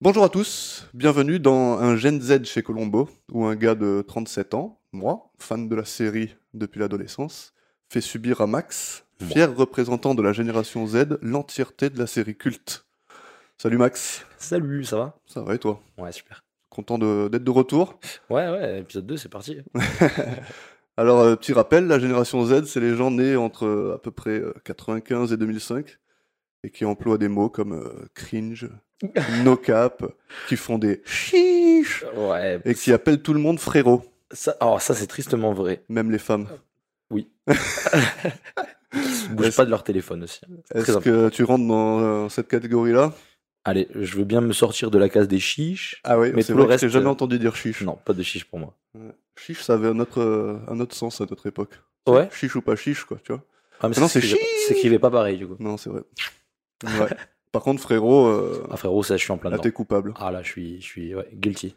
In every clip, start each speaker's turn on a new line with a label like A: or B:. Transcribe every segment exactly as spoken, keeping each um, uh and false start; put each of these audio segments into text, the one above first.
A: Bonjour à tous, bienvenue dans un Gen Z chez Colombo, où un gars de trente-sept ans, moi, fan de la série depuis l'adolescence, fait subir à Max,
B: Moi.
A: fier représentant de la génération Z, l'entièreté de la série culte. Salut Max,
B: Salut, ça va?
A: ça va et toi?
B: Ouais, super.
A: Content de- d'être de retour?
B: Ouais, ouais, épisode deux, c'est parti.
A: Alors, euh, petit rappel, la génération Z, c'est les gens nés entre euh, à peu près euh, quatre-vingt-quinze et deux mille cinq, et qui emploient des mots comme euh, cringe, no cap, qui font des chiches,
B: Ouais,
A: et qui appellent tout le monde frérot,
B: ça, oh, ça c'est tristement vrai.
A: même les femmes.
B: Oui. Qui se bougent
A: Est-ce
B: pas de leur téléphone aussi. C'est très
A: est-ce
B: important.
A: que tu rentres dans euh, cette catégorie-là?
B: Allez, je veux bien me sortir de la case des chiches.
A: Ah oui,
B: Mais
A: c'est
B: tout le
A: vrai que je t'ai
B: reste,
A: jamais
B: euh,
A: entendu dire chiche.
B: Non, pas de chiche pour moi.
A: Ouais. Chiche, ça avait un autre, euh, un autre sens à notre époque. Tu sais,
B: Ouais.
A: chiche ou pas chiche, quoi, tu vois.
B: Ah, mais
A: Maintenant,
B: ça
A: c'est
B: s'écrivait pas-
A: chiche.
B: s'écrivait pas pareil du coup.
A: Non, c'est vrai. Ouais. Par contre, frérot, euh,
B: Ah frérot, ça je suis en plein
A: là,
B: dedans.
A: t'es coupable.
B: Ah là, je suis, je suis ouais, guilty.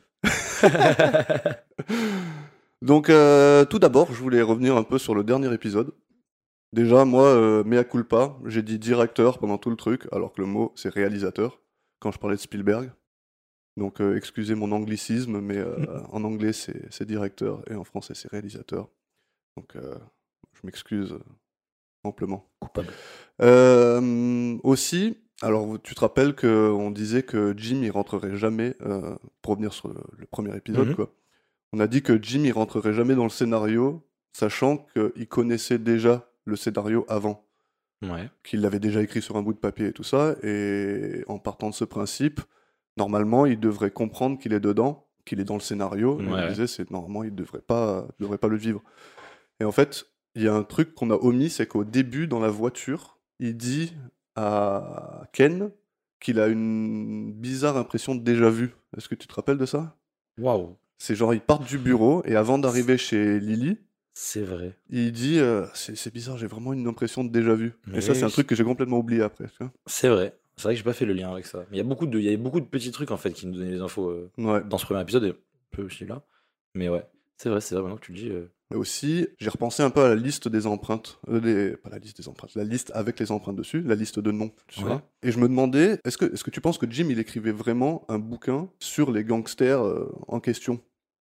A: Donc, euh, tout d'abord, je voulais revenir un peu sur le dernier épisode. Déjà, moi, euh, mea culpa, j'ai dit directeur pendant tout le truc, alors que le mot, c'est réalisateur, quand je parlais de Spielberg. Donc, euh, excusez mon anglicisme, mais euh, en anglais, c'est c'est directeur, et en français, c'est réalisateur. Donc, euh, je m'excuse euh, amplement.
B: Coupable.
A: Euh, aussi, alors, tu te rappelles qu'on disait que Jim, il rentrerait jamais, euh, pour revenir sur le, le premier épisode,
B: Mhm.
A: quoi. On a dit que Jim, il rentrerait jamais dans le scénario, sachant qu'il connaissait déjà le scénario avant,
B: Ouais.
A: qu'il l'avait déjà écrit sur un bout de papier et tout ça, et en partant de ce principe, normalement, il devrait comprendre qu'il est dedans, qu'il est dans le scénario, et on
B: Ouais, ouais.
A: disait, c'est normalement, il devrait pas, devrait pas le vivre. Et en fait, il y a un truc qu'on a omis, c'est qu'au début, dans la voiture, il dit à Ken qu'il a une bizarre impression de déjà-vu. Est-ce que tu te rappelles de ça?
B: Waouh,
A: C'est genre, ils partent du bureau, et avant d'arriver chez Lily,
B: c'est vrai.
A: il dit euh, c'est c'est bizarre, j'ai vraiment une impression de déjà-vu.
B: Mais
A: Et ça, c'est un
B: oui.
A: truc que j'ai complètement oublié après. Tu vois.
B: C'est vrai. C'est vrai que j'ai pas fait le lien avec ça. Mais il y a beaucoup de, il y avait beaucoup de petits trucs en fait qui nous donnaient les infos euh,
A: Ouais.
B: dans ce premier épisode et un peu aussi là. Mais ouais, c'est vrai, c'est vrai. Maintenant que tu le dis. euh,
A: Et aussi, j'ai repensé un peu à la liste des empreintes. Euh, des- Pas la liste des empreintes, la liste avec les empreintes dessus, la liste de noms, tu
B: Ouais.
A: vois. Et je me demandais, est-ce que, est-ce que tu penses que Jim, il écrivait vraiment un bouquin sur les gangsters euh, en question?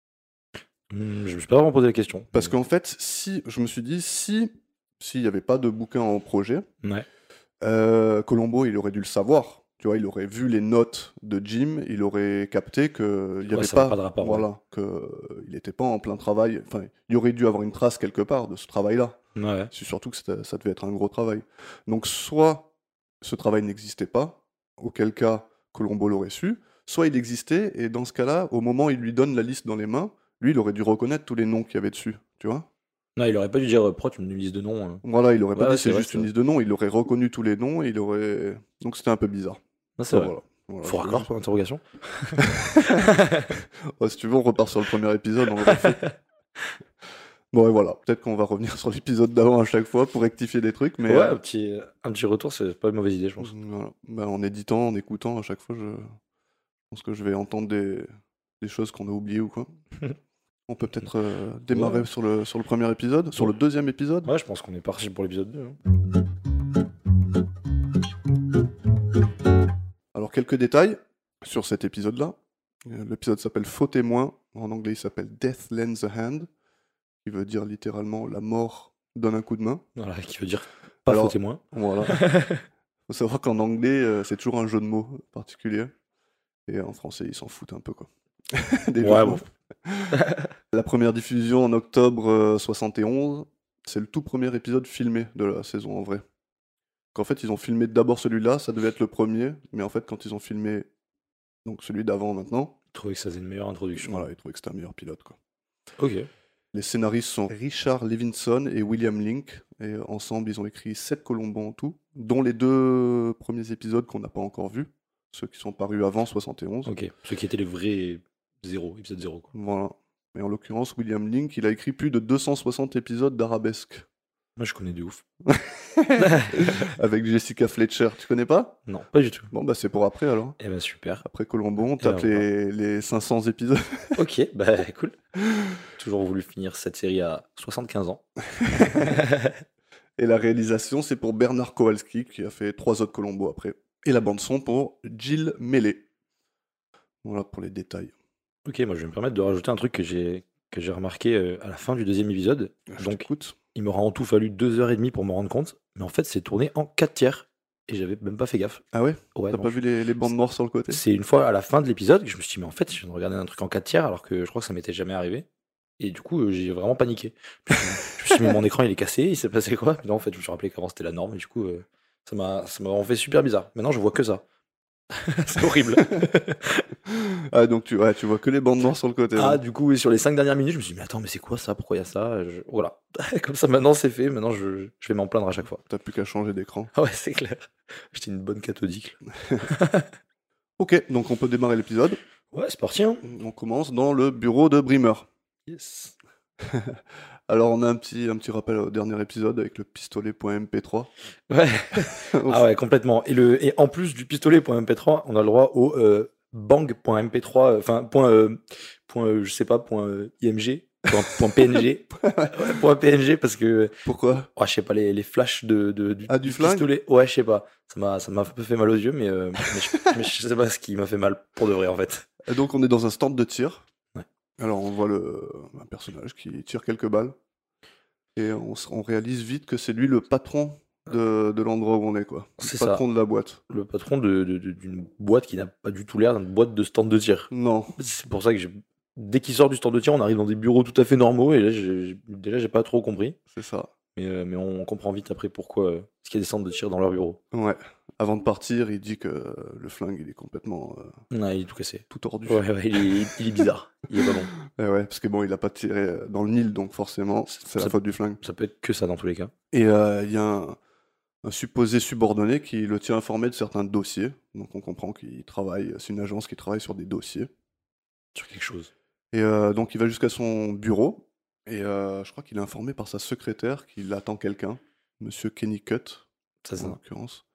B: Hmm, je me suis pas vraiment posé la question.
A: Parce qu'en fait, si, je me suis dit, si s'il n'y avait pas de bouquin en projet,
B: Ouais.
A: euh, Colombo, il aurait dû le savoir. Tu vois, il aurait vu les notes de Jim, il aurait capté qu'il n'y
B: Ouais,
A: avait
B: ça avait
A: pas,
B: pas de rapport, ouais.
A: voilà, qu'il n'était pas en plein travail. Enfin, il y aurait dû avoir une trace quelque part de ce travail-là.
B: Ouais, ouais.
A: C'est surtout que c'était- ça devait être un gros travail. Donc, soit ce travail n'existait pas, auquel cas Colombo l'aurait su, soit il existait, et dans ce cas-là, au moment où il lui donne la liste dans les mains, lui, il aurait dû reconnaître tous les noms qu'il y avait dessus, tu vois.
B: Non, il aurait pas dû dire euh, pourquoi tu me donnes une liste de noms. euh.
A: Voilà, il aurait pas
B: Ouais, ouais,
A: dit
B: c'est
A: c'est
B: vrai,
A: juste
B: c'est
A: une
B: vrai.
A: liste de noms, il aurait reconnu tous les noms, et il aurait... Donc c'était un peu bizarre.
B: Non, c'est
A: Enfin,
B: vrai.
A: voilà. Voilà,
B: Faut
A: je-
B: raccord pour l'interrogation.
A: Ouais, si tu veux, on repart sur le premier épisode, on le refait. Bon, et voilà, peut-être qu'on va revenir sur l'épisode d'avant à chaque fois pour rectifier des trucs, mais
B: Ouais,
A: euh,
B: un petit, un petit retour, c'est pas une mauvaise idée, je pense.
A: voilà. Bah, en éditant, en écoutant, à chaque fois, je pense que je vais entendre des, des choses qu'on a oubliées ou quoi. On peut peut-être euh, démarrer
B: Ouais.
A: sur, le, sur le premier épisode, sur
B: Ouais.
A: le deuxième épisode.
B: Ouais, je pense qu'on est parti pour l'épisode deux. hein.
A: Alors, quelques détails sur cet épisode-là. Euh, L'épisode s'appelle Faux témoin. En anglais, il s'appelle Death Lends a Hand, qui veut dire littéralement la mort donne un coup de main.
B: Voilà, qui veut dire pas
A: Alors,
B: faux témoin.
A: Voilà. Faut savoir qu'en anglais, euh, c'est toujours un jeu de mots particulier. Et en français, ils s'en foutent un peu, quoi. Des jeux de
B: Ouais,
A: mots.
B: bon.
A: La première diffusion en octobre euh, soixante et onze, c'est le tout premier épisode filmé de la saison en vrai. Qu'en fait, ils ont filmé d'abord celui-là, ça devait être le premier, mais en fait, quand ils ont filmé donc celui d'avant maintenant,
B: Je trouvais que ça faisait une meilleure introduction.
A: voilà, ils trouvaient que c'était un meilleur pilote, quoi.
B: Ok.
A: Les scénaristes sont Richard Levinson et William Link, et euh, ensemble, ils ont écrit sept Colombos en tout, dont les deux premiers épisodes qu'on n'a pas encore vus, ceux qui sont parus avant soixante et onze.
B: Ok. Ceux qui étaient les vrais zéro, épisode zéro, quoi.
A: Voilà. Et en l'occurrence, William Link, il a écrit plus de deux cent soixante épisodes d'Arabesque.
B: Moi, je connais de ouf.
A: Avec Jessica Fletcher, tu connais pas?
B: Non, pas du tout.
A: Bon, bah c'est pour après alors.
B: Eh ben, super.
A: Après Colombo, on
B: Et
A: tape
B: ben,
A: les, les cinq cents épisodes.
B: Ok, bah cool. Toujours voulu finir cette série à soixante-quinze ans.
A: Et la réalisation, c'est pour Bernard Kowalski, qui a fait trois autres Colombo après. Et la bande-son pour Jill Melee. Voilà pour les détails.
B: Ok, moi je vais me permettre de rajouter un truc que j'ai que j'ai remarqué euh, à la fin du deuxième épisode.
A: Je
B: Donc,
A: t'écoute.
B: il m'aura en tout fallu deux heures et demie pour me rendre compte, mais en fait, c'est tourné en quatre tiers et j'avais même pas fait gaffe.
A: Ah ouais?
B: Ouais,
A: T'as
B: non,
A: pas
B: je-
A: vu les, les bandes noires sur le côté?
B: c'est une fois à la fin de l'épisode que je me suis dit, mais en fait, je viens de regarder un truc en quatre tiers alors que je crois que ça m'était jamais arrivé. Et du coup, euh, j'ai vraiment paniqué. Puis, je, me je me suis dit, mais mon écran il est cassé, il s'est passé quoi? Puis non, en fait, je me suis rappelé qu'avant c'était la norme et du coup, euh, ça m'a ça m'a vraiment fait super bizarre. Maintenant, je vois que ça. C'est horrible.
A: Ah donc tu, ouais, tu vois que les bandes noires sur le côté.
B: Ah,
A: hein.
B: du coup, oui, sur les cinq dernières minutes, je me suis dit, mais attends, mais c'est quoi ça? Pourquoi il y a ça? Je- Voilà. Comme ça, maintenant, c'est fait. Maintenant, je, je vais m'en plaindre à chaque fois.
A: T'as plus qu'à changer d'écran.
B: Ah ouais, c'est clair. J'étais une bonne cathodique.
A: Ok, donc on peut démarrer l'épisode.
B: Ouais, c'est parti, hein.
A: On commence dans le bureau de Brimmer.
B: Yes.
A: Alors on a un petit, un petit rappel au dernier épisode avec le pistolet.mp trois.
B: Ouais. Ah ouais, complètement. Et, le, et en plus du pistolet.mp trois, on a le droit au euh, bang.mp trois, euh, enfin, point, euh, point euh, je sais pas, point euh, img, point, point png. Ouais, point png parce que,
A: Pourquoi?
B: oh, je sais pas, les, les flashs de, de- du,
A: Ah, du flingue
B: pistolet. Ouais, je sais pas. Ça m'a, ça m'a un peu fait mal aux yeux, mais, euh, mais, je, mais je sais pas ce qui m'a fait mal pour de vrai en fait.
A: Et donc on est dans un stand de tir.
B: Ouais.
A: Alors on voit le, un personnage qui tire quelques balles. Et on, s- on réalise vite que c'est lui le patron de, de l'endroit où on est, quoi.
B: C'est
A: Le
B: ça.
A: patron de la boîte.
B: Le patron de, de- de- d'une boîte qui n'a pas du tout l'air d'une boîte de stand de tir.
A: Non.
B: C'est pour ça que j'ai- dès qu'il sort du stand de tir, on arrive dans des bureaux tout à fait normaux et là, j'ai, j'ai- déjà, j'ai pas trop compris.
A: C'est ça.
B: Mais, euh, mais on comprend vite après pourquoi euh, parce qu'il y a des centres de tir dans leur bureau.
A: Ouais. Avant de partir, il dit que euh, le flingue, il est complètement euh,
B: Ouais, il est tout cassé.
A: tout tordu.
B: Ouais, ouais, il est, il est bizarre. Il est pas bon.
A: Eh ouais, parce que bon, il a pas tiré euh, dans le Nil, donc forcément, c'est la
B: Ça-
A: faute du flingue.
B: Ça peut être que ça dans tous les cas.
A: Et euh, il y a un, un supposé subordonné qui le tient informé de certains dossiers. Donc on comprend qu'il travaille, c'est une agence qui travaille sur des dossiers.
B: Sur quelque chose.
A: Et euh, donc il va jusqu'à son bureau. Et euh, je crois qu'il est informé par sa secrétaire qu'il attend quelqu'un, Monsieur Kennicott,
B: Ça,
A: en
B: ça.
A: l'occurrence.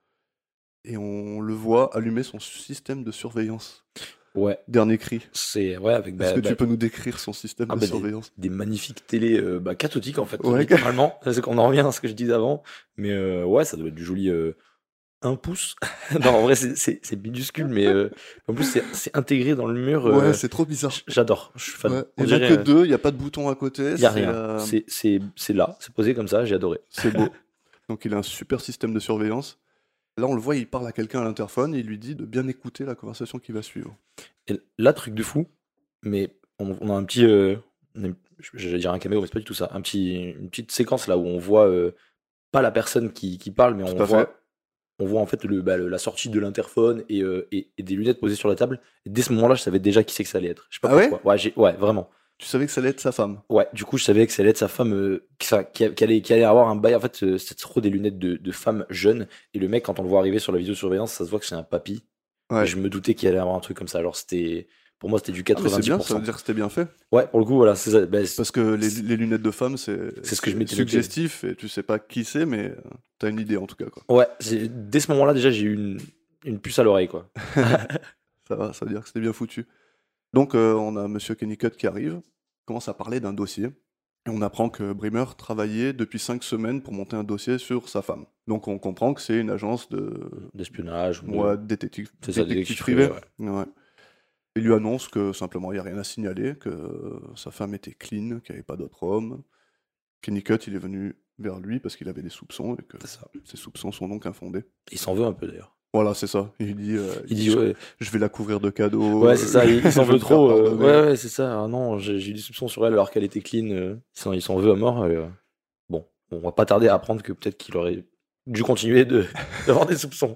A: Et on le voit allumer son système de surveillance.
B: Ouais,
A: Dernier cri.
B: c'est ouais avec
A: Est-ce
B: bah,
A: que
B: bah,
A: tu peux nous décrire son système
B: ah
A: de
B: bah, des-
A: surveillance?
B: des magnifiques télés euh, bah, cathodiques en fait,
A: Ouais.
B: littéralement. C'est qu'on en revient à ce que je disais avant. Mais euh, ouais, ça doit être du joli euh, un pouce. Non, en vrai, c'est- c'est c'est minuscule, mais euh, en plus, c'est c'est intégré dans le mur. euh,
A: Ouais, c'est trop bizarre.
B: j- J'adore, je suis fan.
A: Ouais.
B: On
A: Il n'y en a
B: dirait,
A: que
B: euh,
A: deux, il n'y a pas de bouton à côté.
B: y a
A: c'est,
B: rien.
A: euh,
B: C'est- C'est c'est là, c'est posé comme ça, j'ai adoré.
A: C'est beau. Donc il a un super système de surveillance. Là, on le voit, il parle à quelqu'un à l'interphone et il lui dit de bien écouter la conversation qui va suivre.
B: Et là, truc de fou, mais on, on a un petit. euh, on a une- J'allais dire un caméo, mais c'est pas du tout ça. Un petit, une petite séquence là où on voit euh, pas la personne qui, qui parle, mais
A: Tout
B: on
A: à
B: voit,
A: fait.
B: on voit en fait le, bah, le- la sortie de l'interphone et, euh, et, et des lunettes posées sur la table. Et dès ce moment-là, je savais déjà qui c'est que ça allait être. Je sais pas
A: Ah ouais
B: pourquoi. Ouais, j'ai- ouais, vraiment.
A: Tu savais que ça allait être sa femme.
B: Ouais, du coup, je savais que ça allait être sa femme, euh, qui, ça- qui, qui allait, qui allait avoir un bail. En fait, euh, c'est trop des lunettes de, de femme jeune. Et le mec, quand on le voit arriver sur la vidéosurveillance, ça se voit que c'est un papy.
A: Ouais.
B: Et je me doutais qu'il allait avoir un truc comme ça. Alors, c'était. Pour moi, c'était du
A: Ah, mais c'est
B: quatre-vingt-dix
A: bien,
B: pour
A: ça
B: cent.
A: veut dire que c'était bien fait.
B: Ouais, pour le coup, voilà, c'est ça. Bah, c'est-
A: Parce que les, les lunettes de femme, c'est
B: C'est ce que je m'étais noté.
A: suggestif et tu sais pas qui c'est, mais euh, t'as une idée en tout cas. Quoi.
B: Ouais, c'est- dès ce moment-là, déjà, j'ai eu une, une puce à l'oreille, quoi.
A: Ça va, ça veut dire que c'était bien foutu. Donc euh, on a Monsieur Kennicott qui arrive, commence à parler d'un dossier. Et on apprend que Brimmer travaillait depuis cinq semaines pour monter un dossier sur sa femme. Donc on comprend que c'est une agence de
B: D'espionnage. ou de-
A: ouais, détective,
B: C'est ça,
A: détective
B: détective
A: privé.
B: privé,
A: Ouais. Il lui annonce que simplement il n'y a rien à signaler, que sa femme était clean, qu'il n'y avait pas d'autre homme. Kennicott, il est venu vers lui parce qu'il avait des soupçons et que
B: C'est ça.
A: ces soupçons sont donc infondés.
B: Il s'en veut un peu, d'ailleurs.
A: Voilà, c'est ça. Il dit, euh,
B: Il dit,
A: je,
B: ouais,
A: je vais la couvrir de cadeaux.
B: ouais c'est ça, il, il s'en
A: je vais
B: veut
A: me faire
B: trop. euh,
A: pardonner.
B: ouais, ouais, c'est ça. Ah non, j'ai j'ai eu des soupçons sur elle alors qu'elle était clean. euh, il s'en- il s'en veut à mort. euh, Bon, on va pas tarder à apprendre que peut-être qu'il aurait dû continuer de- d'avoir des soupçons.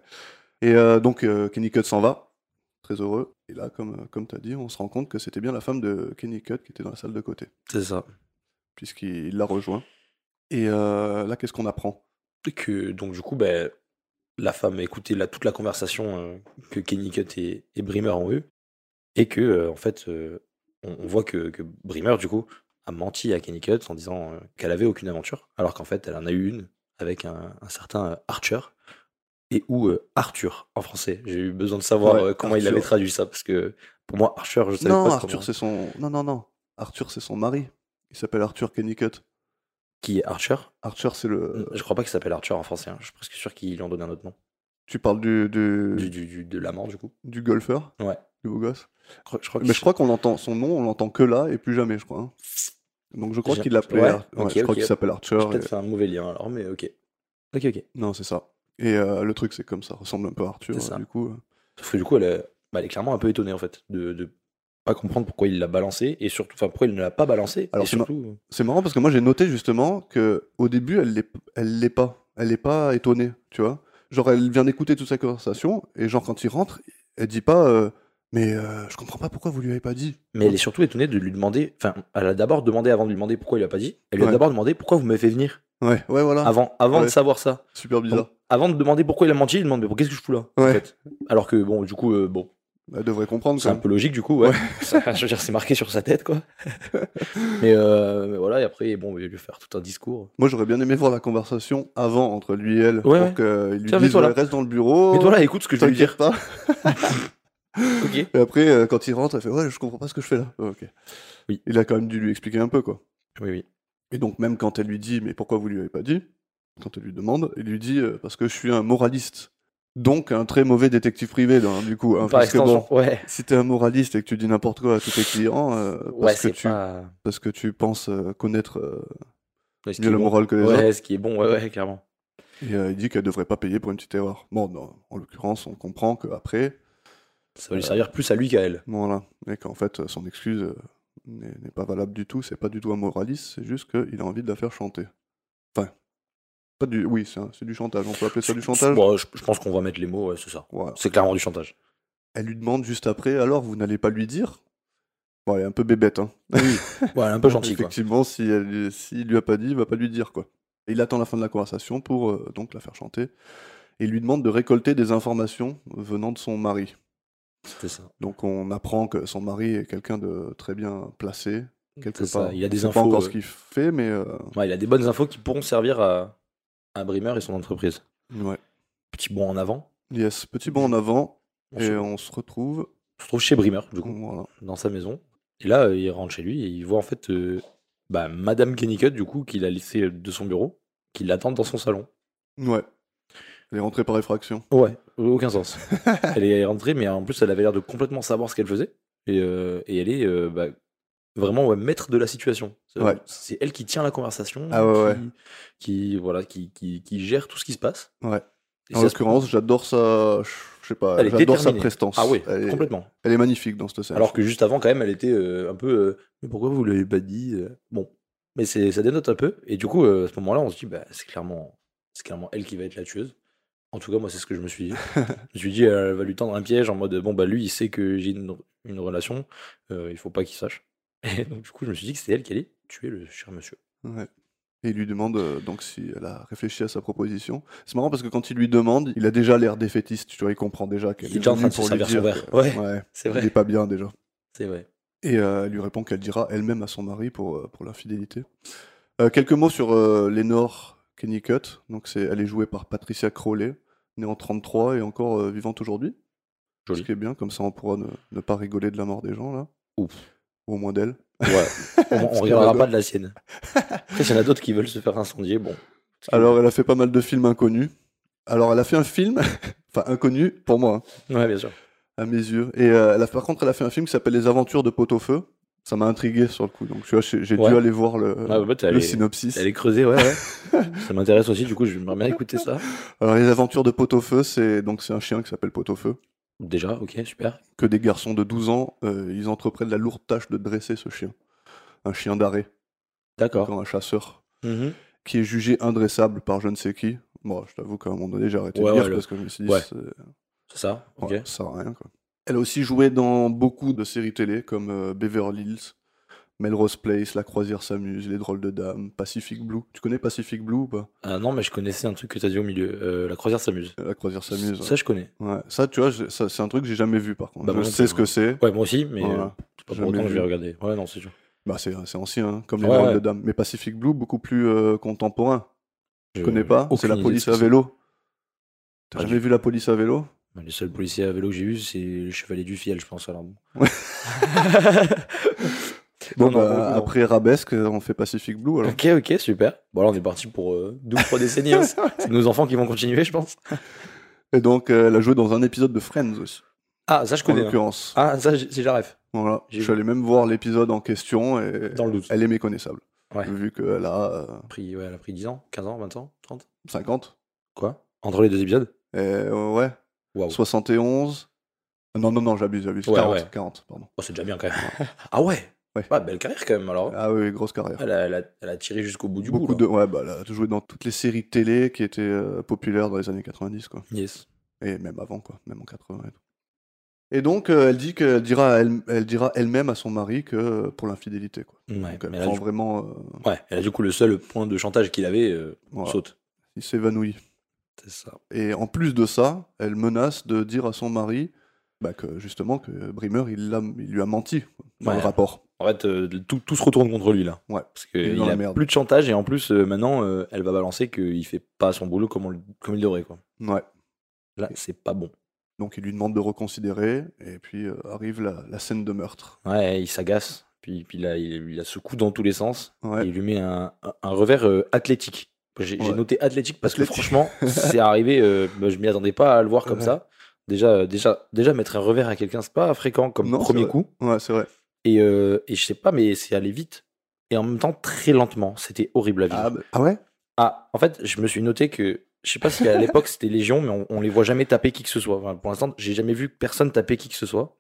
A: Et euh, donc euh, Kennicott s'en va, très heureux. Et là, comme, euh, comme tu as dit, on se rend compte que c'était bien la femme de Kennicott qui était dans la salle de côté,
B: C'est ça.
A: puisqu'il l'a rejoint. Et euh, là, qu'est-ce qu'on apprend?
B: Et que, donc, du coup, ben, la femme a écouté la, toute la conversation euh, que Kennicott et, et Brimmer ont eue. Et que, euh, en fait, euh, on, on voit que, que Brimmer, du coup, a menti à Kennicott en disant euh, qu'elle avait aucune aventure, alors qu'en fait, elle en a eu une avec un, un certain euh, Archer. Et ou euh, Arthur en français. J'ai eu besoin de savoir
A: Ouais,
B: euh, comment il
A: Arthur.
B: avait traduit ça, parce que pour moi, Archer, je savais
A: Non,
B: pas
A: Arthur,
B: comment-
A: c'est son. Non, non, non. Arthur, c'est son mari. Il s'appelle Arthur Kennicott.
B: Qui est Archer?
A: Archer, c'est le.
B: Je crois pas qu'il s'appelle Archer en français, hein. Je suis presque sûr qu'ils lui ont donné un autre nom.
A: Tu parles du, du,
B: Du, du, du- de l'amant, du coup.
A: du golfeur.
B: Ouais.
A: plus beau gosse.
B: Je crois, je crois que
A: Mais je crois qu'on l'entend, son nom, on l'entend que là et plus jamais, je crois. hein. Donc je crois
B: J'ai-
A: qu'il l'appelait.
B: ouais,
A: Ar- ouais,
B: ok,
A: je crois
B: ok.
A: qu'il s'appelle Archer.
B: j'ai peut-être
A: et-
B: fait un mauvais lien alors, mais ok. Ok, ok.
A: Non, c'est ça. Et euh, le truc, c'est comme ça, ressemble un peu à Arthur.
B: C'est ça.
A: euh, Du coup, euh.
B: Sauf que du coup, elle est, bah, elle est clairement un peu étonnée en fait de, de pas comprendre pourquoi il l'a balancé et surtout, enfin pourquoi il ne l'a pas balancé.
A: Alors,
B: et
A: c'est ma-
B: surtout,
A: c'est marrant parce que moi j'ai noté justement que au début elle l'est, elle l'est pas, elle est pas étonnée, tu vois. Genre elle vient d'écouter toute sa conversation et genre quand il rentre, elle dit pas euh, mais euh, je comprends pas pourquoi vous lui avez pas dit.
B: mais elle est surtout étonnée de lui demander. Enfin, elle a d'abord demandé avant de lui demander pourquoi il a pas dit. Elle lui a
A: Ouais.
B: d'abord demandé pourquoi vous m'avez fait venir
A: Ouais, ouais, voilà.
B: avant, avant
A: Ouais.
B: de savoir ça.
A: Super bizarre.
B: Donc, avant de demander pourquoi il a menti, il demande mais pour qu'est-ce que je fous là en
A: Ouais.
B: fait. Alors que bon, du coup, euh, bon,
A: Elle devrait comprendre
B: c'est
A: quand
B: un
A: même.
B: peu logique du coup, ouais.
A: Ouais.
B: Ça, je veux dire, c'est marqué sur sa tête quoi. mais, euh, mais voilà, et après, bon, il va lui faire tout un discours.
A: Moi j'aurais bien aimé voir la conversation avant entre lui et elle
B: Ouais,
A: pour
B: ouais.
A: qu'il lui
B: Tiens,
A: dise
B: mets-toi là.
A: ouais, reste dans le bureau.
B: Mais toi là, écoute ce que je vais lui
A: T'inquiète
B: dire.
A: pas.
B: Ok.
A: Et après euh, quand il rentre, elle fait ouais je comprends pas ce que je fais là. Ouais, ok.
B: Oui.
A: Il a quand même dû lui expliquer un peu quoi.
B: Oui, oui.
A: Et donc même quand elle lui dit mais pourquoi vous lui avez pas dit, quand elle lui demande, il lui dit euh, parce que je suis un moraliste. Donc un très mauvais détective privé là, hein, du coup. hein,
B: Par
A: parce que bon,
B: extension, ouais.
A: si t'es un moraliste et que tu dis n'importe quoi à tous tes clients, euh,
B: Ouais,
A: parce, que
B: c'est
A: tu,
B: pas.
A: parce que tu penses euh, connaître euh,
B: Ouais, ce qui
A: mieux
B: est
A: le
B: bon.
A: moral que les
B: Ouais,
A: autres,
B: ce qui est bon, ouais, ouais, clairement.
A: et euh, il dit qu'elle devrait pas payer pour une petite erreur. Bon, non, en l'occurrence, on comprend qu'après,
B: Ça va lui servir plus à lui qu'à elle.
A: voilà, et qu'en fait, euh, son excuse euh, n'est n'est pas valable du tout, c'est pas du tout un moraliste, c'est juste qu'il a envie de la faire chanter. Enfin, pas du... Oui, c'est un- c'est du chantage, on peut appeler ça du chantage.
B: Bon, je, je pense qu'on va mettre les mots, ouais, c'est ça.
A: Voilà.
B: C'est clairement du chantage.
A: Elle lui demande juste après, alors vous n'allez pas lui dire? Bon, elle est un peu bébête, hein.
B: Oui, ouais, elle est un peu gentil, quoi.
A: Effectivement, si elle, s'il lui a pas dit, il va pas lui dire, quoi. Et il attend la fin de la conversation pour euh, donc la faire chanter. Et il lui demande de récolter des informations venant de son mari.
B: C'est ça.
A: Donc on apprend que son mari est quelqu'un de très bien placé, quelque
B: C'est ça.
A: part.
B: Il a des
A: On sait pas
B: infos,
A: encore
B: euh,
A: ce qu'il fait, mais euh,
B: Ouais, il a des bonnes infos qui pourront servir à, à Brimmer et son entreprise.
A: ouais.
B: Petit bond en avant.
A: Yes, petit bond en avant,
B: On
A: et
B: se,
A: on se retrouve.
B: on se retrouve chez Brimmer, du coup,
A: Voilà.
B: dans sa maison. Et là, euh, il rentre chez lui et il voit en fait euh, bah, Madame Kennicott, du coup, qu'il a laissé de son bureau, qui l'attend dans son salon.
A: Ouais. Elle est rentrée par effraction.
B: Ouais, aucun sens. Elle est rentrée, mais en plus, elle avait l'air de complètement savoir ce qu'elle faisait. Et, euh, et elle est euh, bah, vraiment ouais, maître de la situation. C'est,
A: Ouais.
B: c'est elle qui tient la conversation,
A: Ah ouais,
B: qui,
A: ouais.
B: qui, voilà, qui, qui, qui gère tout ce qui se passe.
A: Ouais.
B: Et
A: En
B: ça se-
A: l'occurrence, j'adore sa. Je sais pas,
B: elle est
A: j'adore sa
B: déterminée.
A: prestance.
B: Ah oui,
A: elle est...
B: complètement.
A: elle est magnifique dans cette scène.
B: Alors que juste avant, quand même, elle était euh, un peu. euh, mais pourquoi vous l'avez pas dit euh Bon, mais c'est, ça dénote un peu. Et du coup, euh, à ce moment-là, on se dit, bah, c'est clairement, c'est clairement elle qui va être la tueuse. En tout cas, moi, c'est ce que je me suis dit. Je me suis dit, elle va lui tendre un piège en mode, bon, bah, lui, il sait que j'ai une, une relation, euh, il faut pas qu'il sache. Et donc, du coup, je me suis dit que c'était elle qui allait tuer le cher monsieur.
A: Ouais. Et il lui demande euh, donc si elle a réfléchi à sa proposition. C'est marrant parce que quand il lui demande, il a déjà l'air défaitiste, tu vois, il comprend déjà qu'elle
B: Il est
A: est
B: déjà en train
A: venue
B: de se
A: pour lui
B: servir son
A: dire
B: verre.
A: que-
B: Ouais,
A: ouais,
B: c'est
A: il
B: vrai.
A: est pas bien déjà.
B: C'est vrai.
A: Et euh, elle lui répond qu'elle dira elle-même à son mari pour, euh, pour l'infidélité. Euh, quelques mots sur euh, Lenore Kennicott. Donc c'est, elle est jouée par Patricia Crowley, née en trente-trois et encore euh, vivante aujourd'hui.
B: Joli.
A: Ce qui est bien, comme ça on pourra ne, ne pas rigoler de la mort des gens là.
B: Ouf.
A: Ou au moins d'elle.
B: Ouais. On, on
A: Parce
B: regardera
A: qu'elle
B: pas de la sienne. Après, il y en a d'autres qui veulent se faire incendier. Bon. Parce que-
A: Alors elle a fait pas mal de films inconnus. Alors elle a fait un film, enfin inconnu pour moi, hein,
B: Ouais, bien sûr.
A: à mes yeux. Et euh, elle a, par contre elle a fait un film qui s'appelle Les Aventures de Pot-au-Feu. Ça m'a intrigué sur le coup. Donc tu vois, j'ai, j'ai
B: Ouais.
A: dû aller voir le,
B: Ah, bah, t'es
A: le
B: allé-
A: synopsis.
B: Elle est creusée, ouais, ouais. Ça m'intéresse aussi, du coup, j'aimerais bien écouter ça.
A: Alors Les Aventures de Pot-au-Feu, c'est donc c'est un chien qui s'appelle Pot-au-Feu.
B: Déjà, ok, super.
A: Que des garçons de douze ans, euh, ils entreprennent la lourde tâche de dresser ce chien. Un chien d'arrêt,
B: D'accord.
A: encore un chasseur,
B: Mhm.
A: qui est jugé indressable par je ne sais qui. Bon, je t'avoue qu'à un moment donné, j'ai arrêté
B: Ouais,
A: de lire
B: ouais, le-
A: parce que je me suis dit,
B: ouais.
A: c'est-
B: C'est ça, ok.
A: ouais, ça sert à rien, quoi. Elle a aussi joué dans beaucoup de séries télé, comme euh, Beverly Hills, Melrose Place, La Croisière s'amuse, Les Drôles de Dames, Pacific Blue. Tu connais Pacific Blue ou pas?
B: Ah non, mais je connaissais un truc que t'as dit au milieu. Euh, la croisière s'amuse.
A: La Croisière s'amuse.
B: Ça, je connais.
A: Ouais. Ouais. Ça, tu vois, j'ai- ça, c'est un truc que j'ai jamais vu par contre.
B: Bah,
A: je
B: moi non
A: sais
B: plus,
A: ce que
B: ouais.
A: c'est.
B: Ouais, moi aussi, mais
A: Voilà.
B: euh, c'est pas pour
A: Jamais
B: autant que je
A: vu.
B: vais regarder. Ouais, non, c'est sûr.
A: Bah, c'est, c'est ancien, hein, comme Les
B: Ouais,
A: Drôles
B: ouais.
A: de Dames. Mais Pacific Blue, beaucoup plus euh, contemporain.
B: Je
A: Tu connais pas?
B: aucune
A: C'est la
B: idée de
A: police
B: ce que
A: à vélo. T'as
B: Pas
A: jamais
B: du-
A: vu la police à vélo?
B: Bah, les seuls policiers à vélo que j'ai vus, c'est le Chevalier du Fiel, je pense. Alors bon.
A: Ouais. Bon,
B: Non, non,
A: bah,
B: non, non.
A: après Arabesque, on fait Pacific Blue alors.
B: Ok, ok, super. Bon, là, on est parti pour euh, deux ou trois décennies. hein. C'est nos enfants qui vont continuer, je pense.
A: Et donc, euh, elle a joué dans un épisode de Friends aussi.
B: Ah, ça je
A: en
B: connais. hein.
A: l'occurrence.
B: Ah, ça j'ai- c'est la ref.
A: Voilà.
B: J'ai
A: Je suis
B: vu.
A: allé même voir l'épisode en question et
B: Dans le doute.
A: elle est méconnaissable.
B: Ouais.
A: Vu qu'elle a euh,
B: Pris, ouais, elle a pris dix ans, quinze ans, vingt ans, trente.
A: cinquante.
B: Quoi? Entre les deux épisodes?
A: Et euh, ouais,
B: Waouh.
A: soixante et onze. Non, non, non, j'abuse, j'abuse.
B: Ouais,
A: quarante,
B: ouais.
A: quarante, pardon.
B: Oh, c'est déjà bien quand même. Ah ouais?
A: Ouais.
B: Ouais, belle carrière quand même alors.
A: Ah oui, grosse carrière.
B: Elle a, elle a- elle a tiré jusqu'au bout du
A: Beaucoup
B: bout.
A: de.
B: Là.
A: Ouais, bah, elle a joué dans toutes les séries de télé qui étaient euh, populaires dans les années quatre-vingt-dix, quoi.
B: Yes.
A: Et même avant, quoi. Même en quatre-vingts et tout. Et donc, euh, elle dit qu'elle dira, elle, elle dira elle-même à son mari que euh, pour l'infidélité, quoi.
B: Ouais,
A: Donc, elle
B: mais là,
A: prend
B: du...
A: vraiment. euh,
B: ouais, elle a du coup le seul point de chantage qu'il avait euh,
A: Voilà.
B: saute.
A: Il s'évanouit.
B: C'est ça.
A: Et en plus de ça, elle menace de dire à son mari bah, que justement que Brimmer il, l'a- il lui a menti dans
B: Ouais.
A: le rapport.
B: En fait, euh, tout, tout se retourne contre lui là.
A: Ouais.
B: Parce
A: Il est
B: qu'il
A: dans la
B: a
A: merde.
B: plus de chantage et en plus, euh, maintenant, euh, elle va balancer qu'il fait pas son boulot comme, on le- comme il devrait. Quoi.
A: Ouais.
B: Là, c'est pas bon.
A: Donc il lui demande de reconsidérer et puis euh, arrive la, la scène de meurtre.
B: Ouais, il s'agace. Puis, puis là, il, il a ce coup dans tous les sens.
A: Ouais.
B: Et il lui met un, un, un revers euh, athlétique. J'ai j'ai
A: Ouais.
B: noté athlétique parce
A: Athlétique.
B: que franchement, c'est arrivé. euh, bah, je m'y attendais pas à le voir comme
A: Ouais.
B: ça. Déjà, euh, déjà, déjà, mettre un revers à quelqu'un, c'est pas fréquent comme
A: Non, c'est
B: premier
A: vrai.
B: coup.
A: Ouais, c'est vrai.
B: Et, euh, et je sais pas, mais c'est allé vite. Et en même temps, très lentement. C'était horrible à vivre.
A: Ah, bah- ah ouais
B: Ah, en fait, je me suis noté que, je sais pas si à l'époque c'était Légion, mais on, on les voit jamais taper qui que ce soit. Enfin, pour l'instant, j'ai jamais vu personne taper qui que ce soit.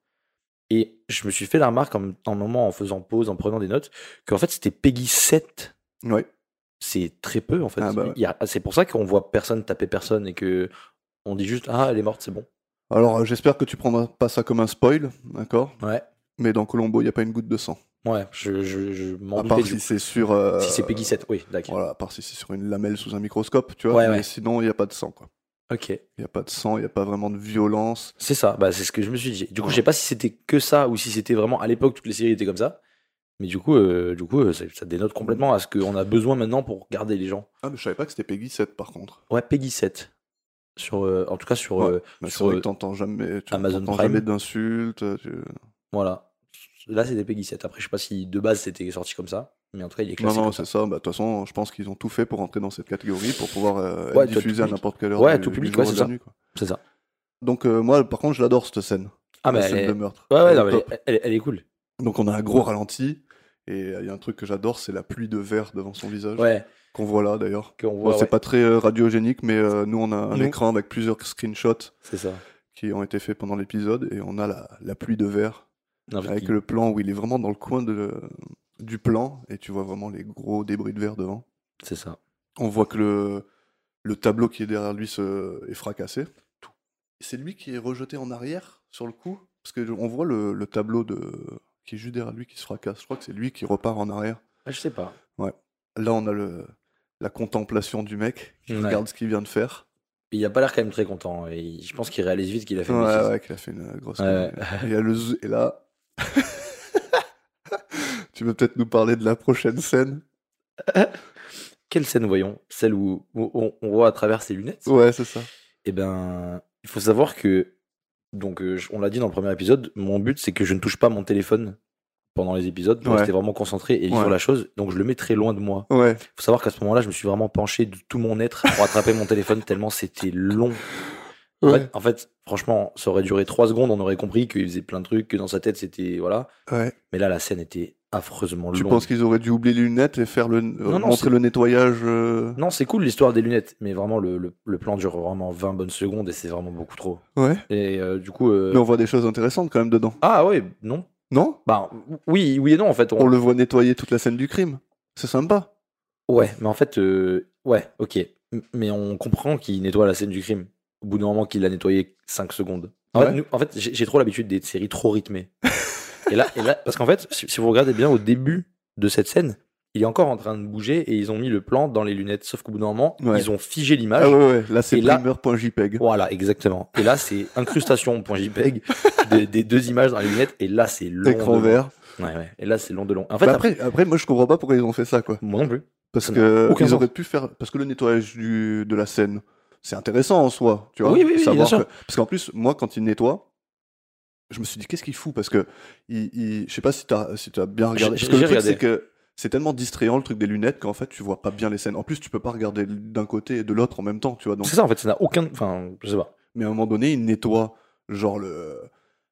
B: Et je me suis fait la remarque en, en moment, en faisant pause, en prenant des notes, qu'en fait c'était Peggy sept.
A: Ouais.
B: C'est très peu en fait.
A: Ah bah ouais.
B: Il y a- c'est pour ça qu'on voit personne taper personne et que on dit juste ah elle est morte, c'est bon.
A: Alors euh, j'espère que tu prendras pas ça comme un spoil, d'accord.
B: Ouais,
A: Mais dans Colombo, il n'y a pas une goutte de sang.
B: ouais, je, je, je m'en
A: À
B: doutais
A: part
B: du
A: si
B: coup.
A: c'est sur. euh,
B: Si c'est Peggy sept, oui, d'accord.
A: Voilà, à part si c'est sur une lamelle sous un microscope, tu vois.
B: Ouais,
A: mais
B: ouais.
A: sinon, il n'y a pas de sang, quoi.
B: Ok.
A: Il n'y a pas de sang, il n'y a pas vraiment de violence.
B: C'est ça, bah, c'est ce que je me suis dit. Du coup,
A: Ouais.
B: je sais pas si c'était que ça ou si c'était vraiment à l'époque toutes les séries étaient comme ça. Mais du coup, euh, du coup, euh, ça, ça dénote complètement à ce qu'on a besoin maintenant pour garder les gens.
A: Ah, mais je savais pas que c'était Peggy sept par contre.
B: Ouais, Peggy sept. Sur, euh, en tout cas sur,
A: Ouais,
B: euh,
A: Mais c'est
B: sur
A: vrai
B: euh,
A: que t'entends jamais, tu
B: Amazon
A: t'entends
B: Prime.
A: jamais d'insultes. tu-
B: voilà. Là, c'était Peggy sept. Après, je sais pas si de base c'était sorti comme ça, mais en tout cas, il est
A: Non,
B: classé
A: non,
B: comme
A: c'est
B: ça.
A: ça. Bah, de toute façon, je pense qu'ils ont tout fait pour rentrer dans cette catégorie, pour pouvoir euh,
B: Ouais,
A: être
B: toi,
A: diffusé
B: tout
A: à
B: public.
A: n'importe quelle heure
B: Ouais,
A: du,
B: tout
A: du
B: public,
A: jour
B: ouais,
A: et de
B: c'est
A: la
B: ça.
A: nuit, quoi.
B: C'est ça.
A: Donc euh, moi, par contre, je l'adore cette scène.
B: Ah,
A: la
B: mais
A: scène
B: elle
A: de
B: est...
A: meurtre.
B: Ouais, ouais,
A: Elle
B: non,
A: est
B: mais
A: top.
B: elle, elle- elle est cool.
A: Donc on a un gros ralenti, et il y a un truc que j'adore, c'est la pluie de verre devant son visage,
B: Ouais,
A: qu'on voit là d'ailleurs.
B: qu'on
A: Bon,
B: voit,
A: c'est
B: ouais.
A: pas très euh, radiogénique, mais euh, nous on a un
B: Nous.
A: écran avec plusieurs screenshots
B: C'est ça.
A: qui ont été faits pendant l'épisode, et on a la, la pluie de verre,
B: En fait,
A: avec
B: il-
A: le plan où il est vraiment dans le coin de, du plan, et tu vois vraiment les gros débris de verre devant.
B: C'est ça.
A: On voit que le, le tableau qui est derrière lui se, est fracassé. C'est lui qui est rejeté en arrière sur le coup, parce qu'on voit le, le tableau de, qui est juste derrière lui qui se fracasse. Je crois que c'est lui qui repart en arrière.
B: Ah, je sais pas.
A: Là, on a le, la contemplation du mec qui
B: Ouais.
A: regarde ce qu'il vient de faire.
B: Il a pas l'air quand même très content. Et il- je pense qu'il réalise vite qu'il a fait une
A: Ouais,
B: bêtise.
A: ouais, qu'il a fait une euh, grosse
B: Ouais.
A: connerie. Et, il y a le z- et là, tu veux peut-être nous parler de la prochaine scène?
B: Quelle scène voyons? Celle où, où on, on voit à travers ses lunettes?
A: Ouais, c'est ça.
B: Eh ben, il faut savoir que, donc, euh, je- on l'a dit dans le premier épisode, mon but c'est que je ne touche pas mon téléphone pendant les épisodes pour
A: Ouais.
B: rester vraiment concentré et vivre
A: Ouais.
B: la chose. Donc, je le mets très loin de moi.
A: Ouais.
B: Il faut savoir qu'à ce moment-là, je me suis vraiment penché de tout mon être pour attraper mon téléphone tellement c'était long. En,
A: Ouais.
B: fait, en fait, franchement, ça aurait duré trois secondes, on aurait compris qu'il faisait plein de trucs, que dans sa tête c'était voilà.
A: Ouais.
B: Mais là, la scène était affreusement
A: Tu
B: longue.
A: penses qu'ils auraient dû oublier les lunettes et faire le, euh,
B: non,
A: montrer
B: c'est-
A: le nettoyage euh,
B: Non, c'est cool l'histoire des lunettes, mais vraiment le, le, le plan dure vraiment vingt bonnes secondes et c'est vraiment beaucoup trop.
A: Ouais.
B: Et euh, du coup, euh,
A: Mais on voit des choses intéressantes quand même dedans.
B: ah ouais, non.
A: Non?
B: Bah oui, oui et non en fait. On...
A: On le voit nettoyer toute la scène du crime. C'est sympa.
B: Ouais, mais en fait, euh, ouais, ok. M- Mais on comprend qu'il nettoie la scène du crime. Au bout d'un moment qu'il l'a nettoyé cinq secondes. En
A: Ouais.
B: fait, nous- en fait j'ai j'ai trop l'habitude des séries trop rythmées. et, là, et là, parce qu'en fait, si, si vous regardez bien au début de cette scène, il est encore en train de bouger et ils ont mis le plan dans les lunettes. Sauf qu'au bout d'un moment,
A: Ouais.
B: ils ont figé l'image.
A: Ah ouais, ouais. Là, c'est
B: Et là-
A: primer.jpeg.
B: Voilà, exactement. Et là, c'est incrustation.jpeg des, des deux images dans les lunettes. Et là, c'est long.
A: Écran
B: de
A: vert.
B: long. Ouais, ouais. Et là, c'est long de long. En fait,
A: Bah
B: après,
A: après, après, moi, je comprends pas pourquoi ils ont fait ça, quoi.
B: moi non plus.
A: Parce
B: Ça
A: que
B: n'a aucun
A: ils
B: sens.
A: auraient pu faire. Parce que le nettoyage du, de la scène, c'est intéressant en soi, tu vois.
B: Oui, oui, oui,
A: savoir
B: bien sûr.
A: que- Parce qu'en plus, moi, quand il nettoie, je me suis dit, qu'est-ce qu'il fout? Parce que, il, il- je sais pas si t'as si t'as bien regardé.
B: J'ai-
A: Parce que le
B: j'ai
A: truc,
B: regardé.
A: c'est que c'est tellement distrayant le truc des lunettes qu'en fait, tu vois pas bien les scènes. En plus, tu peux pas regarder d'un côté et de l'autre en même temps, tu vois. Donc,
B: C'est ça, en fait, ça n'a aucun. Enfin, je sais pas.
A: mais à un moment donné, il nettoie, genre le.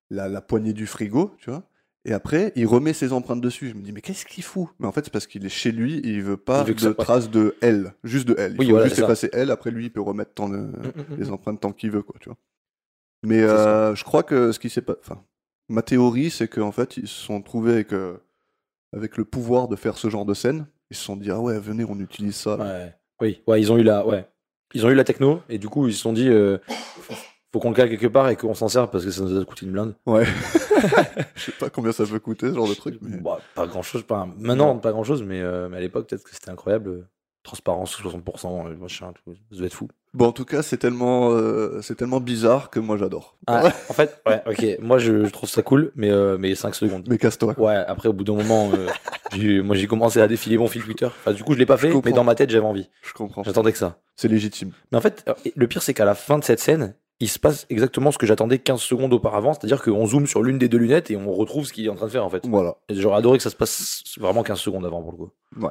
A: la, la poignée du frigo, tu vois. Et après, il remet ses empreintes dessus. Je me dis, mais qu'est-ce qu'il fout? Mais en fait, c'est parce qu'il est chez lui et il veut pas
B: Il veut que
A: de
B: ça- ouais.
A: traces de L, juste de L. Il
B: Oui,
A: faut
B: voilà,
A: juste
B: c'est ça.
A: effacer L. Après, lui, il peut remettre tant de-
B: Mm, mm,
A: les
B: mm.
A: empreintes tant qu'il veut, quoi, tu vois. Mais
B: C'est ça.
A: euh, je crois que ce qui s'est pas. Enfin, ma théorie, c'est qu'en fait, ils se sont trouvés avec, euh, avec le pouvoir de faire ce genre de scène. Ils se sont dit, ah ouais, venez, on utilise ça.
B: Ouais. Oui, ouais, ils ont eu la, ouais, ils ont eu la techno et du coup ils se sont dit, euh, faut, faut qu'on le cale quelque part et qu'on s'en serve parce que ça nous a coûté une blinde.
A: Ouais. Je sais pas combien ça peut coûter, ce genre de truc. Mais...
B: Bah, pas grand chose, pas maintenant
A: Non.
B: pas grand chose, mais, euh, mais à l'époque peut-être que c'était incroyable. euh, Transparence soixante pour cent, euh, machin, tout, ça devait être fou.
A: Bon, en tout cas, c'est tellement, euh, c'est tellement bizarre que moi j'adore.
B: Ah, en fait, ouais, ok, moi je, je trouve ça cool, mais, euh, mais cinq secondes.
A: Mais casse-toi. quoi.
B: Ouais, après au bout d'un moment, euh, j'ai- moi j'ai commencé à défiler mon fil Twitter. Enfin, du coup, je l'ai pas fait, mais
A: comprends.
B: dans ma tête j'avais envie.
A: Je comprends.
B: J'attendais que ça.
A: C'est légitime.
B: Mais en fait, euh, le pire, c'est qu'à la fin de cette scène, il se passe exactement ce que j'attendais quinze secondes auparavant, c'est-à-dire qu'on zoome sur l'une des deux lunettes et on retrouve ce qu'il est en train de faire en fait.
A: Voilà.
B: Et j'aurais adoré que ça se passe vraiment quinze secondes avant pour le coup.
A: Ouais.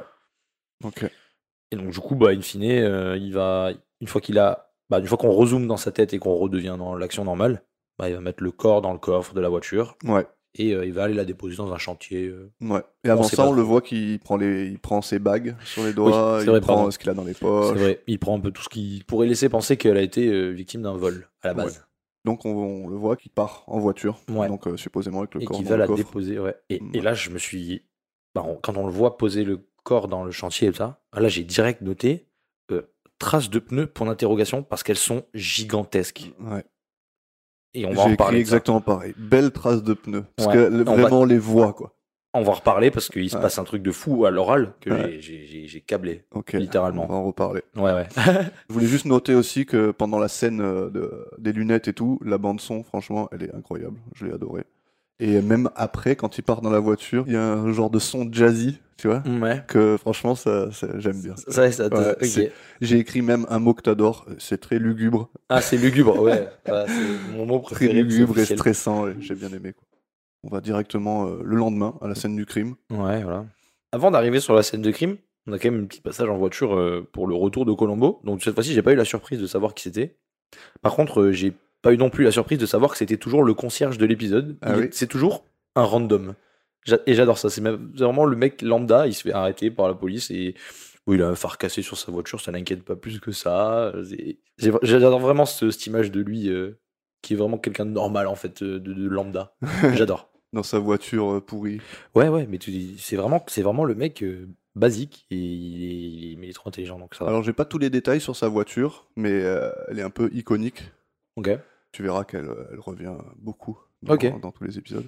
A: Ok.
B: Et donc, du coup, bah, in fine, euh, il va, une fois qu'il a, bah, une fois qu'on rezoome dans sa tête et qu'on redevient dans l'action normale, bah, il va mettre le corps dans le coffre de la voiture
A: Ouais.
B: et euh, il va aller la déposer dans un chantier. euh.
A: Ouais. Et avant
B: sait
A: ça,
B: pas
A: on le
B: trop.
A: voit qu'il prend les, il prend ses bagues sur les doigts,
B: c'est
A: il
B: vrai,
A: prend
B: pardon.
A: ce qu'il a dans les
B: C'est
A: poches.
B: vrai, il prend un peu tout ce qui pourrait laisser penser qu'elle a été euh, victime d'un vol à la base.
A: Donc on, on le voit qu'il part en voiture.
B: Ouais.
A: Donc euh, supposément avec le
B: Et
A: corps
B: qui
A: dans
B: va
A: le
B: la
A: coffre.
B: déposer, ouais. Et,
A: Ouais.
B: et là, je me suis. Bah, on- quand on le voit poser le corps dans le chantier et tout ça, là, j'ai direct noté euh, traces de pneus pour l'interrogation parce qu'elles sont gigantesques.
A: Ouais.
B: Et on va en
A: J'ai
B: reparler.
A: écrit
B: de ça.
A: exactement pareil. Belle trace de pneus. Parce
B: Ouais.
A: que le-
B: On va-
A: vraiment on les voit quoi.
B: On va en reparler parce qu'il se
A: Ouais.
B: passe un truc de fou à l'oral que
A: Ouais.
B: j'ai- j'ai j'ai- j'ai câblé.
A: Ok.
B: Littéralement.
A: On va en reparler.
B: Ouais, ouais.
A: Je voulais juste noter aussi que pendant la scène euh, de, des lunettes et tout, la bande son, franchement, elle est incroyable. Je l'ai adorée. Et même après, quand il part dans la voiture, il y a un genre de son jazzy, tu vois,
B: ouais.
A: que franchement, ça, ça- j'aime bien.
B: Ça, ça te-
A: Ouais,
B: ok.
A: c'est- J'ai écrit même un mot que t'adores, c'est très lugubre,
B: Ah, c'est lugubre, ouais. Ah, c'est mon mot
A: très
B: préféré. c'est
A: lugubre et
B: officiel.
A: stressant, et j'ai bien aimé. Quoi. On va directement euh, le lendemain à la scène du crime.
B: Ouais, voilà. Avant d'arriver sur la scène de crime, on a quand même un petit passage en voiture euh, pour le retour de Colombo. Donc cette fois-ci, j'ai pas eu la surprise de savoir qui c'était. Par contre, euh, j'ai pas eu non plus la surprise de savoir que c'était toujours le concierge de l'épisode.
A: Ah
B: Il est-
A: oui.
B: C'est toujours un random. J'a- Et j'adore ça. C'est même- c'est vraiment le mec lambda. Il se fait arrêter par la police et oui, il a un phare cassé sur sa voiture. Ça n'inquiète pas plus que ça. C'est- j'ai- J'adore vraiment ce- cette image de lui euh, qui est vraiment quelqu'un de normal en fait, euh, de, de lambda. J'adore.
A: Dans sa voiture euh, pourrie.
B: Ouais, ouais, mais tu- c'est vraiment, c'est vraiment le mec euh, basique et il est, il est- mais il est trop intelligent donc ça va.
A: Alors j'ai pas tous les détails sur sa voiture, mais euh, elle est un peu iconique.
B: Ok.
A: Tu verras qu'elle euh, elle revient beaucoup dans,
B: Ok.
A: dans tous les épisodes.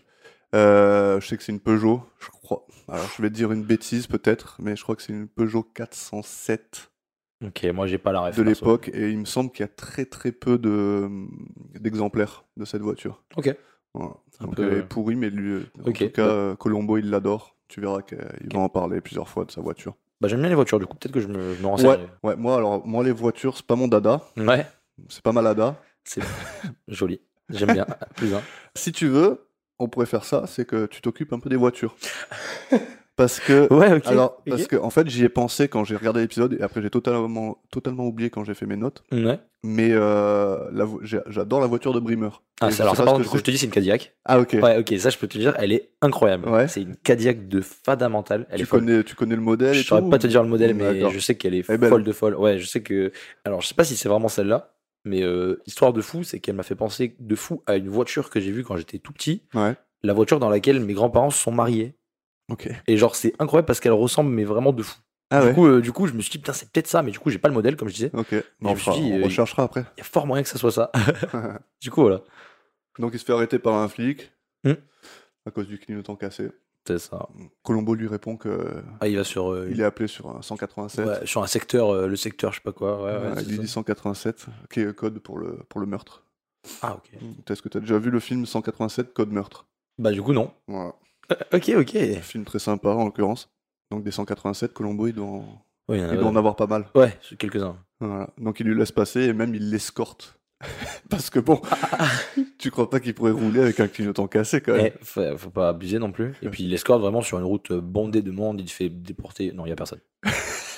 A: Euh, je sais que c'est une Peugeot, je crois. Alors je vais te dire une bêtise peut-être, mais je crois que c'est une Peugeot quatre cent sept
B: Ok, moi j'ai pas la ref.
A: de
B: perso.
A: l'époque, et il me semble qu'il y a très très peu de d'exemplaires de cette voiture.
B: Ok.
A: Voilà.
B: Un
A: Donc
B: peu,
A: elle
B: euh,
A: est pourrie, mais lui, euh, en
B: ok,
A: tout cas,
B: bah-
A: euh, Colombo il l'adore. Tu verras qu'il
B: Ok.
A: va en parler plusieurs fois de sa voiture.
B: Bah j'aime bien les voitures, du coup peut-être que je me, je me renseigne.
A: Ouais, ouais, moi alors moi les voitures c'est pas mon dada,
B: Ouais,
A: c'est pas malada.
B: c'est joli. J'aime bien. Plus un.
A: Si tu veux, on pourrait faire ça, c'est que tu t'occupes un peu des voitures. Parce que
B: Ouais, ok.
A: Alors,
B: ok.
A: parce que en fait, j'y ai pensé quand j'ai regardé l'épisode et après j'ai totalement, totalement oublié quand j'ai fait mes notes.
B: Ouais.
A: Mais euh, la vo- j'ai- j'adore la voiture de Brimeur.
B: Ah,
A: Et
B: c'est-
A: je
B: alors
A: sais
B: ça,
A: pas
B: par
A: ce
B: contre,
A: que
B: du coup, je
A: c'est.
B: te dis, c'est une Cadillac.
A: Ah ok.
B: Ouais, ok, ça, je peux te dire, elle est incroyable.
A: Ouais.
B: C'est une Cadillac de fada mentale. Elle
A: tu
B: est folle.
A: connais, tu connais le modèle et
B: Je saurais
A: tout
B: pas te dire le modèle, mais
A: D'accord.
B: je sais qu'elle est,
A: Elle est belle.
B: folle de folle. Ouais, je sais que. Alors, je sais pas si c'est vraiment celle-là, mais euh, histoire de fou, c'est qu'elle m'a fait penser de fou à une voiture que j'ai vue quand j'étais tout petit.
A: Ouais.
B: La voiture dans laquelle mes grands-parents se sont mariés.
A: Ok.
B: Et genre, c'est incroyable parce qu'elle ressemble, mais vraiment de fou.
A: Ah
B: du,
A: ouais.
B: coup, euh, du coup, je me suis dit, putain, c'est peut-être ça, mais du coup, j'ai pas le modèle, comme je disais.
A: Ok.
B: je
A: On,
B: me suis
A: fera-
B: dit,
A: on
B: euh,
A: recherchera après.
B: Il y a fort moyen que ça soit ça. Du coup, voilà.
A: Donc il se fait arrêter par un flic
B: Hmm.
A: à cause du clignotant cassé.
B: C'est ça.
A: Colombo lui répond que
B: Ah, il va sur, euh,
A: il est appelé sur un cent quatre-vingt-sept.
B: ouais, sur un secteur, euh, le secteur, je sais pas quoi. Ouais, ouais,
A: Ouais,
B: c'est
A: il lui
B: ça.
A: dit cent quatre-vingt-sept, qui est le code pour le, pour le meurtre.
B: Ah, ok.
A: Est-ce que tu as déjà vu le film cent quatre-vingt-sept, Code meurtre?
B: Bah, du coup, non.
A: Voilà.
B: Euh, ok, ok.
A: Un film très sympa en l'occurrence. Donc des cent quatre-vingt-sept, Colombo il doit en,
B: Oui, il y en a-
A: il doit en avoir pas mal.
B: Ouais, c'est quelques-uns.
A: Voilà. Donc il lui laisse passer et même il l'escorte. Parce que bon, tu crois pas qu'il pourrait rouler avec un clignotant cassé quand même?
B: Eh, faut, faut pas abuser non plus. Et puis il escorte vraiment sur une route euh, bondée de monde, il te fait déporter. Non, il y a personne.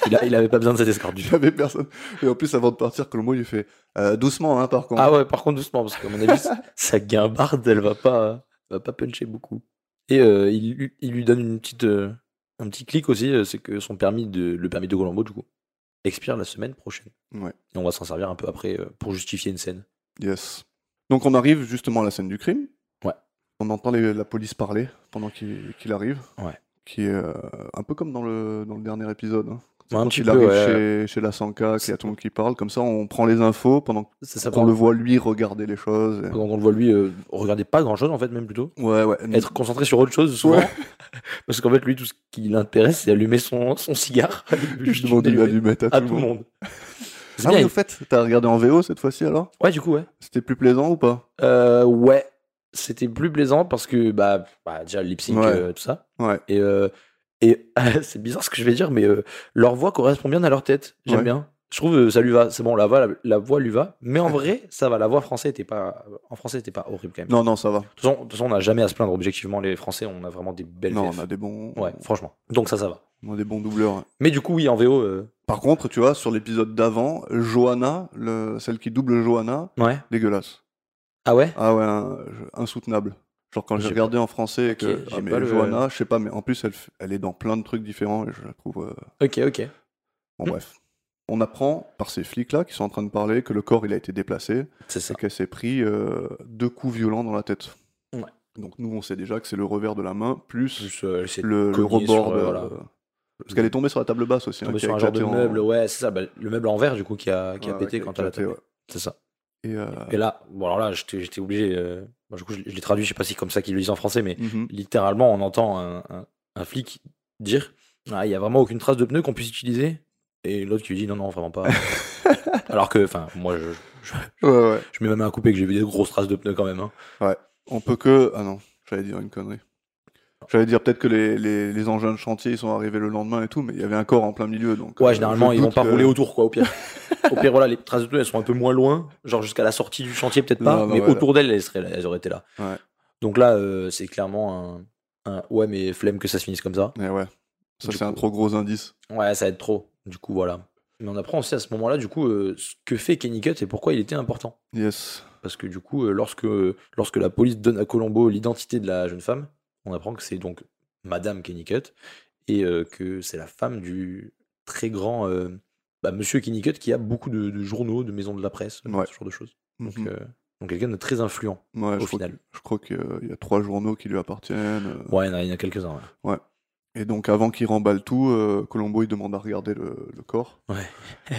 B: il, a- il avait pas besoin de cette escorte du
A: Il
B: tout.
A: y avait personne. Et en plus, avant de partir, Colombo, il fait euh, doucement, hein, par contre.
B: Ah ouais, par contre, doucement, parce qu'à mon avis, sa- sa guimbarde, elle va pas, elle va pas puncher beaucoup. Et euh, il, lui- il lui donne une petite, euh, un petit clic aussi, euh, c'est que son permis de, le permis de Colombo, du coup, expire la semaine prochaine.
A: Ouais.
B: Et on va s'en servir un peu après euh, pour justifier une scène.
A: Yes. Donc, on arrive justement à la scène du crime.
B: Ouais.
A: On entend les- la police parler pendant qu'il qu'il arrive.
B: Ouais.
A: Qui est euh, un peu comme dans le, dans le dernier épisode. Hein.
B: Ouais, un
A: Quand
B: petit
A: il
B: peu,
A: arrive
B: ouais.
A: chez, chez la Sanka, qu'il y a tout le monde qui parle, comme ça, on prend les infos pendant
B: C'est ça,
A: qu'on le voit lui regarder les choses. et-
B: pendant qu'on le voit lui, euh, regardez pas grand chose en fait, même plutôt.
A: Ouais, ouais.
B: Être concentré sur autre chose souvent.
A: Ouais.
B: Parce qu'en fait, lui, tout ce qui l'intéresse, c'est allumer son, son cigare. Il veut
A: Je
B: juste
A: demande
B: une
A: une
B: allumette
A: allumette à,
B: à tout le monde. C'est
A: Ah
B: bien,
A: oui,
B: il-
A: au fait, t'as regardé en V O cette fois-ci alors?
B: Ouais, du coup, ouais.
A: C'était plus plaisant ou pas?
B: Euh, ouais, c'était plus plaisant parce que, bah, bah déjà, le lip sync,
A: Ouais.
B: euh, tout ça.
A: Ouais.
B: Et, euh, et c'est bizarre ce que je vais dire, mais euh, leur voix correspond bien à leur tête. J'aime
A: Ouais.
B: bien. Je trouve que ça lui va. C'est bon, la voix, la, la voix lui va. Mais en vrai, ça va. La voix française était pas, en français, c'était pas horrible quand même.
A: Non, non, ça va.
B: De toute façon, de toute façon, on n'a jamais à se plaindre. Objectivement, les Français, on a vraiment des belles
A: Non,
B: V F.
A: on a des bons.
B: Ouais, franchement. Donc ça, ça va.
A: On a des bons doubleurs. ouais.
B: Mais du coup, oui, en V O, euh,
A: Par contre, tu vois, sur l'épisode d'avant, Johanna, le... celle qui double Johanna,
B: ouais.
A: dégueulasse.
B: Ah ouais.
A: Ah ouais, un- insoutenable. Genre quand j'ai
B: J'ai
A: regardé en français et
B: Ok,
A: que
B: j'ai
A: ah, mais
B: pas le-
A: Johanna, je sais pas, mais en plus elle, f- elle est dans plein de trucs différents et je la trouve. euh,
B: Ok, ok.
A: Bon
B: Hmm.
A: bref, on apprend par ces flics là qui sont en train de parler que le corps il a été déplacé
B: C'est ça.
A: et qu'elle s'est pris euh, deux coups violents dans la tête.
B: Ouais.
A: Donc nous on sait déjà que c'est le revers de la main plus
B: Plus, euh, elle s'est
A: le, le
B: cognée
A: rebord
B: sur,
A: de.
B: euh, voilà.
A: Parce qu'elle est tombée sur la table basse aussi. hein,
B: Tombée
A: qui a
B: sur un genre de
A: éclaté en-
B: meuble, ouais, c'est ça. Bah, le meuble en verre, du coup, qui a, qui a
A: Ouais, ouais,
B: pété
A: qui a
B: quand elle a
A: éclaté,
B: tapé.
A: ouais.
B: C'est ça.
A: Et, euh,
B: Et là, bon, alors là, j'étais j'étais obligé. euh, moi, du coup, je, je l'ai traduit, je sais pas si comme ça qu'ils le disent en français, mais
A: mhm.
B: littéralement, on entend un, un, un flic dire ah, il y a vraiment aucune trace de pneu qu'on puisse utiliser. Et l'autre qui lui dit non, non, vraiment pas. Alors que, enfin, moi, je, je,
A: Ouais, ouais.
B: je mets ma main à couper que j'ai vu des grosses traces de pneus quand même. Hein.
A: On peut que. Ah non, j'allais dire une connerie. J'allais dire peut-être que les, les, les engins de chantier ils sont arrivés le lendemain et tout, mais il y avait un corps en plein milieu. Donc,
B: Ouais,
A: euh,
B: généralement,
A: je
B: ils vont
A: doute
B: pas
A: que-
B: rouler autour, quoi, au pire. Au pire, voilà, les traces de pneus, elles sont un peu moins loin. Genre jusqu'à la sortie du chantier, peut-être pas,
A: Non, non,
B: mais
A: ouais,
B: autour d'elles, elles, seraient là, elles auraient été là.
A: Ouais.
B: Donc là, euh, c'est clairement un, un. Ouais, mais flemme que ça se finisse comme ça.
A: Mais ouais, ça
B: Du
A: c'est un
B: coup-
A: trop gros indice.
B: Ouais, ça va être trop. Du coup, voilà. Mais on apprend aussi à ce moment-là, du coup, euh, ce que fait Kenny Cut et pourquoi il était important.
A: Yes.
B: Parce que du coup, euh, lorsque, lorsque la police donne à Colombo l'identité de la jeune femme, on apprend que c'est donc Madame Kenny Cut et euh, que c'est la femme du très grand euh, bah, Monsieur Kenny Cut qui a beaucoup de, de journaux, de maisons de la presse, euh,
A: Ouais.
B: ce genre de choses. Donc,
A: Mhm.
B: euh, donc quelqu'un de très influent
A: Ouais,
B: au
A: je, crois
B: final.
A: que, je crois qu'il y a- il y a trois journaux qui lui appartiennent. euh,
B: Ouais, il y en a, il y en a quelques-uns. Ouais.
A: Et donc avant qu'il remballe tout, euh, Colombo il demande à regarder le, le corps.
B: Ouais.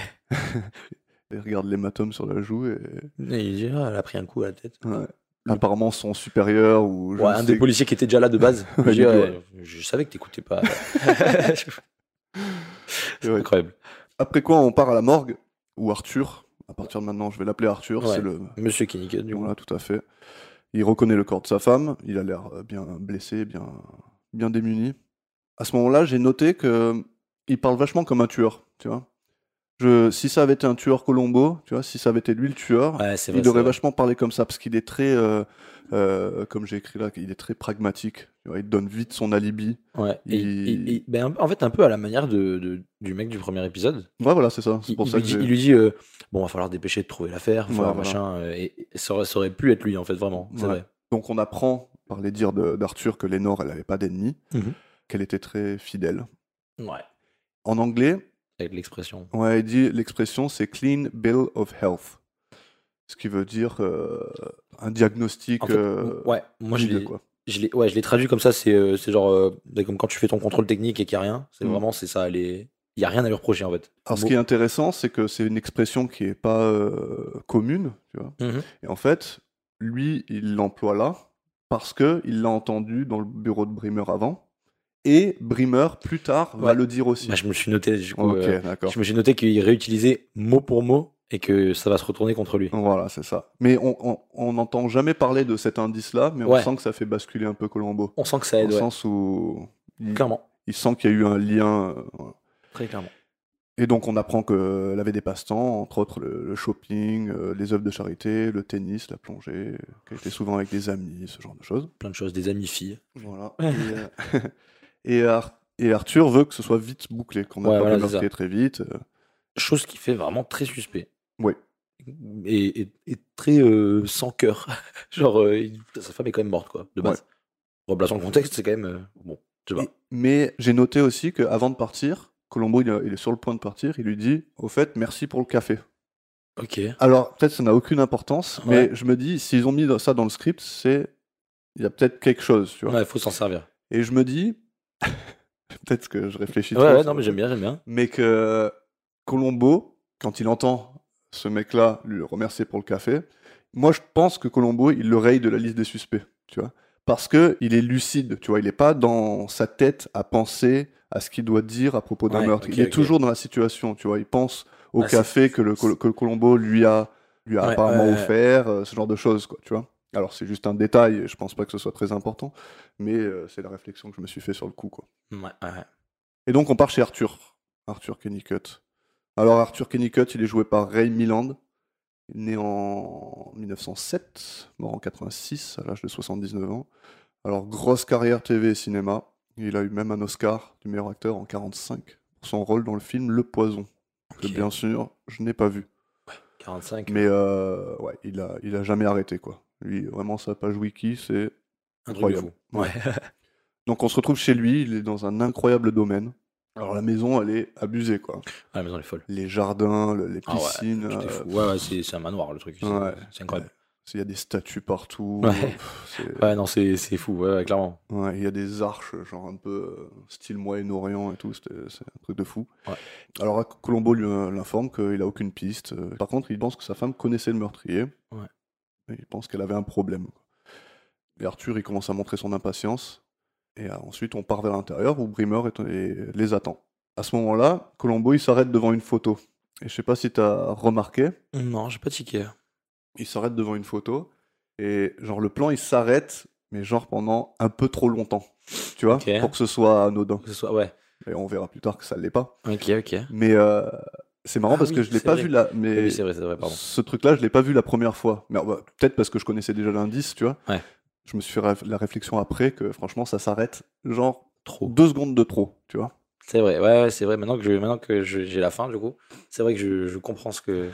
A: Il regarde l'hématome sur la joue et
B: Et il dit, ah, elle a pris un coup à la tête.
A: ouais. apparemment son supérieur ou je
B: Ouais,
A: ne
B: un
A: sais-
B: des policiers qui était déjà là de base.
A: Ouais,
B: Il dit,
A: du coup,
B: ouais, je savais que t'écoutais pas. C'est
A: Ouais.
B: incroyable.
A: Après quoi on part à la morgue où Arthur, à partir de maintenant je vais l'appeler Arthur,
B: Ouais.
A: c'est le
B: Monsieur Kenny Cut, du coup.
A: voilà tout à fait. Il reconnaît le corps de sa femme, il a l'air euh, bien blessé, bien bien démuni. À ce moment-là, j'ai noté que il parle vachement comme un tueur, tu vois. Je, si ça avait été un tueur Colombo, tu vois, si ça avait été lui le tueur,
B: Ouais, c'est vrai.
A: il
B: c'est
A: aurait
B: vrai.
A: vachement parlé comme ça parce qu'il est très, euh, euh, comme j'ai écrit là, il est très pragmatique. Tu vois, il donne vite son alibi.
B: Ouais. Et,
A: il-
B: et- et- ben, en fait, un peu à la manière de, de- du mec du premier épisode.
A: Ouais, voilà, c'est ça. C'est
B: Il,
A: pour
B: il
A: ça
B: lui
A: que
B: dit,
A: j'ai-
B: il lui dit euh, bon, va falloir dépêcher de trouver l'affaire, va
A: Ouais,
B: falloir
A: voilà.
B: machin. euh, et, et ça, aurait, ça aurait pu être lui, en fait, vraiment. C'est
A: Ouais.
B: vrai.
A: Donc on apprend par les dires de- d'Arthur que Lénore, elle n'avait pas d'ennemis,
B: Mhm.
A: qu'elle était très fidèle.
B: Ouais.
A: En anglais,
B: Avec l'expression.
A: ouais, il dit l'expression c'est clean bill of health, ce qui veut dire euh, un diagnostic
B: En fait,
A: euh,
B: ouais, moi je
A: vide,
B: l'ai,
A: quoi.
B: je l'ai, ouais, je l'ai traduit comme ça. C'est, euh, c'est genre euh, c'est comme quand tu fais ton contrôle technique et qu'il n'y a rien. C'est
A: Mm.
B: vraiment c'est ça. Elle est- il y a rien à lui reprocher en fait.
A: Alors ce
B: Bon.
A: qui est intéressant, c'est que c'est une expression qui est pas euh, commune, tu vois.
B: Mhm.
A: Et en fait, lui, il l'emploie là parce que il l'a entendu dans le bureau de Brimmer avant, et Brimmer plus tard va
B: Ouais.
A: le dire aussi.
B: Bah, je me suis noté du coup.
A: Ok,
B: euh,
A: d'accord.
B: je me suis noté qu'il réutilisait mot pour mot et que ça va se retourner contre lui.
A: Voilà, c'est ça. Mais on n'entend jamais parler de cet indice-là, mais on
B: Ouais.
A: sent que ça fait basculer un peu Colombo.
B: On sent que ça
A: Dans
B: aide,
A: le
B: ouais.
A: sens où il,
B: Clairement,
A: il sent qu'il y a eu un lien. euh, voilà.
B: très clairement.
A: Et donc on apprend qu'elle avait des passe-temps, entre autres le, le shopping, euh, les œuvres de charité, le tennis, la plongée, qu'elle était souvent avec des amis, ce genre de choses.
B: Plein de choses, des amis filles.
A: Voilà. Et, euh, et, Ar- Et Arthur veut que ce soit vite bouclé, qu'on
B: Ouais,
A: attrape
B: voilà,
A: le
B: c'est ça.
A: meurtrier très vite. euh.
B: Chose qui fait vraiment très suspect.
A: Oui,
B: Et, et- et très euh, sans cœur. Genre, euh, il- sa femme est quand même morte, quoi, de
A: ouais.
B: base. Replaçant le contexte, c'est quand même. euh, bon, je sais
A: Et-
B: pas.
A: mais j'ai noté aussi qu'avant de partir, Colombo, il, a- il est sur le point de partir, il lui dit, au fait, merci pour le café.
B: Ok.
A: Alors, peut-être ça n'a aucune importance, mais
B: Ouais.
A: je me dis, s'ils ont mis ça dans le script, c'est... Il y a peut-être quelque chose, tu vois.
B: Ouais, faut s'en servir.
A: Et je me dis, peut-être que je réfléchis
B: Ouais,
A: trop
B: ouais,
A: sur
B: non, mais
A: le
B: j'aime
A: truc,
B: bien, j'aime bien.
A: mais que Colombo, quand il entend ce mec-là lui remercier pour le café, moi je pense que Colombo, il le raye de la liste des suspects, tu vois. Parce que il est lucide, tu vois, il n'est pas dans sa tête à penser à ce qu'il doit dire à propos d'un
B: Ouais,
A: meurtre.
B: ok,
A: Il est
B: ok.
A: toujours dans la situation, tu vois. Il pense au
B: Ah, c'est-
A: café que, le, que, que Colombo lui a, lui a
B: Ouais,
A: apparemment
B: ouais, ouais.
A: offert, euh, ce genre de choses, quoi, tu vois. Alors c'est juste un détail, et je pense pas que ce soit très important, mais euh, c'est la réflexion que je me suis fait sur le coup, quoi.
B: Ouais, ouais.
A: Et donc on part chez Arthur, Arthur Kennicott. Alors Arthur Kennicott, il est joué par Ray Milland, né en mille neuf cent sept, mort en quatre-vingt-six, à l'âge de soixante-dix-neuf ans. Alors grosse carrière T V et cinéma, il a eu même un Oscar du meilleur acteur en quarante-cinq pour son rôle dans le film Le Poison, que
B: Ok.
A: bien sûr je n'ai pas vu.
B: quarante-cinq.
A: Mais euh, ouais, il a, il a jamais arrêté quoi. Lui, vraiment sa page wiki, c'est
B: Un truc de
A: incroyable.
B: fou.
A: Ouais.
B: Ouais.
A: Donc on se retrouve chez lui, il est dans un incroyable domaine. Alors la maison, elle est abusée quoi.
B: Ah, la maison elle est folle.
A: Les jardins, le- les
B: Ah ouais,
A: piscines.
B: tout est
A: euh,
B: fou. Ouais, ouais, c'est c'est un manoir le truc. C'est
A: ouais.
B: c'est incroyable.
A: Il y a des statues partout.
B: Ouais.
A: euh, pff, c'est-
B: Ouais, non, c'est c'est fou, ouais, ouais, clairement.
A: ouais, il y a des arches, genre un peu euh, style Moyen-Orient et tout. c'était- C'est un truc de fou.
B: Ouais.
A: Alors Colombo lui euh, l'informe qu'il a aucune piste. euh, Par contre, il pense que sa femme connaissait le meurtrier.
B: Ouais.
A: Et il pense qu'elle avait un problème. Et Arthur, il commence à montrer son impatience. Et euh, ensuite, on part vers l'intérieur où Brimmer est- et les attend. À ce moment-là, Colombo, il s'arrête devant une photo. Et je sais pas si tu as remarqué,
B: Non, j'ai pas tiqué.
A: il s'arrête devant une photo. Et genre, le plan, il s'arrête, mais genre pendant un peu trop longtemps. Tu vois,
B: Ok.
A: pour que ce soit anodin.
B: Que ce soit, ouais.
A: Et on verra plus tard que ça l'est pas.
B: Ok, ok.
A: Mais euh, c'est marrant
B: Ah
A: parce que
B: oui,
A: je l'ai
B: c'est
A: pas
B: vrai.
A: vu là.
B: Oui,
A: Mais
B: oui, c'est vrai, c'est vrai, pardon.
A: ce truc-là, je l'ai pas vu la première fois. Mais bah, peut-être parce que je connaissais déjà l'indice, tu vois.
B: Ouais.
A: Je me suis fait ref- la réflexion après que franchement, ça s'arrête genre
B: Trop.
A: deux secondes de trop, tu vois.
B: C'est vrai, ouais, ouais, c'est vrai. Maintenant que je, maintenant que je- j'ai la fin, du coup, c'est vrai que je, je comprends ce que,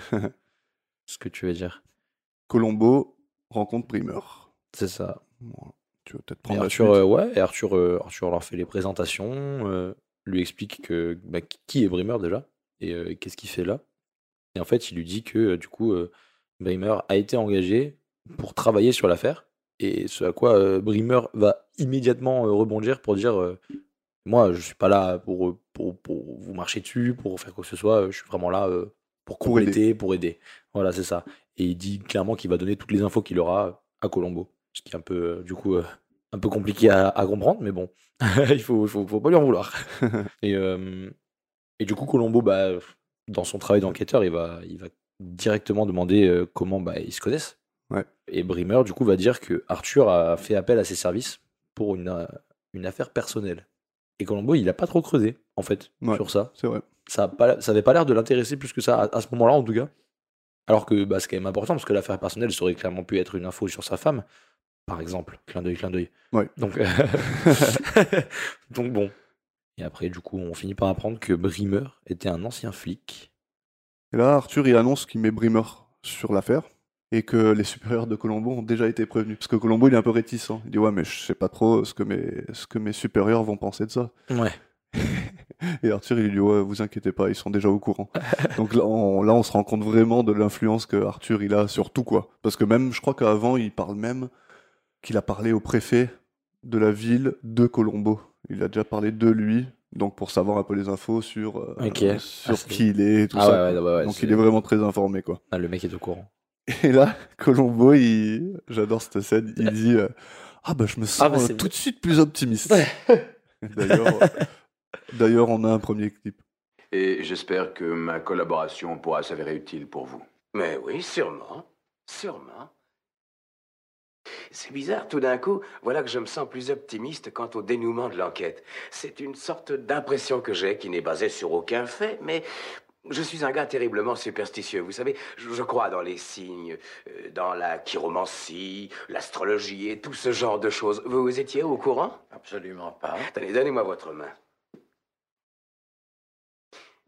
B: ce que tu veux dire.
A: Colombo rencontre Brimmer.
B: C'est ça.
A: Voilà. Tu vas peut-être
B: Et
A: prendre la
B: Arthur,
A: suite.
B: euh, ouais, et Arthur, euh, Arthur leur fait les présentations, euh, lui explique que, bah, qui est Brimmer déjà, et euh, qu'est-ce qu'il fait là. Et en fait, il lui dit que, euh, du coup, euh, Brimmer a été engagé pour travailler sur l'affaire, et ce à quoi euh, Brimmer va immédiatement euh, rebondir pour dire euh, moi, je suis pas là pour, euh, pour, pour vous marcher dessus, pour faire quoi que ce soit, euh, je suis vraiment là euh, pour
A: Pour aider.
B: compléter, pour aider. Voilà, c'est ça. Et il dit clairement qu'il va donner toutes les infos qu'il aura à Colombo, ce qui est un peu, euh, du coup, euh, un peu compliqué à, à comprendre, mais bon, il faut, faut, faut pas lui en vouloir. Et, euh, et du coup, Colombo, bah, dans son travail d'enquêteur, il va, il va directement demander euh, comment bah, ils se connaissent.
A: Ouais.
B: Et Brimmer, du coup, va dire que Arthur a fait appel à ses services pour une, euh, une affaire personnelle. Et Colombo, il a pas trop creusé, en fait,
A: Ouais.
B: sur ça.
A: C'est vrai.
B: Ça, a pas, ça avait pas l'air de l'intéresser plus que ça, à, à ce moment-là, en tout cas. Alors que bah, c'est quand même important, parce que l'affaire personnelle, ça aurait clairement pu être une info sur sa femme, par exemple. Clin d'œil, clin d'œil.
A: Ouais.
B: Donc, euh, donc bon. Et après, du coup, on finit par apprendre que Brimmer était un ancien flic.
A: Et là, Arthur, il annonce qu'il met Brimmer sur l'affaire et que les supérieurs de Colombo ont déjà été prévenus. Parce que Colombo, il est un peu réticent. Il dit ouais, mais je sais pas trop ce que mes, ce que mes supérieurs vont penser de ça.
B: Ouais.
A: Et Arthur, il lui dit ouais, vous inquiétez pas, ils sont déjà au courant. Donc là on, là, on se rend compte vraiment de l'influence que Arthur il a sur tout quoi. Parce que même, je crois qu'avant, il parle même qu'il a parlé au préfet de la ville de Colombo. Il a déjà parlé de lui, donc pour savoir un peu les infos sur, euh,
B: Ok.
A: sur
B: Ah, c'est-
A: qui il est et tout
B: Ah
A: ça.
B: ouais,
A: quoi.
B: ouais, ouais, ouais,
A: donc
B: c'est-
A: il est vraiment très informé quoi.
B: Ah, le mec est au courant.
A: Et là, Colombo, il... j'adore cette scène, il dit euh, ah bah je me sens
B: Ah bah,
A: euh,
B: c'est
A: tout
B: vrai.
A: de suite plus optimiste. D'ailleurs, d'ailleurs, on a un premier clip.
C: Et j'espère que ma collaboration pourra s'avérer utile pour vous.
D: Mais oui, sûrement. Sûrement. C'est bizarre, tout d'un coup, voilà que je me sens plus optimiste quant au dénouement de l'enquête. C'est une sorte d'impression que j'ai qui n'est basée sur aucun fait, mais je suis un gars terriblement superstitieux. Vous savez, je, je crois dans les signes, euh, dans la chiromancie, l'astrologie et tout ce genre de choses. Vous étiez au courant?
E: Absolument pas.
D: Tenez, donnez-moi votre main.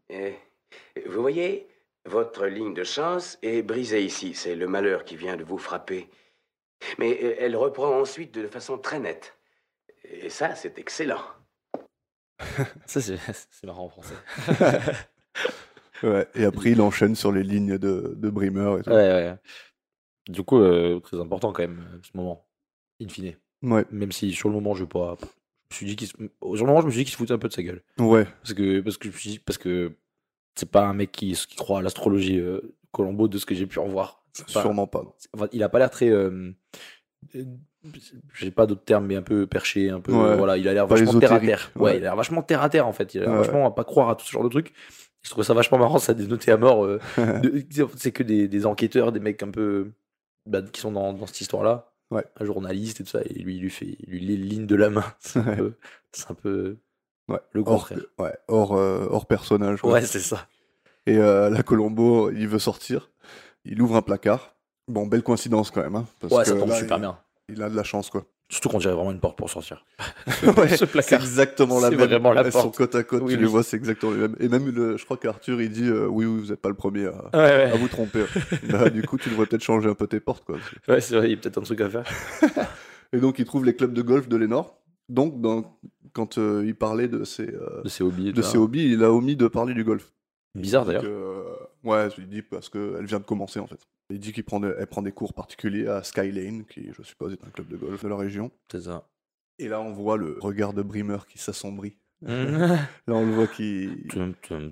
D: Eh, vous voyez, votre ligne de chance est brisée ici. C'est le malheur qui vient de vous frapper. Mais euh, elle reprend ensuite de façon très nette. Et ça, c'est excellent.
B: Ça, c'est c'est marrant en français.
A: Ouais, et après, il enchaîne sur les lignes de, de Brimmer et tout.
B: Ouais, ouais. Du coup, euh, très important quand même, euh, ce moment, in fine.
A: Ouais,
B: Même si sur le moment, je veux pas. Je me suis dit qu'il se... Sur le moment, je me suis dit qu'il se foutait un peu de sa gueule.
A: ouais,
B: Parce que, parce que, je me suis dit- parce que c'est pas un mec qui, qui croit à l'astrologie, euh, Colombo, de ce que j'ai pu en voir. C'est pas-
A: sûrement pas. non.
B: Enfin, il a pas l'air très. euh, euh, j'ai pas d'autres termes, mais un peu perché, un peu.
A: Ouais,
B: Voilà, il a l'air
A: pas
B: vachement terre à
A: ésotérique,
B: terre. Ouais,
A: ouais.
B: il a l'air vachement terre à terre en fait. Il a l'air
A: Ouais.
B: vachement à pas croire à tout ce genre de trucs. Je trouve ça vachement marrant, ça dénoté à mort. euh, de- c'est que des, des enquêteurs, des mecs un peu. Bah, qui sont dans, dans cette histoire-là.
A: Ouais.
B: Un journaliste et tout ça, et lui, il lui fait il lui lit les lignes de la main. C'est un
A: Ouais.
B: peu. C'est un peu
A: Ouais,
B: le
A: hors,
B: contraire.
A: ouais, hors, euh, hors personnage. quoi.
B: Ouais, c'est ça.
A: Et euh, là, Colombo, il veut sortir. Il ouvre un placard. Bon, belle coïncidence quand même. Hein, parce
B: Ouais,
A: que
B: ça tombe
A: là,
B: super
A: il,
B: bien.
A: il a de la chance, quoi.
B: Surtout qu'on dirait vraiment une porte pour sortir.
A: Ouais,
B: Ce
A: c'est
B: placard.
A: exactement la
B: C'est
A: même.
B: vraiment la
A: Elles sont
B: porte.
A: côte à côte,
B: Oui,
A: tu les
B: oui.
A: vois, c'est exactement les mêmes. Et même, le, je crois qu'Arthur, il dit euh, oui, oui, vous n'êtes pas le premier à,
B: Ouais, ouais.
A: à vous tromper. Bah, du coup, tu devrais peut-être changer un peu tes portes, quoi.
B: Ouais, c'est vrai, il y a peut-être un truc à faire.
A: Et donc, il trouve les clubs de golf de Lénore. Donc, dans, quand euh, il parlait de ses, euh,
B: De ses hobbies. et
A: de
B: tout
A: ses
B: ça.
A: hobbies, il a omis de parler du golf.
B: Bizarre
A: Il dit
B: d'ailleurs.
A: que, euh, ouais, il dit parce qu'elle vient de commencer en fait. Il dit qu'il prend, des- elle prend des cours particuliers à Skylane, qui je suppose est un club de golf de la région.
B: C'est ça.
A: Et là, on voit le regard de Brimmer qui s'assombrit.
B: Tum,
A: Là, on le voit qui.
B: tum, tum.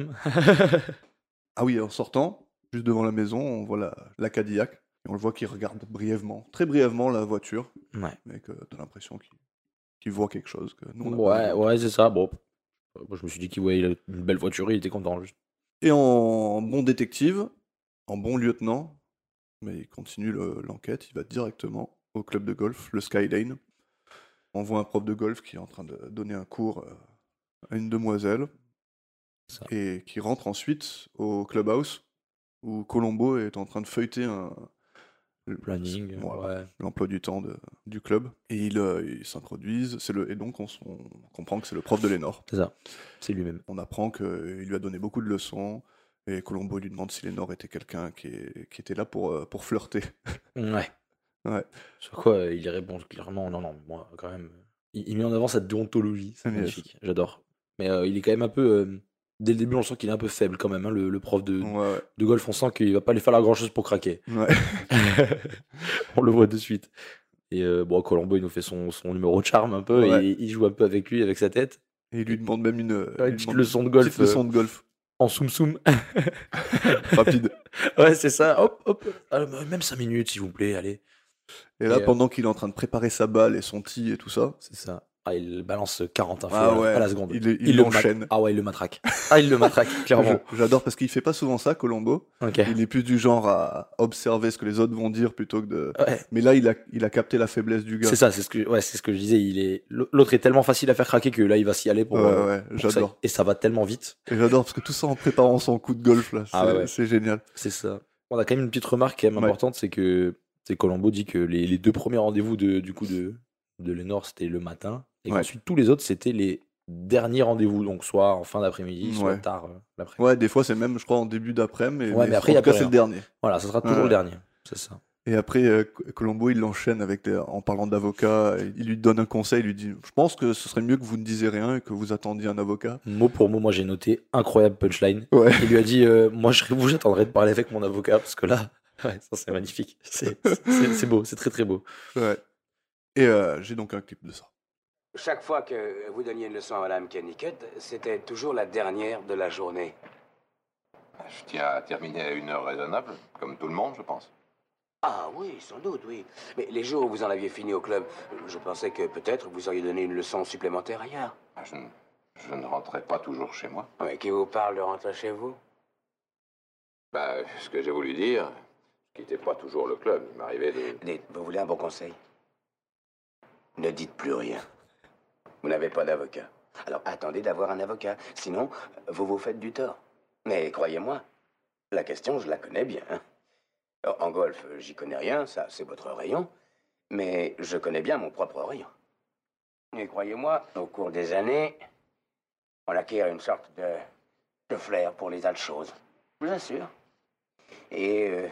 A: Ah oui, en sortant, juste devant la maison, on voit la, la Cadillac. Et on le voit qui regarde brièvement, très brièvement la voiture.
B: Ouais,
A: Mais que t'as l'impression qu'il qu'il voit quelque chose. Que nous, on n'a pas
B: ouais,
A: vu.
B: ouais, c'est ça. Bon, moi, je me suis dit qu'il voyait une belle voiture, il était content juste.
A: Et en bon détective, en bon lieutenant, mais il continue le- l'enquête, il va directement au club de golf, le Skylane. On voit un prof de golf qui est en train de donner un cours euh, à une demoiselle
B: Ça.
A: et qui rentre ensuite au clubhouse où Colombo est en train de feuilleter un le-
B: Planning,
A: voilà,
B: ouais.
A: l'emploi du temps de- du club et ils euh, ils s'introduisent. C'est le et donc on, s- on comprend que c'est le prof de Lénore.
B: C'est ça. C'est lui-même.
A: On apprend qu'il lui a donné beaucoup de leçons et Colombo lui demande si Lénore était quelqu'un qui, est- qui était là pour, euh, pour flirter.
B: Ouais.
A: Ouais.
B: Sur quoi euh, il y répond clairement non, non, moi quand même. euh, Il, il met en avant sa déontologie, c'est
A: Yes.
B: magnifique, j'adore. Mais euh, il est quand même un peu. euh, dès le début, on sent qu'il est un peu faible quand même, hein, le, le prof de,
A: Ouais, ouais.
B: de golf. On sent qu'il va pas lui falloir grand chose pour craquer.
A: Ouais.
B: On le voit de suite. Et euh, bon, Colombo, il nous fait son, son numéro de charme un peu,
A: Ouais.
B: et il joue un peu avec lui, avec sa tête.
A: Et il lui demande même une,
B: Ouais,
A: il lui
B: une petite
A: demande
B: leçon de
A: une
B: golf
A: petite leçon de golf
B: euh, en soum soum.
A: rapide.
B: Ouais, c'est ça. Hop, hop. Ah, même cinq minutes, s'il vous plaît, allez.
A: Et là,
B: Et, euh,
A: pendant qu'il est en train de préparer sa balle et son tee et tout ça,
B: C'est ça. Ah, il balance quarante infos
A: Ah
B: à, la-
A: ouais,
B: à la seconde.
A: il- il
B: le mat-
A: l'enchaîne.
B: Ah ouais, il le matraque. Ah, il le matraque, clairement.
A: je- j'adore parce qu'il fait pas souvent ça, Colombo.
B: Ok.
A: Il est plus du genre à observer ce que les autres vont dire plutôt que de.
B: Ouais.
A: Mais là, il a, il a capté la faiblesse du gars.
B: C'est ça, c'est ce que, ouais, c'est ce que je disais. Il est, l'autre est tellement facile à faire craquer que là, il va s'y aller pour.
A: Ouais,
B: euh,
A: ouais,
B: pour que ça-
A: j'adore.
B: Et ça va tellement vite.
A: Et j'adore parce que tout ça en préparant son coup de golf là, c'est
B: Ah ouais, ouais.
A: c'est génial.
B: C'est ça. On a quand même une petite remarque quand même
A: Ouais.
B: importante, c'est que c'est Colombo dit que les, les deux premiers rendez-vous de, du coup de, de Lénore, c'était le matin, et
A: Ouais.
B: qu'ensuite tous les autres, c'était les derniers rendez-vous, donc soit en fin d'après-midi, soit
A: Ouais.
B: tard euh, l'après-midi.
A: Ouais, des fois c'est même, je crois, en début d'après-midi, mais,
B: Ouais,
A: mais
B: mais après,
A: en
B: y a
A: tout cas
B: plus
A: c'est le
B: rien.
A: dernier.
B: Voilà, ça sera toujours
A: Ouais.
B: le dernier. C'est ça.
A: Et après, euh, Colombo, il l'enchaîne avec les- en parlant d'avocat. Il lui donne un conseil. Il lui dit Je pense que ce serait mieux que vous ne disiez rien et que vous attendiez un avocat.
B: Mot pour mot, moi j'ai noté incroyable punchline.
A: Ouais.
B: Il lui a dit euh, moi je vous j'attendrai de parler avec mon avocat parce que là, ouais, ça c'est magnifique. C'est c'est- c'est beau, c'est très très beau.
A: Ouais. Et euh, j'ai donc un clip de ça.
D: Chaque fois que vous donniez une leçon à Madame Kennicott, c'était toujours la dernière de la journée.
C: Je tiens à terminer à une heure raisonnable, comme tout le monde, je pense.
D: Ah oui, sans doute, oui. Mais les jours où vous en aviez fini au club, je pensais que peut-être vous auriez donné une leçon supplémentaire ailleurs.
C: Je ne, je ne rentrais pas toujours chez moi.
D: Mais qui vous parle de rentrer chez vous?
C: Bah, ce que j'ai voulu dire, je quittais pas toujours le club. Il m'arrivait de...
D: Dites, vous voulez un bon conseil? Ne dites plus rien. Vous n'avez pas d'avocat. Alors attendez d'avoir un avocat, sinon vous vous faites du tort. Mais croyez-moi, la question, je la connais bien. hein. En golf, j'y connais rien, ça c'est votre rayon, mais je connais bien mon propre rayon. Et croyez-moi, au cours des années, on acquiert une sorte de le flair pour les tas de choses. Je vous assure. Et... euh,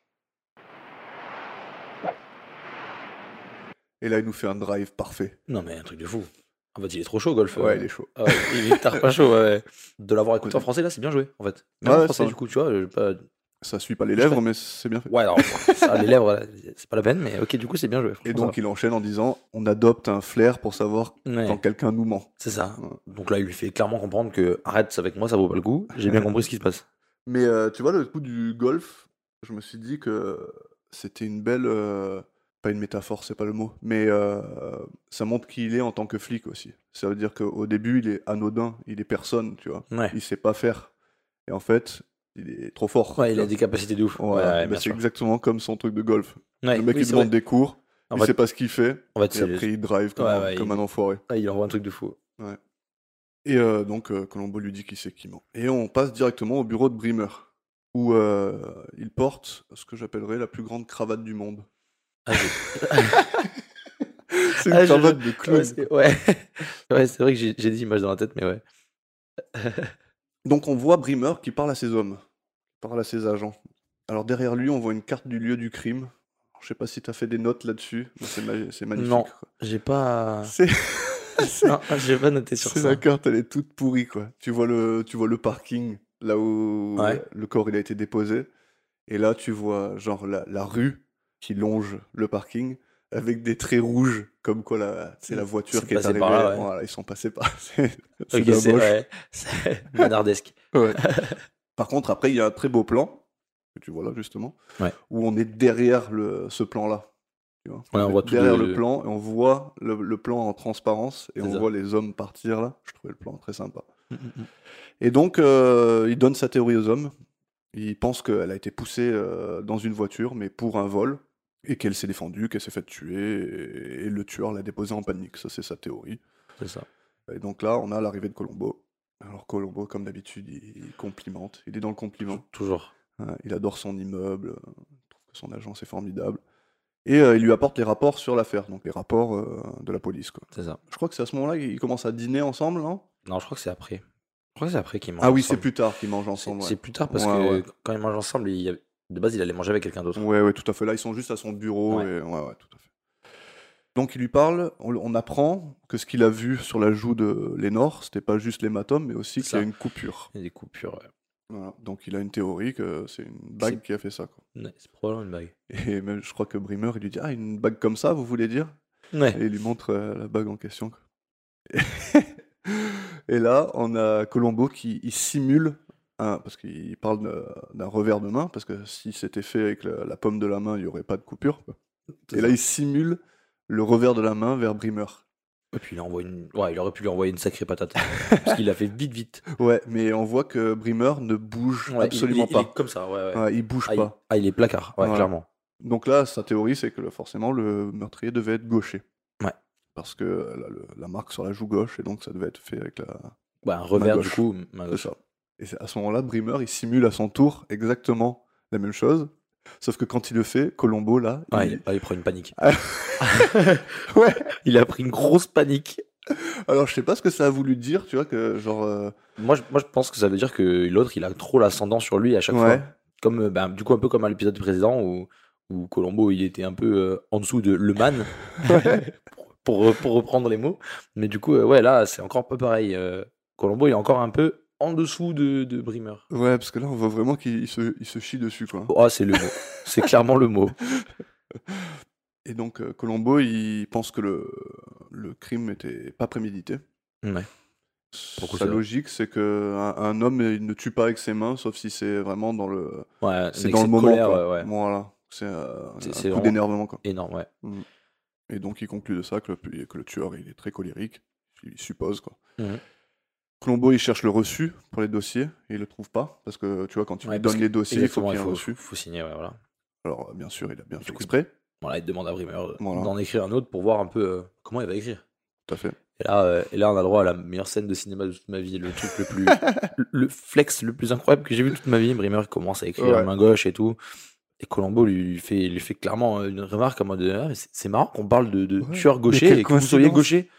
A: Et là, il nous fait un drive parfait.
B: Non, mais un truc de fou. En fait, il est trop chaud, Golf.
A: Ouais,
B: euh.
A: il est chaud.
B: Ah ouais, il est tard pas chaud, ouais. De l'avoir écouté en français, là, c'est bien joué, en fait. Même
A: Ouais,
B: en français,
A: ça-
B: du coup, tu vois, je- pas...
A: Ça suit pas les
B: Je
A: lèvres,
B: sais.
A: mais c'est bien fait.
B: Ouais, alors, ça, les lèvres, là, c'est pas la peine, mais ok, du coup, c'est bien joué.
A: Et
B: franchement,
A: donc, il enchaîne en disant on adopte un flair pour savoir
B: ça va. Ouais,
A: quand quelqu'un nous ment.
B: c'est ça.
A: Ouais.
B: Donc là, il lui fait clairement comprendre que arrête, c'est avec moi, ça vaut pas le coup. J'ai bien compris ce qui se passe.
A: Mais euh, tu vois, le coup du golf, je me suis dit que c'était une belle. euh, Pas une métaphore, c'est pas le mot. Mais euh, ça montre qui il est en tant que flic aussi. Ça veut dire qu'au début, il est anodin, il est personne, tu vois.
B: Ouais.
A: Il sait pas faire. Et en fait, il est trop fort.
B: Ouais,
A: tu
B: il a
A: vois.
B: des capacités de ouf.
A: Ouais,
B: Ouais, ouais,
A: bah,
B: bien
A: c'est
B: sûr.
A: exactement comme son truc de golf.
B: Ouais,
A: Le mec,
B: oui,
A: il
B: c'est
A: demande
B: vrai.
A: des cours,
B: En
A: il
B: fait,
A: sait pas ce qu'il fait,
B: en fait,
A: et
B: c'est.
A: après il drive comme,
B: Ouais,
A: un,
B: ouais,
A: comme
B: il-
A: un enfoiré.
B: Ouais, il envoie un truc de fou.
A: Et euh, donc, euh, Colombo lui dit qu'il sait qui ment. Et on passe directement au bureau de Brimmer, où euh, il porte ce que j'appellerais la plus grande cravate du monde.
B: Ah, j'ai-
A: C'est une
B: Ah, je-
A: cravate de clown.
B: Ouais, c'est ouais. Ouais, c'est vrai que j'ai j'ai des images dans la tête, mais ouais.
A: Donc on voit Brimmer qui parle à ses hommes, parle à ses agents. Alors derrière lui, on voit une carte du lieu du crime. Je sais pas si tu as fait des notes là-dessus, mais c'est ma- c'est magnifique.
B: Non,
A: quoi.
B: j'ai pas.
A: C'est c'est-
B: Non, j'ai pas noté sur
A: c'est
B: ça.
A: la carte, elle est toute pourrie quoi. Tu vois le, tu vois le parking, là où
B: Ouais.
A: le corps il a été déposé. Et là, tu vois genre la, la rue qui longe le parking avec des traits rouges, comme quoi la, c'est la voiture
B: C'est
A: qui est
B: passé
A: arrivée.
B: par là, ouais.
A: Voilà, ils sont passés par. C'est c'est
B: Ok,
A: de la
B: c'est
A: moche.
B: ouais, c'est manardesque.
A: Ouais. Par contre, après, il y a un très beau plan, que tu vois là justement,
B: Ouais.
A: où on est derrière le, ce plan-là. Tu vois.
B: Ouais, on
A: est
B: voit tout
A: derrière
B: le-
A: le plan et on voit le, le plan en transparence et
B: C'est
A: on
B: ça.
A: voit les hommes partir là. Je trouvais le plan très sympa.
B: Mm, mm, mm.
A: Et donc, euh, il donne sa théorie aux hommes. Il pense qu'elle a été poussée euh, dans une voiture, mais pour un vol, et qu'elle s'est défendue, qu'elle s'est fait tuer, et, et le tueur l'a déposée en panique. Ça, c'est sa théorie.
B: C'est ça.
A: Et donc là, on a l'arrivée de Colombo. Alors Colombo, comme d'habitude, il, il complimente. Il est dans le compliment.
B: Toujours.
A: Hein, il adore son immeuble. euh, Il trouve que son agence est formidable. Et euh, il lui apporte les rapports sur l'affaire, donc les rapports euh, de la police. Quoi.
B: C'est ça.
A: Je crois que c'est à ce moment-là qu'ils commencent à dîner ensemble, non?
B: Non, je crois que c'est après. Je crois que c'est après qu'ils mangent
A: Ah oui, c'est
B: ensemble.
A: plus tard qu'ils mangent
B: C'est
A: ensemble.
B: c'est
A: Ouais.
B: plus tard parce
A: Ouais,
B: que
A: ouais.
B: quand ils mangent ensemble, il y a- de base, il allait manger avec quelqu'un d'autre.
A: Ouais, ouais, tout à fait. Là, ils sont juste à son bureau.
B: Ouais.
A: Et... Ouais, ouais, tout à fait. Donc, il lui parle. On, on apprend que ce qu'il a vu sur la joue de Lénore, c'était pas juste l'hématome, mais aussi
B: C'est
A: qu'il y a
B: ça.
A: une coupure.
B: Il y a des coupures. Ouais.
A: Voilà. Donc, il a une théorie que c'est une bague
B: C'est-
A: qui a fait ça. Quoi.
B: Ouais, c'est probablement une bague.
A: Et même, je crois que Brimmer, il lui dit ah, une bague comme ça, vous voulez dire?
B: Ouais.
A: Et il lui montre euh, la bague en question. Quoi. Et là, on a Colombo qui il simule, un- parce qu'il parle de- d'un revers de main, parce que si c'était fait avec la, la paume de la main, il n'y aurait pas de coupure. Quoi.
B: C'est
A: Et là,
B: ça.
A: il simule le revers de la main vers Brimmer.
B: Et puis il envoie une. Ouais, il aurait pu lui envoyer une sacrée patate. parce qu'il l'a fait vite, vite.
A: Ouais, mais on voit que Brimmer ne bouge
B: Ouais, il-
A: absolument
B: il, il
A: pas.
B: est comme ça, ouais, ouais.
A: Ouais, il bouge
B: Ah, il,
A: pas.
B: ah, il est placard, ouais,
A: Voilà.
B: clairement.
A: Donc là, sa théorie, c'est que forcément, le meurtrier devait être gaucher.
B: Ouais.
A: Parce que la, le- la marque sur la joue gauche, et donc ça devait être fait avec la.
B: Ouais, un revers, du
A: gauche.
B: coup, main
A: C'est
B: gauche.
A: ça. Et c'est- à ce moment-là, Brimmer, il simule à son tour exactement la même chose. Sauf que quand il le fait, Colombo, là.
B: Ah,
A: il...
B: il, ah, il prend une panique.
A: Ah. Ouais.
B: Il a pris une grosse panique.
A: Alors, je sais pas ce que ça a voulu dire, tu vois, que genre. euh,
B: Moi je, moi, je pense que ça veut dire que l'autre, il a trop l'ascendant sur lui à chaque
A: Ouais.
B: fois. Comme, euh, ben, du coup, un peu comme à l'épisode précédent où, où Colombo, il était un peu euh, en dessous de Le Man, pour, pour, pour reprendre les mots. Mais du coup, euh, ouais, là, c'est encore un peu pareil. euh, Colombo, il est encore un peu en dessous de, de Brimmer.
A: Ouais, parce que là, on voit vraiment qu'il il se, il se chie dessus, quoi.
B: Oh, c'est le mot. C'est clairement le mot.
A: Et donc, euh, Colombo, il pense que le, le crime n'était pas prémédité.
B: Ouais. Pourquoi
A: Sa
B: ça
A: logique, c'est qu'un un homme, il ne tue pas avec ses mains, sauf si c'est vraiment dans le,
B: Ouais,
A: c'est
B: un
A: dans
B: excès
A: le
B: de
A: moment,
B: colère,
A: quoi.
B: euh, ouais.
A: Voilà. C'est euh,
B: C'est-
A: un
B: c'est
A: coup
B: vraiment-
A: d'énervement, quoi.
B: Énorme, ouais.
A: Et donc, il conclut de ça que le, que le tueur, il est très colérique. Il suppose, quoi.
B: Mhm.
A: Colombo, il cherche le reçu pour les dossiers, et il le trouve pas, parce que, tu vois, quand il
B: Ouais,
A: lui
B: parce
A: donne
B: que-
A: les dossiers, il faut
B: Exactement,
A: qu'il y ait
B: il
A: un
B: faut,
A: reçu.
B: faut signer, ouais, voilà.
A: Alors, bien sûr, il a bien
B: Du
A: fait
B: coup,
A: exprès,
B: Voilà, il demande à Brimmer euh,
A: Voilà.
B: d'en écrire un autre pour voir un peu euh, comment il va écrire.
A: tout à fait.
B: Et là, euh, et là, on a droit à la meilleure scène de cinéma de toute ma vie, le truc le plus, le, le flex le plus incroyable que j'ai vu de toute ma vie. Brimmer commence à écrire
A: Ouais.
B: à main gauche et tout. Et Colombo lui fait, lui fait clairement une remarque en mode ah, mais c'est c'est marrant qu'on parle de, de
A: Ouais,
B: tueur
A: mais
B: gaucher
A: quelle
B: et que vous soyez
A: coïncidence.
B: gaucher.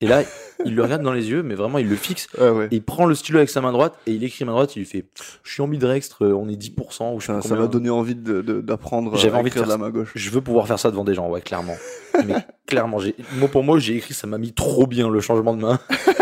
B: Et là, il le regarde dans les yeux, mais vraiment, il le fixe.
A: Ah ouais.
B: Et il prend le stylo avec sa main droite et il écrit main droite. Il lui fait je suis ambidextre, on est dix pour cent. Ou je sais
A: Ça,
B: pas
A: ça
B: combien.
A: m'a donné envie de- de- d'apprendre
B: J'avais
A: à
B: envie de
A: écrire de
B: faire
A: la main gauche.
B: Je veux pouvoir faire ça devant des gens, ouais, clairement. Mais clairement, j'ai... mot pour mot, j'ai écrit, ça m'a mis trop bien le changement de main.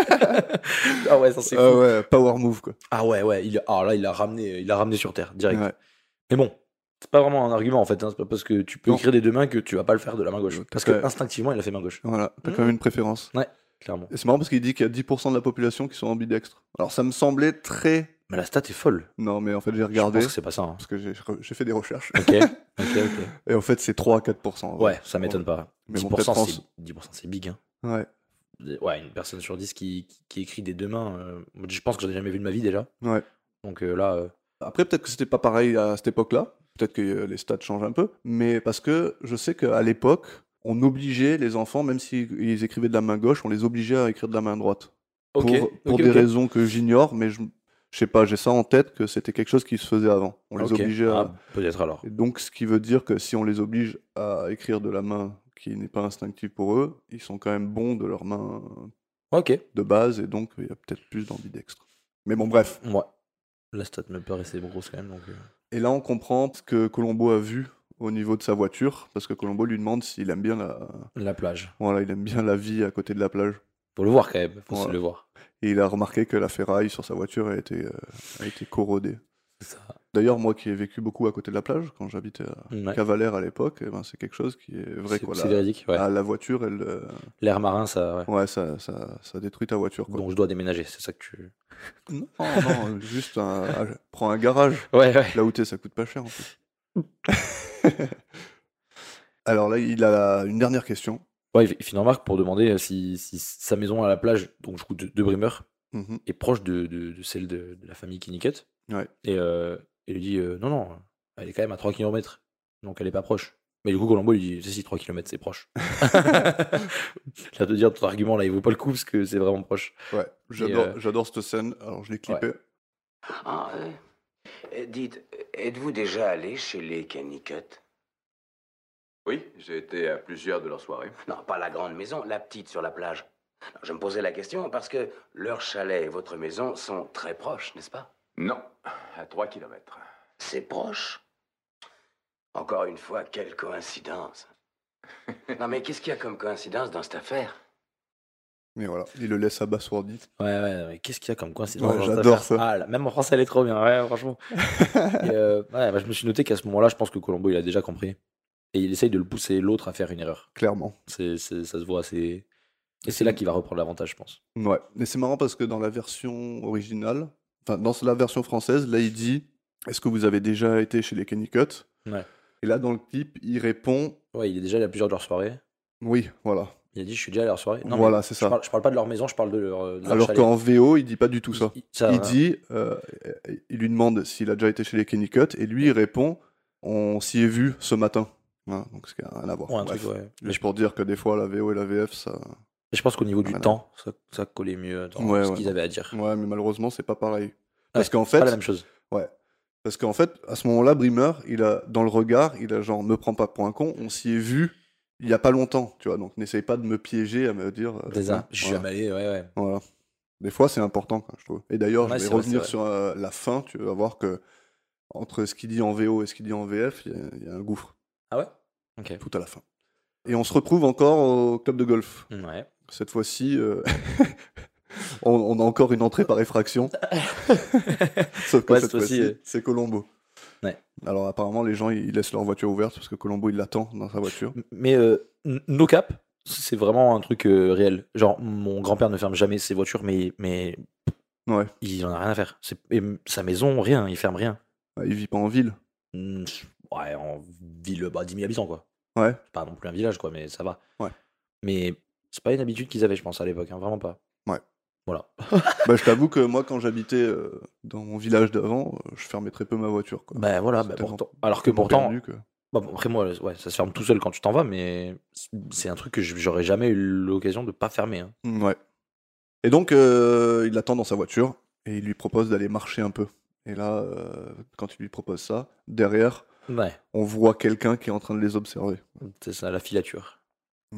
B: Ah ouais, ça c'est fou.
A: Ah ouais, power move quoi.
B: Ah ouais, ouais. Il... Ah là, il a ramené, il a ramené sur terre direct.
A: Ouais.
B: Mais bon, c'est pas vraiment un argument en fait. Hein. C'est pas parce que tu peux
A: Non.
B: écrire des deux mains que tu vas pas le faire de la main gauche.
A: Tout à
B: Parce
A: fait.
B: que instinctivement, il a fait main gauche.
A: Voilà, t'as
B: Mmh.
A: quand même une préférence.
B: Ouais, clairement.
A: Et c'est marrant parce qu'il dit qu'il y a dix pour cent de la population qui sont ambidextres. Alors ça me semblait très...
B: Mais la stat est folle.
A: Non mais en fait j'ai
B: Je
A: regardé,
B: pense que c'est pas ça. Hein.
A: parce que j'ai j'ai fait des recherches.
B: Ok, ok, ok.
A: Et en fait c'est trois à quatre pour cent.
B: Ouais, ça m'étonne pas.
A: Mais
B: dix
A: bon,
B: pour cent,
A: peut-être
B: c'est...
A: en-
B: dix pour cent, c'est big. Hein.
A: Ouais,
B: Ouais, une personne sur dix qui, qui, qui écrit des deux mains, euh, je pense que j'en ai jamais vu de ma vie déjà.
A: ouais.
B: Donc euh, là, euh,
A: Après peut-être que c'était pas pareil à cette époque-là. Peut-être que euh, les stats changent un peu. Mais parce que je sais qu'à l'époque, on obligeait les enfants, même s'ils écrivaient de la main gauche, on les obligeait à écrire de la main droite.
B: ok,
A: Pour, pour
B: ok,
A: des
B: ok.
A: raisons que j'ignore, mais je, je sais pas, j'ai ça en tête que c'était quelque chose qui se faisait avant. On les
B: Ok.
A: obligeait à...
B: Ah, peut-être alors.
A: Et donc, ce qui veut dire que si on les oblige à écrire de la main qui n'est pas instinctive pour eux, ils sont quand même bons de leur main
B: Ok.
A: de base, et donc il y a peut-être plus d'ambidextres. Mais bon, bref.
B: Ouais. La stat me paraissait grosse quand même. Donc, euh,
A: Et là, on comprend ce que Colombo a vu au niveau de sa voiture, parce que Colombo lui demande s'il aime bien la...
B: la plage.
A: Voilà, il aime bien la vie à côté de la plage.
B: Faut le voir quand même. Faut
A: Ouais.
B: se le voir.
A: Et il a remarqué que la ferraille sur sa voiture a été, euh, a été corrodée.
B: C'est ça.
A: D'ailleurs, moi qui ai vécu beaucoup à côté de la plage, quand j'habitais à
B: Ouais.
A: Cavalère à l'époque, eh ben, c'est quelque chose qui est vrai.
B: C'est
A: Quoi.
B: c'est
A: La,
B: véridique. Ouais.
A: ah, la voiture, elle, euh,
B: L'air marin, ça. Ouais.
A: ouais, ça, ça, ça détruit ta voiture. Quoi.
B: Donc je dois déménager. C'est ça que tu.
A: Non, non, juste un, un- prends un garage.
B: Ouais, ouais.
A: Là où t'es, ça coûte pas cher en plus. Alors là, il a une dernière question.
B: Ouais, il fait une remarque pour demander euh, si, si sa maison à la plage, donc je trouve de, de Brimmer,
A: Mhm.
B: est proche de, de, de celle de, de la famille Kinnicut.
A: Ouais.
B: Et euh, il lui dit euh, non, non, elle est quand même à trois kilomètres. Donc elle est pas proche. Mais du coup, Colombo lui dit si, si, trois kilomètres, c'est proche. J'ai de dire, ton argument là, il vaut pas le coup parce que c'est vraiment proche.
A: Ouais, j'adore,
B: euh,
A: j'adore cette scène. Alors je l'ai clippé.
D: Ah, euh, euh, dites, êtes-vous déjà allé chez les Kennicott?
C: Oui, j'ai été à plusieurs de leurs soirées.
D: Non, pas la grande maison, la petite sur la plage. Non, je me posais la question parce que leur chalet et votre maison sont très proches, n'est-ce pas?
C: Non, à trois kilomètres.
D: C'est proche. Encore une fois, quelle coïncidence. Non, mais qu'est-ce qu'il y a comme coïncidence dans cette affaire?
A: Mais voilà, il le laisse abasourdi.
B: Ouais, ouais, ouais. Qu'est-ce qu'il y a comme coïncidence
A: Ouais,
B: dans cette
A: j'adore
B: affaire
A: ça.
B: Ah, là, même en français, elle est trop bien, ouais, franchement. Et, euh, ouais, bah, je me suis noté qu'à ce moment-là, je pense que Colombo, il a déjà compris. Et il essaye de le pousser l'autre à faire une erreur.
A: Clairement.
B: C'est, c'est- ça se voit, c'est... Et c'est là qu'il va reprendre l'avantage, je pense.
A: Ouais, mais c'est marrant parce que dans la version originale, enfin dans la version française, là il dit est-ce que vous avez déjà été chez les Kennicott?
B: Ouais.
A: Et là dans le clip, il répond
B: Ouais, il est déjà allé à plusieurs de leurs soirées.
A: oui, voilà.
B: Il a dit, je suis déjà allé à leur soirée. Non,
A: Voilà,
B: mais
A: c'est
B: je
A: ça.
B: Parle, je parle pas de leur maison, je parle de leur, de leur
A: Alors
B: chalet.
A: qu'en V O, il dit pas du tout ça.
B: Il, ça,
A: Il dit euh, il lui demande s'il a déjà été chez les Kennicott et lui il répond on s'y est vu ce matin. Voilà, donc ce qui a rien à voir.
B: Ouais, un
A: Bref.
B: truc, ouais. Mais
A: Juste
B: je,
A: pour dire que des fois la V O et la V F ça
B: mais je pense qu'au niveau du
A: Voilà.
B: temps, ça, ça collait mieux dans
A: Ouais,
B: ce
A: ouais,
B: qu'ils
A: non.
B: avaient à dire.
A: ouais, mais malheureusement, c'est pas pareil. Parce
B: Ouais,
A: qu'en
B: c'est
A: fait,
B: pas la même chose.
A: ouais. Parce qu'en fait, à ce moment-là, Brimmer, il a, dans le regard, il a genre, me prends pas pour un con, on s'y est vu il y a pas longtemps, tu vois, donc n'essaye pas de me piéger à me dire. euh,
B: C'est ça.
A: ouais,
B: Je suis
A: voilà.
B: jamais allé, ouais, ouais.
A: Voilà. Des fois, c'est important, quoi, je trouve. Et d'ailleurs,
B: Ouais,
A: je
B: c'est
A: vais
B: vrai,
A: revenir
B: c'est
A: sur euh, la fin, tu vas voir que entre ce qu'il dit en V O et ce qu'il dit en V F, il y, a- il y a un gouffre,
B: Ah ouais Ok.
A: tout à la fin. Et on se retrouve encore au club de golf.
B: Ouais.
A: Cette fois-ci, euh, on, on a encore une entrée par effraction. Sauf que
B: Ouais,
A: cette
B: cette fois-ci,
A: fois-ci,
B: euh,
A: c'est Colombo.
B: Ouais.
A: Alors apparemment, les gens, ils laissent leur voiture ouverte parce que Colombo, il l'attend dans sa voiture.
B: Mais euh, n- no cap, c'est vraiment un truc euh, réel. Genre, mon grand-père ne ferme jamais ses voitures, mais, mais
A: Ouais.
B: il en a rien à faire. C'est, et m- sa maison, rien, il ferme rien.
A: Ouais, il vit pas en ville.
B: Hmm, Ouais, en ville, bah, dix mille habitants, quoi.
A: Ouais.
B: C'est pas non plus un village, quoi, mais ça va.
A: Ouais.
B: Mais c'est pas une habitude qu'ils avaient, je pense, à l'époque, hein, vraiment pas.
A: Ouais.
B: Voilà.
A: Bah, je t'avoue que moi, quand j'habitais euh, dans mon village d'avant, euh, je fermais très peu ma voiture. Quoi.
B: Bah voilà,
A: C'est
B: bah,
A: tellement-
B: pourtant. Alors que
A: tellement
B: pourtant,
A: perdu que-
B: bah, bon, après moi, ouais, ça se ferme tout seul quand tu t'en vas, mais c'est un truc que je- j'aurais jamais eu l'occasion de pas fermer. Hein.
A: Mm, ouais. Et donc, euh, il l'attend dans sa voiture et il lui propose d'aller marcher un peu. Et là, euh, quand il lui propose ça, derrière,
B: Ouais,
A: on voit quelqu'un qui est en train de les observer.
B: c'est ça, la filature.
A: Voilà.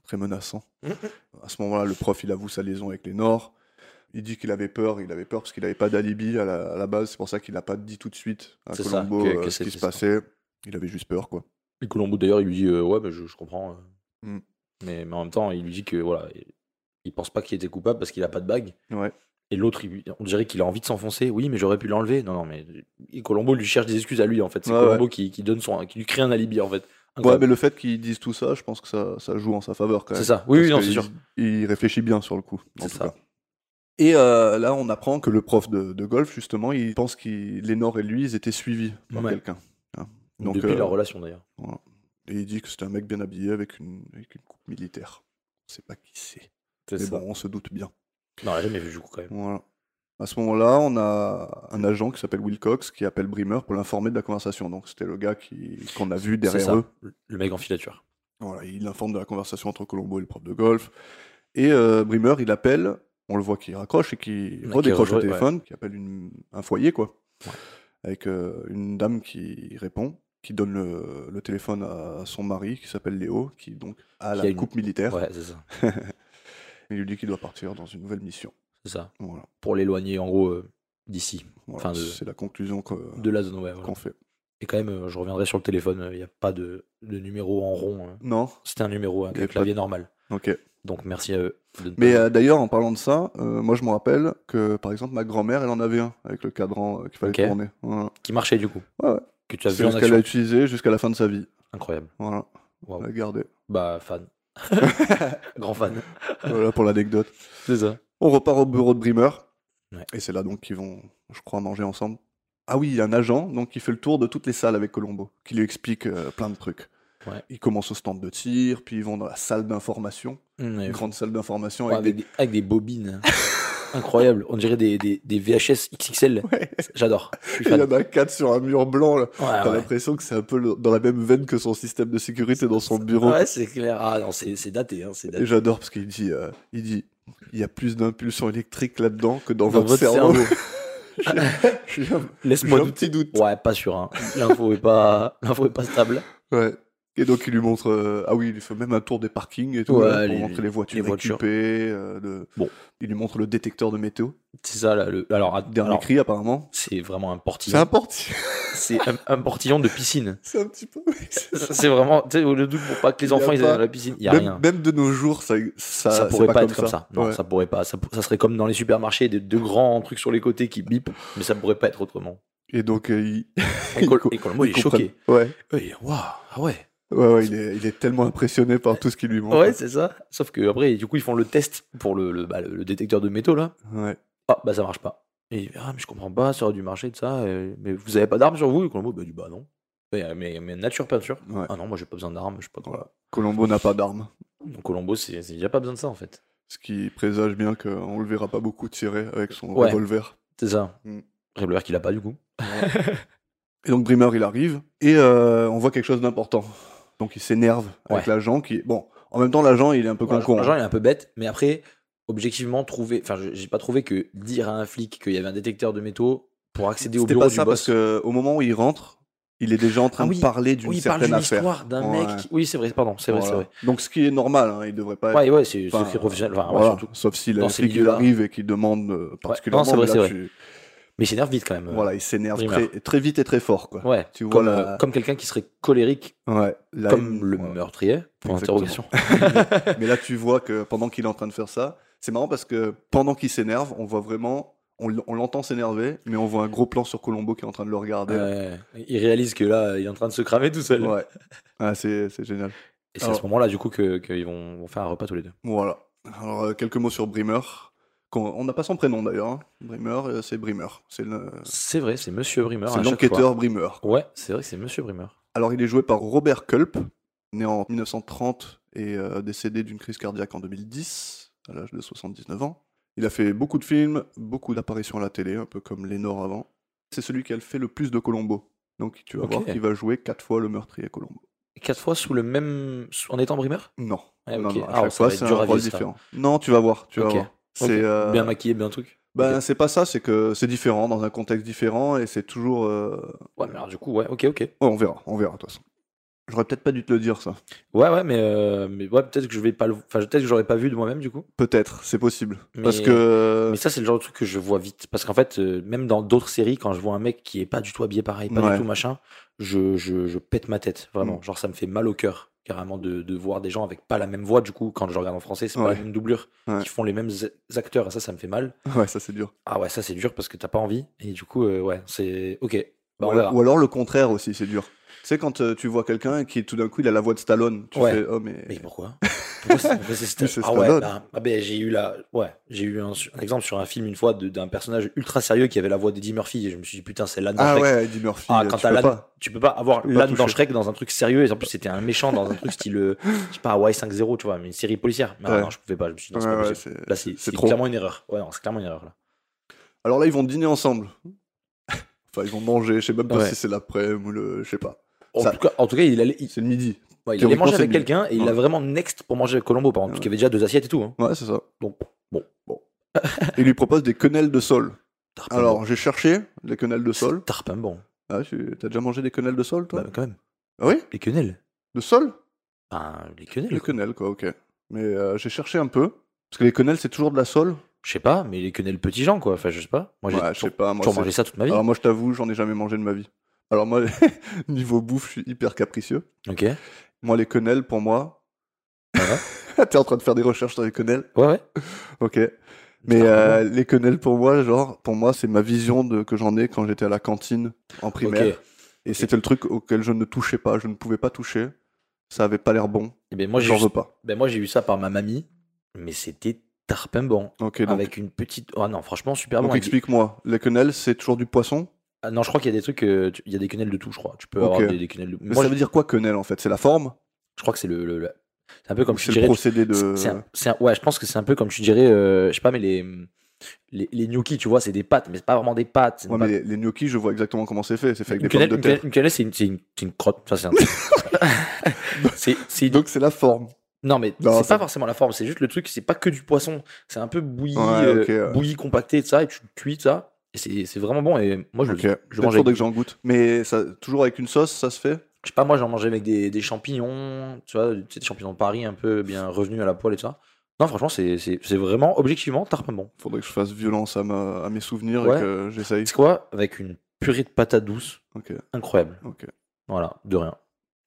A: très menaçant. À ce moment-là, le prof, il avoue sa liaison avec Lénore. Il dit qu'il avait peur, il avait peur parce qu'il n'avait pas d'alibi à la, à la base, c'est pour ça qu'il n'a pas dit tout de suite à
B: C'est ça,
A: Colombo
B: que-
A: euh,
B: que
A: ce qui
B: c'était
A: se
B: ça.
A: passait. Il avait juste peur, quoi.
B: Et Colombo d'ailleurs, il lui dit euh, ouais, bah, je, je comprends. euh.
A: Mm.
B: mais, mais en même temps, il lui dit que voilà, il, il pense pas qu'il était coupable parce qu'il a pas de bague.
A: Ouais.
B: Et l'autre, il lui- on dirait qu'il a envie de s'enfoncer. Oui, mais j'aurais pu l'enlever. Non, non, mais et Colombo lui cherche des excuses à lui en fait. C'est
A: Ouais,
B: Colombo qui, qui donne son, qui lui crée un alibi en fait.
A: Ouais,
B: Incroyable.
A: mais le fait qu'ils disent tout ça, je pense que ça, ça joue en sa faveur quand même.
B: C'est ça. Oui, oui,
A: Parce
B: non,
A: que
B: c'est
A: il-
B: sûr.
A: Il réfléchit bien sur le coup, en
B: C'est
A: tout
B: ça.
A: cas. Et euh, là, on apprend que le prof de, de golf, justement, il pense que Lénore et lui, ils étaient suivis par
B: Ouais.
A: quelqu'un. Hein.
B: Depuis
A: euh,
B: leur relation d'ailleurs.
A: voilà. Et il dit que c'était un mec bien habillé avec une, avec une coupe militaire. On sait pas qui c'est.
B: C'est
A: Mais
B: ça.
A: bon, on se doute bien.
B: Non, on l'a jamais vu du coup quand même.
A: Voilà. À ce moment-là, on a un agent qui s'appelle Wilcox qui appelle Brimmer pour l'informer de la conversation. Donc c'était le gars qui, qu'on a vu
B: C'est
A: derrière
B: ça.
A: eux.
B: Le- Le mec en filature.
A: Voilà, il informe de la conversation entre Colombo et le prof de golf. Et euh, Brimmer, il appelle, on le voit qu'il raccroche et qu'il
B: Qui
A: redécroche le
B: rejoint-
A: téléphone, qui appelle une- un foyer, quoi.
B: Ouais.
A: Avec euh, une dame qui répond, qui donne le, le téléphone à son mari, qui s'appelle Léo, qui donc a
B: Qui
A: la
B: a une-
A: coupe militaire.
B: Ouais, c'est ça.
A: Il lui dit qu'il doit partir dans une nouvelle mission.
B: C'est ça.
A: Voilà.
B: Pour l'éloigner en gros euh, d'ici,
A: Voilà,
B: Enfin, de-
A: c'est la conclusion que-
B: de la zone. Ouais, voilà.
A: qu'on fait.
B: Et quand même, euh, je reviendrai sur le téléphone. Il n'y a pas de, de numéro en rond. euh.
A: Non.
B: C'était un numéro avec
A: Il y
B: un
A: avait
B: clavier normal.
A: Ok.
B: Donc merci à eux. de ne
A: Mais
B: pas-
A: euh, d'ailleurs, en parlant de ça, euh, moi je me rappelle que par exemple ma grand-mère, elle en avait un avec le cadran euh, qu'il fallait
B: Ok.
A: tourner. Voilà.
B: Qui marchait du coup.
A: Ouais, ouais.
B: Que tu as
A: C'est
B: vu en
A: ce qu'elle a
B: action.
A: utilisé jusqu'à la fin de sa vie.
B: Incroyable.
A: Voilà.
B: Waouh.
A: Elle a gardé.
B: Bah, fan. Grand fan.
A: Voilà pour l'anecdote.
B: C'est ça.
A: On repart au bureau de Brimmer.
B: Ouais.
A: Et c'est là donc qu'ils vont, je crois, manger ensemble. Ah oui, il y a un agent donc qui fait le tour de toutes les salles avec Colombo, qui lui explique euh, plein de trucs.
B: Ouais.
A: Ils commencent au stand de tir, puis ils vont dans la salle d'information,
B: Mmh,
A: une grande salle d'information
B: ouais,
A: avec,
B: avec,
A: des...
B: des, avec des bobines. Incroyable. On dirait des, des, des V H S X X L.
A: Ouais.
B: J'adore. Je suis
A: Il
B: fan.
A: y en a quatre sur un mur blanc. Là.
B: Ouais,
A: T'as
B: ouais.
A: l'impression que c'est un peu le- dans la même veine que son système de sécurité dans son bureau.
B: Ouais, c'est clair. Ah non, c'est c'est daté. Hein, c'est daté.
A: Et j'adore parce qu'il dit, euh, il dit, il y a plus d'impulsions électriques là-dedans que dans,
B: Dans
A: votre,
B: votre
A: cerveau.
B: cerveau.
A: J'ai un,
B: Laisse-moi
A: j'ai un
B: douter.
A: petit doute.
B: Ouais, pas sûr. Hein. L'info est pas, l'info est pas stable.
A: Ouais. Et donc il lui montre, euh, ah oui, il lui fait même un tour des parkings et tout,
B: Ouais,
A: là, pour
B: les-
A: montrer les voitures
B: les voitures.
A: équipées. euh, de...
B: Bon.
A: Il lui montre le détecteur de météo.
B: C'est ça. Là, le, alors,
A: Dernier
B: alors,
A: cri apparemment.
B: c'est vraiment un
A: C'est
B: portillon.
A: un portier.
B: C'est un, un portillon de piscine.
A: C'est un petit peu.
B: C'est vraiment, tu sais, le doute pour pas que les
A: Il y a
B: enfants ils aillent
A: pas-
B: dans la piscine. Il y a
A: même,
B: rien.
A: même de nos jours, ça, ça,
B: Ça,
A: c'est
B: pourrait pas,
A: comme
B: être comme ça. Non,
A: Ouais.
B: ça pourrait pas. Ça, ça serait comme dans les supermarchés, des deux grands trucs sur les côtés qui bipent, mais ça pourrait pas être autrement.
A: Et donc euh, il.
B: Et, Col-
A: co-
B: et Colombo, il est
A: ils comprennent-
B: choqué.
A: Ouais.
B: Ouais, waouh, ah ouais.
A: Ouais, ouais, il est, il est tellement impressionné par tout ce qu'il lui montre.
B: Ouais, c'est ça. Sauf que après, du coup, ils font le test pour le, le, bah, le- le détecteur de métaux là.
A: Ouais.
B: Ah, bah ça marche pas. Et il dit, ah, mais je comprends pas, ça aurait dû marcher de ça. euh, mais vous avez pas d'armes sur vous? Et Colombo, bah, dit, bah non. Mais, mais, mais nature peinture.
A: Ouais.
B: Ah non, moi j'ai pas besoin d'armes, je sais pas quoi.
A: Voilà. Colombo n'a pas d'armes.
B: Donc Colombo, c'est, c'est- il y a pas besoin de ça en fait.
A: Ce qui présage bien qu'on le verra pas beaucoup tirer avec son
B: Ouais.
A: revolver.
B: C'est ça.
A: Mm.
B: Revolver qu'il a pas du coup.
A: Et donc Brimmer, il arrive, et euh, on voit quelque chose d'important. Donc il s'énerve avec
B: Ouais.
A: l'agent qui... Bon, en même temps, l'agent, il est un peu
B: Ouais,
A: con-con.
B: L'agent
A: hein.
B: il est un peu bête, mais après, objectivement, trouver. Enfin, je- j'ai pas trouvé que dire à un flic qu'il y avait un détecteur de métaux pour accéder au
A: C'était
B: bureau
A: pas
B: du
A: ça,
B: boss.
A: parce qu'au moment où il rentre, il est déjà en train
B: Ah oui.
A: de parler d'une
B: Oui, il parle
A: certaine
B: d'une
A: affaire.
B: histoire d'un
A: Ouais.
B: mec. Qui... Oui, c'est vrai, pardon, c'est vrai,
A: Voilà.
B: c'est vrai.
A: Donc ce qui est normal, hein, il devrait pas être...
B: Ouais, ouais, c'est c'est
A: Enfin,
B: fait professionnel. Enfin, ouais,
A: voilà.
B: surtout.
A: Sauf si
B: dans
A: le
B: ces
A: flic il
B: milieux-là.
A: arrive et qu'il demande euh, particulièrement.
B: Non, c'est vrai,
A: mais
B: c'est
A: là,
B: vrai.
A: tu-
B: Mais il s'énerve vite quand même. euh.
A: Voilà, il s'énerve
B: Brimmer.
A: très, très vite et très fort. Quoi.
B: Ouais,
A: Tu vois
B: comme,
A: la-
B: euh, comme quelqu'un qui serait colérique,
A: Ouais, là,
B: comme
A: il-
B: le
A: ouais.
B: meurtrier, pour
A: Exactement.
B: interrogation.
A: Mais là, tu vois que pendant qu'il est en train de faire ça, c'est marrant parce que pendant qu'il s'énerve, on voit vraiment, on, l- on l'entend s'énerver, mais on voit un gros plan sur Colombo qui est en train de le regarder.
B: Ouais, il réalise que là, il est en train de se cramer tout seul.
A: Ouais. Ah, c'est c'est génial.
B: Et c'est à
A: Alors-
B: ce moment-là, du coup, que- qu'ils vont, vont faire un repas tous les deux.
A: Voilà. Alors, euh, quelques mots sur Brimmer. qu'on- On n'a pas son prénom d'ailleurs. hein. Brimmer, euh, c'est Brimmer. C'est le-
B: C'est vrai, c'est Monsieur Brimmer.
A: c'est
B: à chaque
A: l'enquêteur Brimmer.
B: fois. Ouais, c'est vrai que c'est Monsieur Brimmer.
A: Alors, il est joué par Robert Culp, né en mille neuf cent trente et euh, décédé d'une crise cardiaque en deux mille dix, à l'âge de soixante-dix-neuf ans. Il a fait beaucoup de films, beaucoup d'apparitions à la télé, un peu comme Lénore avant. C'est celui qui a fait le plus de Colombo. Donc, tu vas
B: Ok.
A: voir qu'il va jouer quatre fois le meurtrier Colombo.
B: Quatre fois sous le même. sous- En étant Brimmer?
A: Non.
B: Ouais,
A: non,
B: ok.
A: non, à
B: Ah,
A: chaque
B: ça
A: fois,
B: va être
A: c'est un
B: dur à
A: rôle
B: vivre, ça.
A: différent. Non, tu vas voir, tu vas
B: Ok.
A: voir. C'est
B: Ok.
A: euh,
B: Bien maquillé, bien truc.
A: ben,
B: Ok.
A: c'est pas ça, c'est que c'est différent, dans un contexte différent, et c'est toujours... euh,
B: Ouais, mais alors du coup, ouais, ok, ok.
A: ouais, on verra, on verra, de toute façon. J'aurais peut-être pas dû te le dire, ça.
B: Ouais, ouais, mais, euh, mais ouais, peut-être que je vais pas le. Enfin, peut-être que j'aurais pas vu de moi-même, du coup.
A: Peut-être, c'est possible.
B: Mais-
A: Parce que.
B: Mais ça, c'est le genre de truc que je vois vite. Parce qu'en fait, euh, même dans d'autres séries, quand je vois un mec qui est pas du tout habillé pareil, pas
A: Ouais.
B: du tout machin, je, je, je pète ma tête, vraiment.
A: Mm.
B: Genre, ça me fait mal au cœur, carrément, de, de voir des gens avec pas la même voix, du coup, quand je regarde en français, c'est pas
A: Ouais.
B: la même doublure,
A: Ouais.
B: qui font les mêmes acteurs, et ça, ça me fait mal.
A: Ouais, ça c'est dur.
B: Ah ouais, ça, c'est dur parce que t'as pas envie. Et du coup, euh, ouais, c'est. Ok. Bah,
A: ou,
B: on
A: alors,
B: verra.
A: ou alors le contraire aussi, c'est dur. Tu sais, quand euh, tu vois quelqu'un qui tout d'un coup il a la voix de Stallone, tu
B: Ouais.
A: fais oh, mais.
B: Mais pourquoi Pourquoi c'est pourquoi c'est
A: Mais
B: Sta-
A: c'est
B: Ah ouais,
A: Stallone.
B: bah, ah ben, j'ai eu la, ouais, j'ai eu un, un exemple sur un film une fois de- d'un personnage ultra sérieux qui avait la voix d'Eddie Murphy et je me suis dit putain c'est l'âne dans
A: Ah
B: Shrek.
A: ouais, Eddie Murphy,
B: Ah,
A: euh,
B: quand
A: tu
B: t'as
A: peux
B: l'âne,
A: pas.
B: tu peux pas avoir
A: Tu peux pas
B: l'âne dans
A: toucher.
B: Shrek dans un truc sérieux et en plus c'était un méchant dans un truc style, euh, je sais pas, Hawaii cinq zéro, tu vois, mais une série policière. Mais
A: Ouais.
B: non, je pouvais pas, je me suis dit non, c'est
A: Ouais,
B: pas
A: ouais,
B: possible.
A: c'est-
B: Là c'est
A: c'est
B: c'est
A: trop.
B: clairement une erreur. Ouais, non, c'est clairement une erreur là.
A: Alors là, ils vont dîner ensemble. Enfin, ils vont manger, je sais même pas
B: Ouais.
A: si c'est l'après-midi ou le. Je sais pas.
B: En,
A: Ça-
B: tout cas, en tout cas, il allait, il,
A: C'est le midi.
B: ouais, il allait
A: Théoriquement,
B: manger
A: c'est
B: avec
A: mieux.
B: quelqu'un et il
A: Ouais.
B: a vraiment next pour manger avec Colombo par contre, parce
A: Ouais.
B: qu'il y avait déjà deux assiettes et tout. Hein.
A: Ouais, c'est ça.
B: Donc, bon.
A: Il lui propose des quenelles de sol.
B: Tarpin
A: Alors,
B: bon.
A: j'ai cherché les quenelles de sol.
B: Tarpin bon.
A: Ah, tu t'as déjà mangé des quenelles de sol, toi
B: Bah, quand même.
A: Ah oui
B: Les quenelles.
A: De sol
B: Ben, les quenelles.
A: Les
B: quoi.
A: quenelles, quoi, ok. Mais euh, j'ai cherché un peu. Parce que les quenelles, c'est toujours de la sole.
B: Je sais pas, mais les quenelles petits gens, quoi. Enfin, je sais pas. Moi, j'ai
A: Ouais, je sais
B: toujours,
A: pas. Moi,
B: toujours
A: c'est-
B: mangé ça toute ma vie.
A: Alors, moi, je t'avoue, j'en ai jamais mangé de ma vie. Alors, moi, niveau bouffe, je suis hyper capricieux.
B: Ok.
A: Moi, les quenelles, pour moi.
B: Ouais,
A: T'es en train de faire des recherches sur les quenelles
B: ouais. ouais.
A: Ok. Mais
B: Tarpin
A: euh, les quenelles, pour moi, genre, pour moi, c'est ma vision de, que j'en ai quand j'étais à la cantine en
B: bon.
A: primaire.
B: Ok.
A: Et c'était le truc auquel je ne touchais pas. Je ne pouvais pas toucher. Ça avait pas l'air bon.
B: Et ben, moi, j'ai
A: J'en
B: eu...
A: veux pas.
B: ben, moi, j'ai eu ça par ma mamie, mais c'était tarpin bon.
A: Ok, donc,
B: Avec une petite. Ah non, franchement, super
A: donc
B: bon. avec des-
A: explique-moi. Les quenelles, c'est toujours du poisson
B: Ah, non, je crois qu'il y a des trucs. euh, tu- Il y a des quenelles de tout, je crois. Tu peux
A: Ok.
B: avoir des, des quenelles de.
A: Mais
B: Moi,
A: ça
B: je...
A: veut dire quoi, quenelle, en fait? C'est la forme
B: je crois que c'est le. le- le- C'est un peu comme
A: Ou
B: tu
A: c'est le
B: dirais.
A: procédé de.
B: C'est- c'est un- c'est un- Ouais, je pense que c'est un peu comme tu dirais. euh, Je sais pas, mais les. Les, les gnocchis, tu vois, c'est des pâtes, mais c'est pas vraiment des pâtes. c'est
A: Ouais,
B: une
A: mais
B: pâte-
A: les, les gnocchis, je vois exactement comment c'est fait. C'est fait avec
B: Une
A: des pommes
B: quenelle,
A: de
B: une quenelle-
A: terre.
B: une quenelle, c'est une, c'est une, c'est une crotte. Enfin, c'est un- c'est- c'est-
A: Donc c'est la forme.
B: Non, mais
A: Non,
B: c'est
A: ça-
B: pas forcément la forme, c'est juste le truc, c'est pas que du poisson. C'est un peu bouilli,
A: Ouais,
B: euh,
A: ok, ouais.
B: bouilli, compacté, de ça, et tu cuis ça. Et c'est c'est vraiment bon. Et moi, je,
A: Ok.
B: le- je
A: Peut-être
B: le mange
A: faudrait
B: avec.
A: que j'en goûte. Mais ça, toujours avec une sauce, ça se fait
B: Je sais pas, moi, j'en mangeais avec des, des champignons, tu vois, tu sais, des champignons de Paris un peu bien revenus à la poêle et tout ça. Non, franchement, c'est c'est- c'est vraiment, objectivement, tarpin bon.
A: Faudrait que je fasse violence à, ma, à mes souvenirs
B: Ouais.
A: et que j'essaye.
B: C'est quoi? Avec une purée de patates douces,
A: Ok.
B: incroyable.
A: Ok.
B: Voilà, de rien.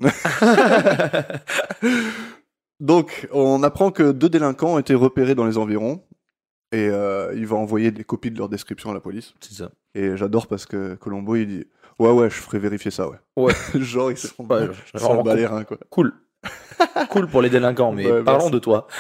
A: Donc, on apprend que deux délinquants ont été repérés dans les environs. Et euh, il va envoyer des copies de leur description à la police.
B: C'est ça.
A: Et j'adore parce que Colombo, il dit ouais, ouais, je ferai vérifier ça, ouais.
B: Ouais.
A: Genre, ils sont
B: Ouais,
A: ouais,
B: genre, vraiment
A: bat les
B: cool.
A: reins, quoi.
B: Cool. Cool pour les délinquants, mais
A: Ouais,
B: parlons
A: merci.
B: de toi.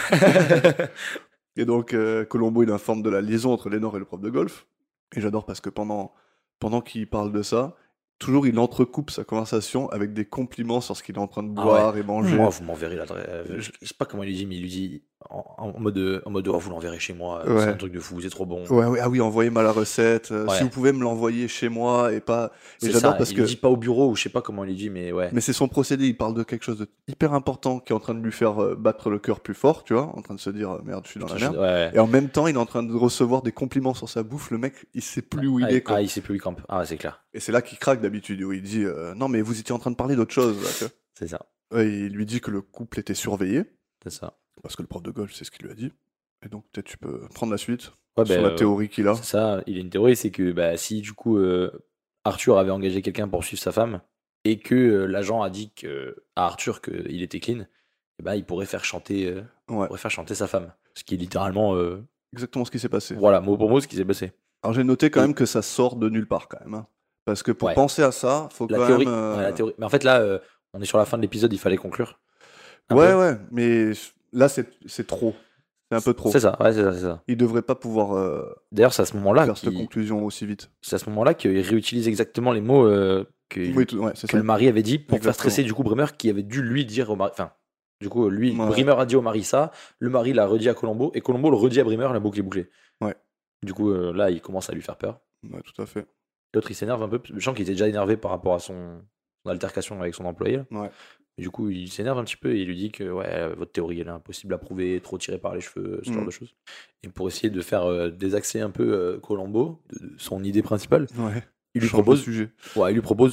A: Et donc, euh, Colombo, il informe de la liaison entre Lénore et le prof de golf. Et j'adore parce que pendant, pendant qu'il parle de ça, toujours il entrecoupe sa conversation avec des compliments sur ce qu'il est en train de
B: Ah
A: boire et manger.
B: Moi, vous m'enverrez l'adresse. euh, Je je sais pas comment il lui dit, mais il lui dit en, en mode, euh, en mode oh, vous l'enverrez chez moi. euh,
A: Ouais.
B: C'est un truc de fou, c'est trop bon.
A: Ouais, ouais, ah oui, envoyez-moi la recette. euh,
B: Ouais.
A: Si vous pouvez me l'envoyer chez moi et pas. Et
B: C'est
A: j'adore
B: ça,
A: parce
B: il
A: que.
B: lui dit pas au bureau ou je sais pas comment il lui dit, mais ouais.
A: Mais c'est son procédé, il parle de quelque chose de hyper important qui est en train de lui faire euh, battre le cœur plus fort, tu vois, en train de se dire euh, merde, je suis dans la
B: Je-
A: merde.
B: ouais, ouais.
A: Et en même temps, il est en train de recevoir des compliments sur sa bouffe. Le mec, il sait plus où il
B: ah,
A: est, quoi.
B: ah, il sait plus où il campe. Ah, ouais, c'est clair.
A: Et c'est là qu'il craque d'habitude, où il dit euh, non, mais vous étiez en train de parler d'autre chose. Là, tu vois.
B: C'est ça.
A: Ouais, il lui dit que le couple était surveillé,
B: C'est ça.
A: parce que le prof de golf, c'est ce qu'il lui a dit. Et donc, peut-être tu peux prendre la suite
B: Ouais,
A: sur
B: ben,
A: la
B: euh,
A: théorie qu'il a.
B: C'est ça. Il a une théorie, c'est que bah, si du coup euh, Arthur avait engagé quelqu'un pour suivre sa femme et que euh, l'agent a dit que, à Arthur qu'il était clean, eh ben, il pourrait faire chanter, euh,
A: Ouais,
B: pourrait faire chanter sa femme. Ce qui est littéralement, euh,
A: exactement ce qui s'est passé.
B: voilà, mot pour mot, ce qui s'est passé.
A: Alors, j'ai noté quand
B: Et-
A: même que ça sort de nulle part, quand même. hein. Parce que pour
B: Ouais.
A: penser à ça, faut
B: La
A: quand
B: théorie,
A: même. euh,
B: ouais, la théorie. Mais en fait, là, euh, on est sur la fin de l'épisode, il fallait conclure. Un
A: Ouais,
B: peu.
A: ouais, mais là, c'est c'est trop. C'est un peu trop.
B: C'est ça, ouais, c'est ça, c'est ça.
A: Il devrait pas pouvoir euh,
B: D'ailleurs, c'est à ce moment-là
A: faire cette
B: qu'il
A: conclusion aussi vite.
B: c'est à ce moment-là qu'il réutilise exactement les mots euh, que,
A: Oui, tout- ouais, c'est
B: que
A: ça.
B: le mari avait dit pour faire
A: Exactement.
B: stresser du coup Bremer qui avait dû lui dire au mari. Enfin, du coup, lui,
A: Ouais.
B: Bremer a dit au mari ça, le mari l'a redit à Colombo et Colombo le redit à Bremer, la boucle est bouclée.
A: Ouais.
B: Du coup, euh, là, il commence à lui faire peur.
A: Ouais, tout à fait.
B: L'autre, il s'énerve un peu. Je sens qu'il était déjà énervé par rapport à son, son altercation avec son employé. là.
A: Ouais.
B: Et du coup, il s'énerve un petit peu et il lui dit que ouais, euh, votre théorie elle est impossible à prouver, trop tirée par les cheveux, ce genre
A: Mm.
B: de choses. Et pour essayer de faire euh, désaxer un peu euh, Colombo, de- de son idée principale,
A: Ouais.
B: il lui
A: Change de
B: propose,
A: sujet.
B: ouais, il lui propose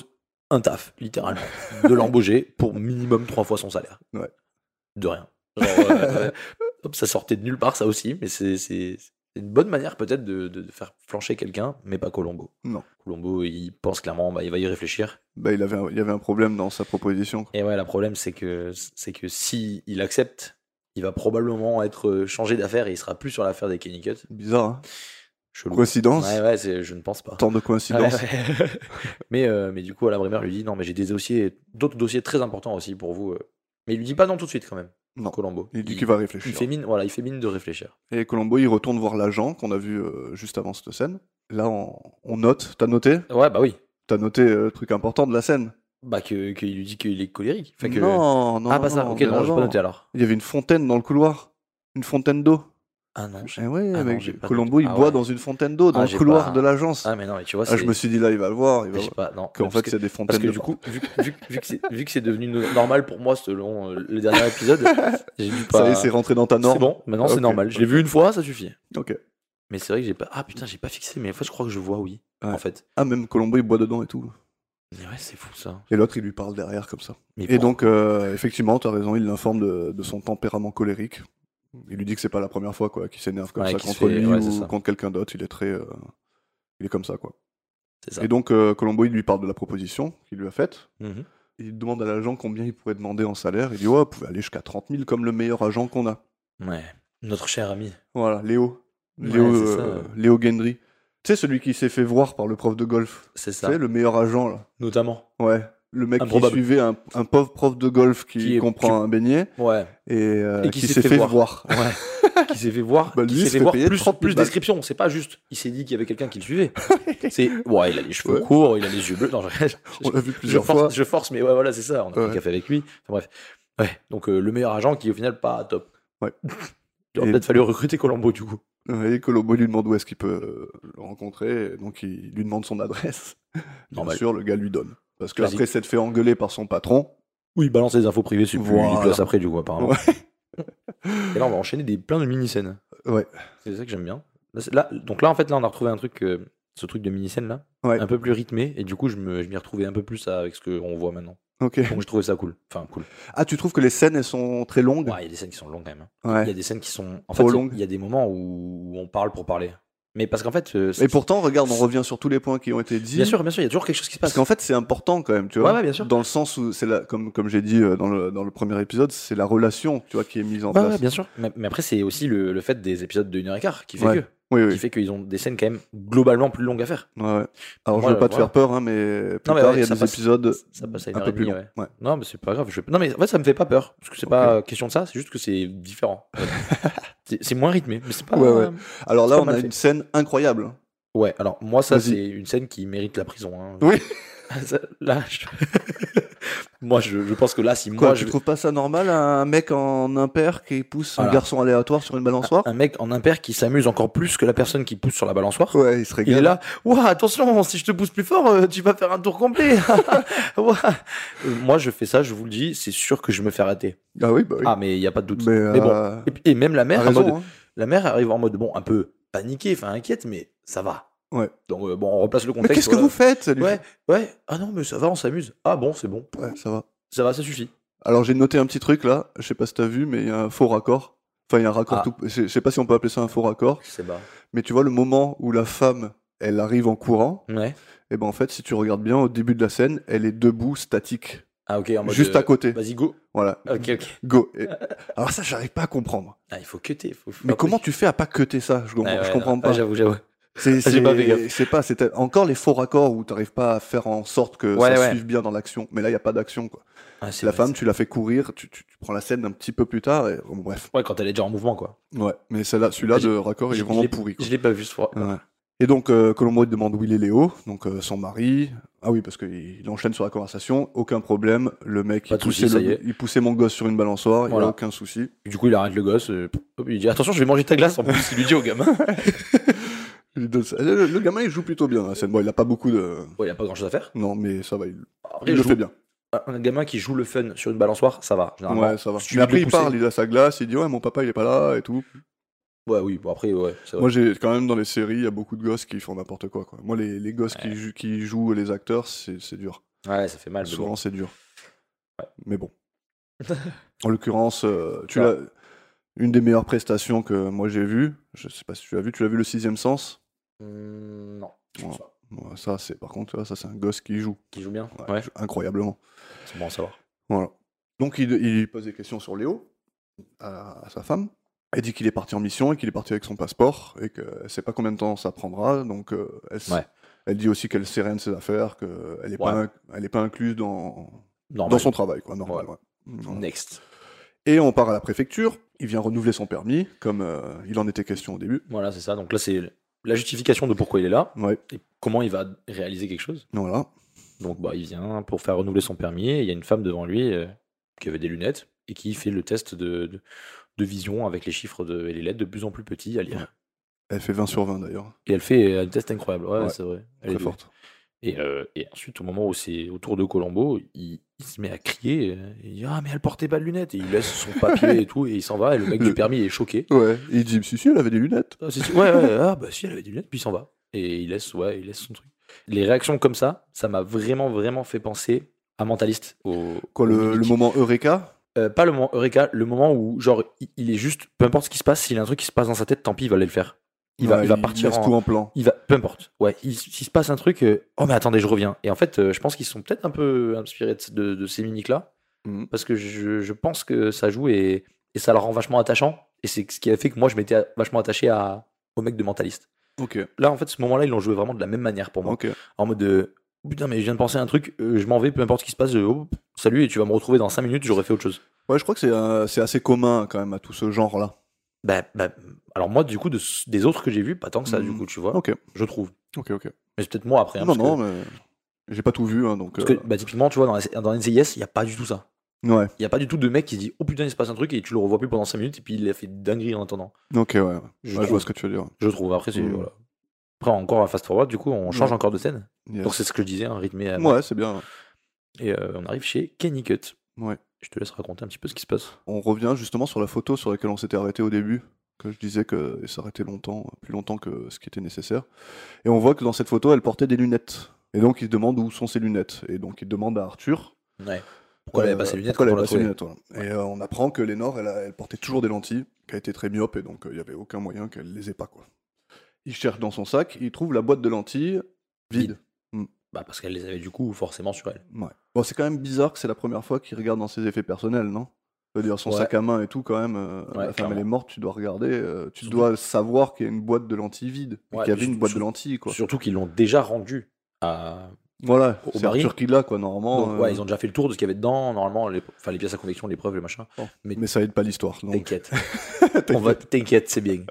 B: un taf, littéralement, de l'embaucher pour minimum trois fois son salaire.
A: Ouais.
B: De rien. Genre, euh, hop, ça sortait de nulle part, ça aussi, mais c'est, c'est, c'est une bonne manière peut-être de, de, de faire flancher quelqu'un, mais pas Colombo.
A: Non.
B: Colombo, il pense clairement, bah, il va y réfléchir.
A: Bah, il, avait un, il y avait un problème dans sa proposition. Quoi.
B: Et ouais, le problème, c'est que, c'est que si il accepte, il va probablement être changé d'affaire et il sera plus sur l'affaire des Kenny Cut.
A: Bizarre, hein.
B: Chelou.
A: Coïncidence.
B: Ouais, ouais, c'est, je ne pense pas.
A: Tant de coïncidences.
B: Ouais, ouais. mais, euh, mais du coup, Alain Brimmer lui dit non, mais j'ai des dossiers, d'autres dossiers très importants aussi pour vous. euh. Mais il lui dit pas non tout de suite quand même.
A: Non.
B: Colombo.
A: Il dit qu'il va réfléchir.
B: Il fait mine, voilà, il fait mine de réfléchir.
A: Et Colombo, il retourne voir l'agent qu'on a vu euh, juste avant cette scène. Là, on, on note. T'as noté
B: Ouais, bah oui.
A: T'as noté euh, le truc important de la scène.
B: Bah que qu'il lui dit qu'il est colérique. Enfin, que...
A: Non, non.
B: Ah, pas
A: non,
B: ça.
A: non,
B: Ok,
A: bien
B: non, j'ai
A: avant.
B: pas noté alors.
A: Il y avait une fontaine dans le couloir. Une fontaine d'eau.
B: Ah non. j'ai-
A: Eh ouais,
B: Ah non,
A: mec,
B: j'ai pas
A: Colombo,
B: noté.
A: il
B: Ah
A: boit
B: ouais.
A: dans une fontaine d'eau dans
B: Ah,
A: le
B: j'ai
A: couloir
B: pas-
A: de l'agence.
B: Ah mais non, mais tu vois,
A: Ah,
B: c'est.
A: je me suis dit là, il va le voir. Il va
B: Je sais
A: voir.
B: pas, non.
A: Qu'en
B: Parce
A: fait,
B: que-
A: c'est des
B: Parce
A: fontaines
B: que
A: de
B: du
A: partout.
B: coup, vu, que- vu, que- vu que c'est, vu que c'est devenu no- normal pour moi selon euh, le dernier épisode, j'ai dû pas.
A: Ça y est, c'est rentré dans ta norme.
B: C'est bon, maintenant c'est
A: Ok,
B: normal. Je l'ai
A: ok.
B: vu une fois, ça suffit.
A: Ok.
B: Mais c'est vrai que j'ai pas. Ah putain, j'ai pas fixé, mais en fait, je crois que je vois, oui.
A: Ouais.
B: En fait.
A: Ah, même Colombo, il boit dedans et tout.
B: Mais ouais, c'est fou ça.
A: Et l'autre, il lui parle derrière comme ça.
B: Mais
A: Et
B: pour-
A: donc, euh, effectivement, tu as raison, il l'informe de, de son tempérament colérique. Il lui dit que c'est pas la première fois quoi, qu'il s'énerve comme
B: Ouais,
A: ça
B: qu'il se
A: contre
B: fait-
A: lui
B: ouais, c'est
A: ou
B: ça.
A: contre quelqu'un d'autre. Il est très. euh, Il est comme ça, quoi.
B: C'est ça.
A: Et donc, euh, Colombo, il lui parle de la proposition qu'il lui a faite.
B: Mhm.
A: Il demande à l'agent combien il pourrait demander en salaire. Il dit, ouais, vous pouvez aller jusqu'à trente mille comme le meilleur agent qu'on a.
B: Ouais. Notre cher ami.
A: Voilà, Léo.
B: Ouais,
A: Léo,
B: c'est ça.
A: euh, Léo Gendry. Tu sais, celui qui s'est fait voir par le prof de golf.
B: C'est
A: Tu
B: ça.
A: sais, le meilleur agent, là.
B: Notamment.
A: Ouais. Le mec
B: Improbable.
A: qui suivait un, un pauvre prof de golf qui,
B: Qui est-
A: comprend
B: qui-
A: un beignet
B: Ouais.
A: et, euh,
B: Et
A: qui, s'est fait, voir.
B: Ouais. Qui s'est fait voir.
A: Bah,
B: qui
A: lui, il
B: s'est
A: se
B: fait
A: fait
B: voir
A: payer
B: plus,
A: trente mille
B: plus
A: balles.
B: description. C'est pas juste. Il s'est dit qu'il y avait quelqu'un qui le suivait. C'est. Ouais, il a les cheveux
A: Ouais.
B: courts, il a les yeux bleus. Non, je, je-
A: On l'a vu
B: je
A: plusieurs
B: force,
A: fois.
B: je force, mais ouais, voilà, c'est ça. On a pris
A: Ouais.
B: un café avec lui. Enfin, bref. Ouais. Donc euh, le meilleur agent qui au final pas top.
A: Ouais.
B: Il aurait
A: Et-
B: peut-être fallu recruter Colombo du coup.
A: Et Colombo lui demande où est-ce qu'il peut euh, le rencontrer. Et donc, il lui demande son adresse. Bien
B: Normal.
A: sûr, le gars lui donne. Parce
B: Classique.
A: qu'après s'être fait engueuler par son patron.
B: Oui, il balance les infos privées, c'est plus
A: Voilà.
B: il place après du coup apparemment.
A: Ouais.
B: Et là on va enchaîner des plein de mini-scènes.
A: Ouais.
B: C'est ça que j'aime bien. Là, c'est- là, donc là en fait là on a retrouvé un truc, euh, ce truc de mini-scène là,
A: Ouais.
B: un peu plus rythmé et du coup je me- je m'y retrouvais un peu plus avec ce qu'on voit maintenant.
A: Ok.
B: Donc je trouvais ça cool. Enfin cool.
A: Ah, tu trouves que les scènes, elles sont très longues?
B: Ouais, il y a des scènes qui sont longues quand même. hein. Il y
A: Ouais.
B: a des scènes qui sont. En
A: Trop
B: fait, il y a-
A: longues.
B: il y, a des moments où on parle pour parler. Mais parce qu'en fait. euh, c'est-
A: Et pourtant, regarde, on revient sur tous les points qui ont été dits.
B: Bien sûr, bien sûr, il y a toujours quelque chose qui se passe.
A: Parce qu'en fait, c'est important quand même, tu vois.
B: Ouais, ouais, bien sûr.
A: Dans le sens où, c'est la, comme, comme j'ai dit euh, dans le, dans le premier épisode, c'est la relation, tu vois, qui est mise en
B: Ouais,
A: place.
B: ouais, bien sûr. Mais, mais après, c'est aussi le, le fait des épisodes de une heure et quart qui fait
A: Ouais.
B: que.
A: Oui,
B: Qui
A: oui.
B: fait qu'ils ont des scènes quand même globalement plus longues à faire.
A: Ouais, ouais. Alors,
B: Moi,
A: je veux pas te
B: voilà.
A: faire peur, hein, mais plus
B: Non, mais
A: tard,
B: ouais,
A: il y a
B: ça
A: des
B: passe-
A: épisodes
B: Ça passe à une
A: un
B: heure
A: peu
B: et
A: plus
B: demie,
A: longs.
B: ouais.
A: Ouais.
B: Non, mais c'est pas grave. Je... Non, mais en fait, ça me fait pas peur. Parce que c'est pas question de ça, c'est juste que c'est différent. c'est c'est moins rythmé. Mais c'est pas.
A: Ouais, ouais. Alors là,
B: C'est pas
A: on
B: mal
A: a
B: fait.
A: une scène incroyable.
B: Ouais, alors moi, ça,
A: Vas-y.
B: c'est une scène qui mérite la prison. hein.
A: Oui.
B: Ça, là, je... moi, je, je pense que là, si
A: Quoi,
B: moi,
A: tu
B: je...
A: trouves pas ça normal, un mec en impair qui pousse un
B: Voilà.
A: garçon aléatoire sur une balançoire?
B: un mec en impair qui s'amuse encore plus que la personne qui pousse sur la balançoire.
A: Ouais, il se
B: Il
A: régale.
B: est là, ouah, attention, si je te pousse plus fort, euh, tu vas faire un tour complet. Ouah. Euh, Moi, je fais ça, je vous le dis, c'est sûr que je me fais rater.
A: Ah oui, bah oui.
B: Ah, mais il y a pas de doute.
A: mais,
B: mais bon.
A: euh,
B: Et, puis- et même la
A: t'as
B: mère, en
A: raison,
B: mode,
A: hein.
B: la mère arrive en mode bon, un peu paniquée, enfin inquiète, mais ça va.
A: Ouais.
B: Donc euh, bon, on replace le
A: Mais
B: contexte.
A: qu'est-ce que
B: voilà.
A: vous faites? Elle lui
B: Ouais, ouais. Ah non, mais ça va, on s'amuse. Ah bon, c'est bon.
A: fait. Ouais, ça va.
B: Ça va, ça suffit.
A: Alors j'ai noté un petit truc là, je sais pas si t'as vu, mais il y a un faux raccord. Enfin, il y a un raccord
B: Ah.
A: tout. Je je sais pas si on peut appeler ça un faux raccord,
B: Je sais pas.
A: mais tu vois le moment où la femme, elle arrive en courant,
B: Ouais.
A: et ben en fait, si tu regardes bien au début de la scène, elle est debout, statique,
B: Ah ok, en mode.
A: juste
B: euh,
A: à côté.
B: Vas-y, go.
A: Voilà.
B: Ok, ok.
A: Go. Et- Alors ça, j'arrive pas à comprendre.
B: Ah, il faut cutter. Faut, faut
A: Mais
B: pas
A: comment
B: plus-
A: tu fais à pas cutter ça? Je comprends,
B: Ouais,
A: je
B: ouais,
A: comprends
B: non.
A: pas.
B: Ah, j'avoue, j'avoue.
A: C'est
B: j'ai pas fait
A: c'est-
B: gaffe.
A: c'est pas, c'est encore les faux raccords où t'arrives pas à faire en sorte que
B: Ouais,
A: ça
B: ouais.
A: suive bien dans l'action. Mais là, il y a pas d'action quoi.
B: Ah, c'est
A: La
B: vrai,
A: femme,
B: c'est-
A: tu la fais courir, tu, tu- tu prends la scène un petit peu plus tard, et bon, bref.
B: Ouais, quand elle est déjà en mouvement, quoi.
A: Ouais. Mais celle-là, celui-là
B: J'ai-
A: de raccord, il
B: Je-
A: est vraiment
B: je l'ai-
A: pourri. Quoi.
B: Je l'ai pas vu ce fois.
A: Ouais. Et donc, euh, Colombo il demande où il est Léo, donc euh, son mari. Ah oui, parce qu'il il enchaîne sur la conversation. Aucun problème. Le mec,
B: Pas
A: il
B: de souci,
A: poussait,
B: ça
A: le-
B: y est.
A: il poussait mon gosse sur une balançoire. Il n'y
B: Voilà.
A: a aucun souci.
B: Du coup, il arrête le gosse. euh, hop, il dit attention, je vais manger ta glace. En plus, il lui dit au gamin.
A: Il lui donne ça. Le, le gamin, il joue plutôt bien. La scène. Bon, il a pas beaucoup de.
B: Ouais, il a pas grand chose à faire.
A: Non, mais ça va. Il,
B: Après,
A: il le
B: joue-
A: fait bien.
B: Un gamin qui joue le fun sur une balançoire, ça va. Généralement.
A: Ouais, ça va.
B: Si tu
A: Mais
B: veux
A: après,
B: le
A: il
B: pousser-
A: parle. Il a sa glace. Il dit ouais, mon papa, il est pas là et tout.
B: Ouais, oui, bon, après, ouais. c'est vrai.
A: Moi, j'ai quand même dans les séries, il y a beaucoup de gosses qui font n'importe quoi, quoi. Moi, les, les gosses
B: Ouais.
A: qui, jou- qui jouent les acteurs, c'est c'est dur.
B: Ouais, ça fait mal. mais
A: Souvent,
B: bon.
A: c'est dur.
B: Ouais.
A: Mais bon. En l'occurrence, euh, tu
B: Ça.
A: l'as... une des meilleures prestations que moi j'ai vues, je sais pas si tu l'as vu, tu l'as vu le sixième sens?
B: Hum, non, je pense
A: Ouais.
B: pas.
A: Ouais, ça, c'est par contre, tu vois, ça c'est un gosse qui joue.
B: Qui joue bien.
A: Ouais,
B: Ouais,
A: il joue incroyablement.
B: c'est bon à savoir.
A: Voilà. Donc il, il lui pose des questions sur Léo, à, à sa femme. Elle dit qu'il est parti en mission et qu'il est parti avec son passeport et qu'elle sait pas combien de temps ça prendra. Donc euh, elle, s-
B: Ouais.
A: elle dit aussi qu'elle sait rien de ses affaires, qu'elle n'est pas,
B: Ouais.
A: inc- elle est pas incluse dans,
B: Normal.
A: dans son travail, quoi, normal.
B: Ouais.
A: Ouais. Voilà.
B: Next.
A: Et on part à la préfecture. Il vient renouveler son permis, comme euh, il en était question au début.
B: Voilà, c'est ça. Donc là, c'est la justification de pourquoi il est là
A: Ouais,
B: et comment il va réaliser quelque chose.
A: voilà.
B: Donc bah, il vient pour faire renouveler son permis et il y a une femme devant lui euh, qui avait des lunettes et qui fait le test de, de, de vision avec les chiffres de, et les lettres de plus en plus petits à lire.
A: Ouais. Elle fait vingt sur vingt d'ailleurs.
B: Et elle fait un test incroyable. Ouais,
A: Ouais,
B: c'est vrai. Elle est
A: Très
B: douée.
A: forte.
B: Et, euh, et ensuite, au moment où c'est autour de Colombo, il, il se met à crier. euh, Il dit ah mais elle portait pas de lunettes et il laisse son papier et tout et il s'en va et le mec
A: Le-
B: du permis est choqué.
A: Ouais, et il dit si, si, elle avait des lunettes.
B: Ah, si, si, ouais, ouais, ah bah si elle avait des lunettes puis il s'en va et il laisse ouais il laisse son truc. Les réactions comme ça, ça m'a vraiment vraiment fait penser à Mentaliste. Au,
A: Quoi,
B: au
A: le, le
B: Munich.
A: moment Eureka?
B: Euh, pas le moment Eureka, le moment où genre il, il est juste peu importe ce qui se passe, s'il y a un truc qui se passe dans sa tête, tant pis il va aller le faire. Il va
A: Ouais,
B: il va partir
A: laisse
B: en
A: tout en plan.
B: il va, peu importe. Ouais, il, s'il se passe un truc, euh, oh mais attendez, je reviens. Et en fait, euh, je pense qu'ils sont peut-être un peu inspirés de, de- de ces mimiques-là,
A: Mhm.
B: parce que je, je pense que ça joue et, et ça le rend vachement attachant. Et c'est ce qui a fait que moi, je m'étais vachement attaché à, au mec de Mentaliste.
A: Ok,
B: Là, en fait, ce moment-là, ils l'ont joué vraiment de la même manière pour moi.
A: ok.
B: En mode de, oh, putain, mais je viens de penser à un truc, euh, je m'en vais, peu importe ce qui se passe, euh, oh, salut, et tu vas me retrouver dans cinq minutes, j'aurais fait autre chose.
A: Ouais, je crois que c'est euh, c'est assez commun quand même à tout ce genre-là.
B: Bah, bah, alors moi, du coup, de, des autres que j'ai vus, pas tant que ça, du
A: Mhm.
B: coup, tu vois,
A: Ok,
B: je trouve.
A: ok, ok.
B: Mais c'est peut-être moi après. hein,
A: non,
B: parce
A: non,
B: que,
A: mais j'ai pas tout vu, hein, donc.
B: parce
A: euh,
B: que bah, typiquement, tu vois, dans, dans N C I S, il n'y a pas du tout ça.
A: Ouais,
B: Il n'y a pas du tout de mec qui se dit oh putain il se passe un truc et tu le revois plus pendant cinq minutes et puis il a fait dinguerie en attendant.
A: ok, ouais. ouais.
B: Je,
A: Ouais, je
B: trouve,
A: vois ce que tu veux dire.
B: je trouve. Après, c'est,
A: Mm.
B: voilà. Après encore un fast forward, du coup on change
A: Ouais.
B: encore de scène.
A: Yes.
B: Donc c'est ce que je disais, un rythmé à
A: Ouais, c'est bien.
B: Et euh, on arrive chez Kenny Cut.
A: Ouais.
B: Je te laisse raconter un petit peu ce qui se passe.
A: On revient justement sur la photo sur laquelle on s'était arrêté au début, que je disais que s'arrêtait longtemps, plus longtemps que ce qui était nécessaire. Et on voit que dans cette photo, elle portait des lunettes. Et donc il se demande où sont ses lunettes. Et donc il demande à Arthur.
B: Ouais. Pourquoi elle avait pas ses lunettes
A: Pourquoi elle
B: quand on
A: avait
B: l'a
A: pas ses
B: trouvé.
A: lunettes, voilà. Et euh, on apprend que Lénore, elle, a- elle portait toujours des lentilles, qu'elle était très myope, et donc il n'y avait aucun moyen qu'elle les ait pas, quoi. Il cherche dans son sac, il trouve la boîte de lentilles vide.
B: Vide. Bah parce qu'elle les avait du coup forcément sur elle.
A: Ouais. Bon, c'est quand même bizarre que c'est la première fois qu'il regarde dans ses effets personnels, non? C'est-à-dire son
B: Ouais.
A: sac à main et tout, quand même. euh,
B: Ouais,
A: la femme,
B: clairement.
A: elle est morte, tu dois regarder, euh, tu
B: Surtout-
A: dois savoir qu'il y a une boîte de lentilles vide, et
B: Ouais,
A: qu'il y avait
B: surtout-
A: une boîte de
B: surtout-
A: lentilles, quoi.
B: Surtout qu'ils l'ont déjà rendu à.
A: Voilà,
B: au
A: c'est
B: baril.
A: Arthur qui l'a, quoi, normalement.
B: Donc, ouais,
A: euh,
B: ils ont déjà fait le tour de ce qu'il y avait dedans. Normalement, les, enfin, les pièces à conviction, les preuves, les machins.
A: bon,
B: mais-
A: mais... ça aide pas l'histoire. donc.
B: T'inquiète. On va, t'inquiète, c'est bien.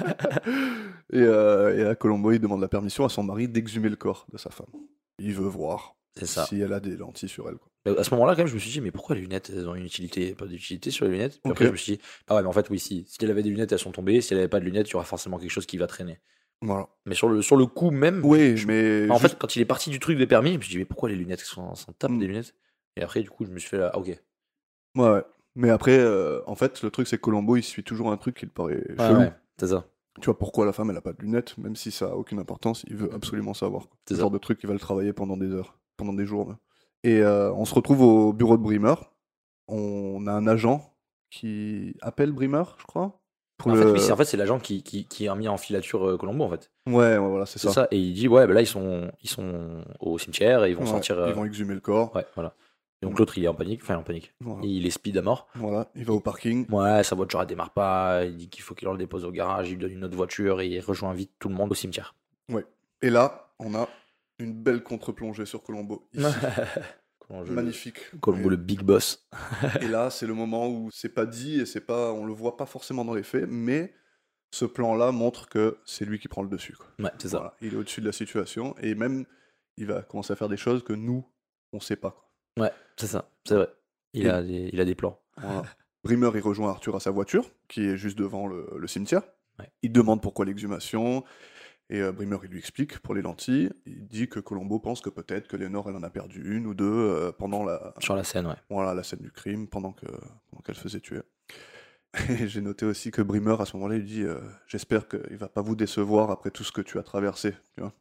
A: Et, euh, et là, Colombo, il demande la permission à son mari d'exhumer le corps de sa femme. Il veut voir
B: C'est ça.
A: si elle a des lentilles sur elle, quoi.
B: Mais à ce moment-là, quand même, je me suis dit, mais pourquoi les lunettes, elles ont une utilité? Pas d'utilité sur les lunettes. Puis
A: Ok.
B: après, je me suis dit, ah ouais, mais en fait, oui, si. Si elle avait des lunettes, elles sont tombées. Si elle avait pas de lunettes, il y aura forcément quelque chose qui va traîner.
A: Voilà.
B: Mais sur le, sur le coup même,
A: Oui,
B: je-
A: mais.
B: en
A: juste-
B: fait, quand il est parti du truc des permis, je me suis dit, mais pourquoi les lunettes? Elles sont, s'en tape
A: Mm.
B: des lunettes. Et après, du coup, je me suis fait là, ah, ok.
A: Ouais, ouais. Mais après, euh, en fait, le truc, c'est que Colombo, il suit toujours un truc qui le paraît
B: Ouais,
A: chelou.
B: ouais, c'est ça.
A: Tu vois, pourquoi la femme, elle a pas de lunettes, même si ça a aucune importance, il veut absolument savoir. quoi.
B: C'est
A: Le
B: ça.
A: genre de truc qui va le travailler pendant des heures, pendant des jours. même. Et euh, on se retrouve au bureau de Brimmer. On a un agent qui appelle Brimmer, je crois. Pour
B: En
A: le...
B: fait, oui, c'est en fait, c'est l'agent qui, qui, qui a mis en filature euh, Colombo, en fait.
A: Ouais, ouais, voilà, c'est
B: C'est
A: ça.
B: ça. Et il dit, ouais, bah là, ils sont, ils sont au cimetière et ils vont
A: Ouais,
B: sortir. euh,
A: Ils vont exhumer le corps.
B: Ouais, voilà. Et donc l'autre, il est en panique. Enfin, en panique.
A: Voilà.
B: Et il est speed à mort.
A: Voilà, il va au parking.
B: Ouais, sa voiture, elle démarre pas. Il dit qu'il faut qu'il le dépose au garage. Il lui donne une autre voiture et il rejoint vite tout le monde au cimetière.
A: Ouais. Et là, on a une belle contre-plongée sur Colombo. Ici.
B: Comment je-
A: Magnifique.
B: Colombo,
A: Et-
B: le big boss.
A: Et là, c'est le moment où c'est pas dit et c'est pas, on le voit pas forcément dans les faits, mais ce plan-là montre que c'est lui qui prend le dessus. Quoi.
B: Ouais, c'est ça.
A: Voilà. Il est au-dessus de la situation et même il va commencer à faire des choses que nous, on sait pas. Quoi.
B: Ouais, c'est ça. C'est vrai. Il
A: Et-
B: a, des, il a des plans.
A: Voilà. Brimmer, il rejoint Arthur à sa voiture, qui est juste devant le, le cimetière.
B: Ouais.
A: Il demande pourquoi l'exhumation. Et euh, Brimmer, il lui explique pour les lentilles. Il dit que Colombo pense que peut-être que Lénore, elle en a perdu une ou deux euh, pendant la,
B: Sur la scène, ouais.
A: voilà, la scène du crime, pendant que pendant qu'elle se faisait tuer. Et j'ai noté aussi que Brimmer, à ce moment-là, il dit euh, j'espère qu'il va pas vous décevoir après tout ce que tu as traversé. Tu vois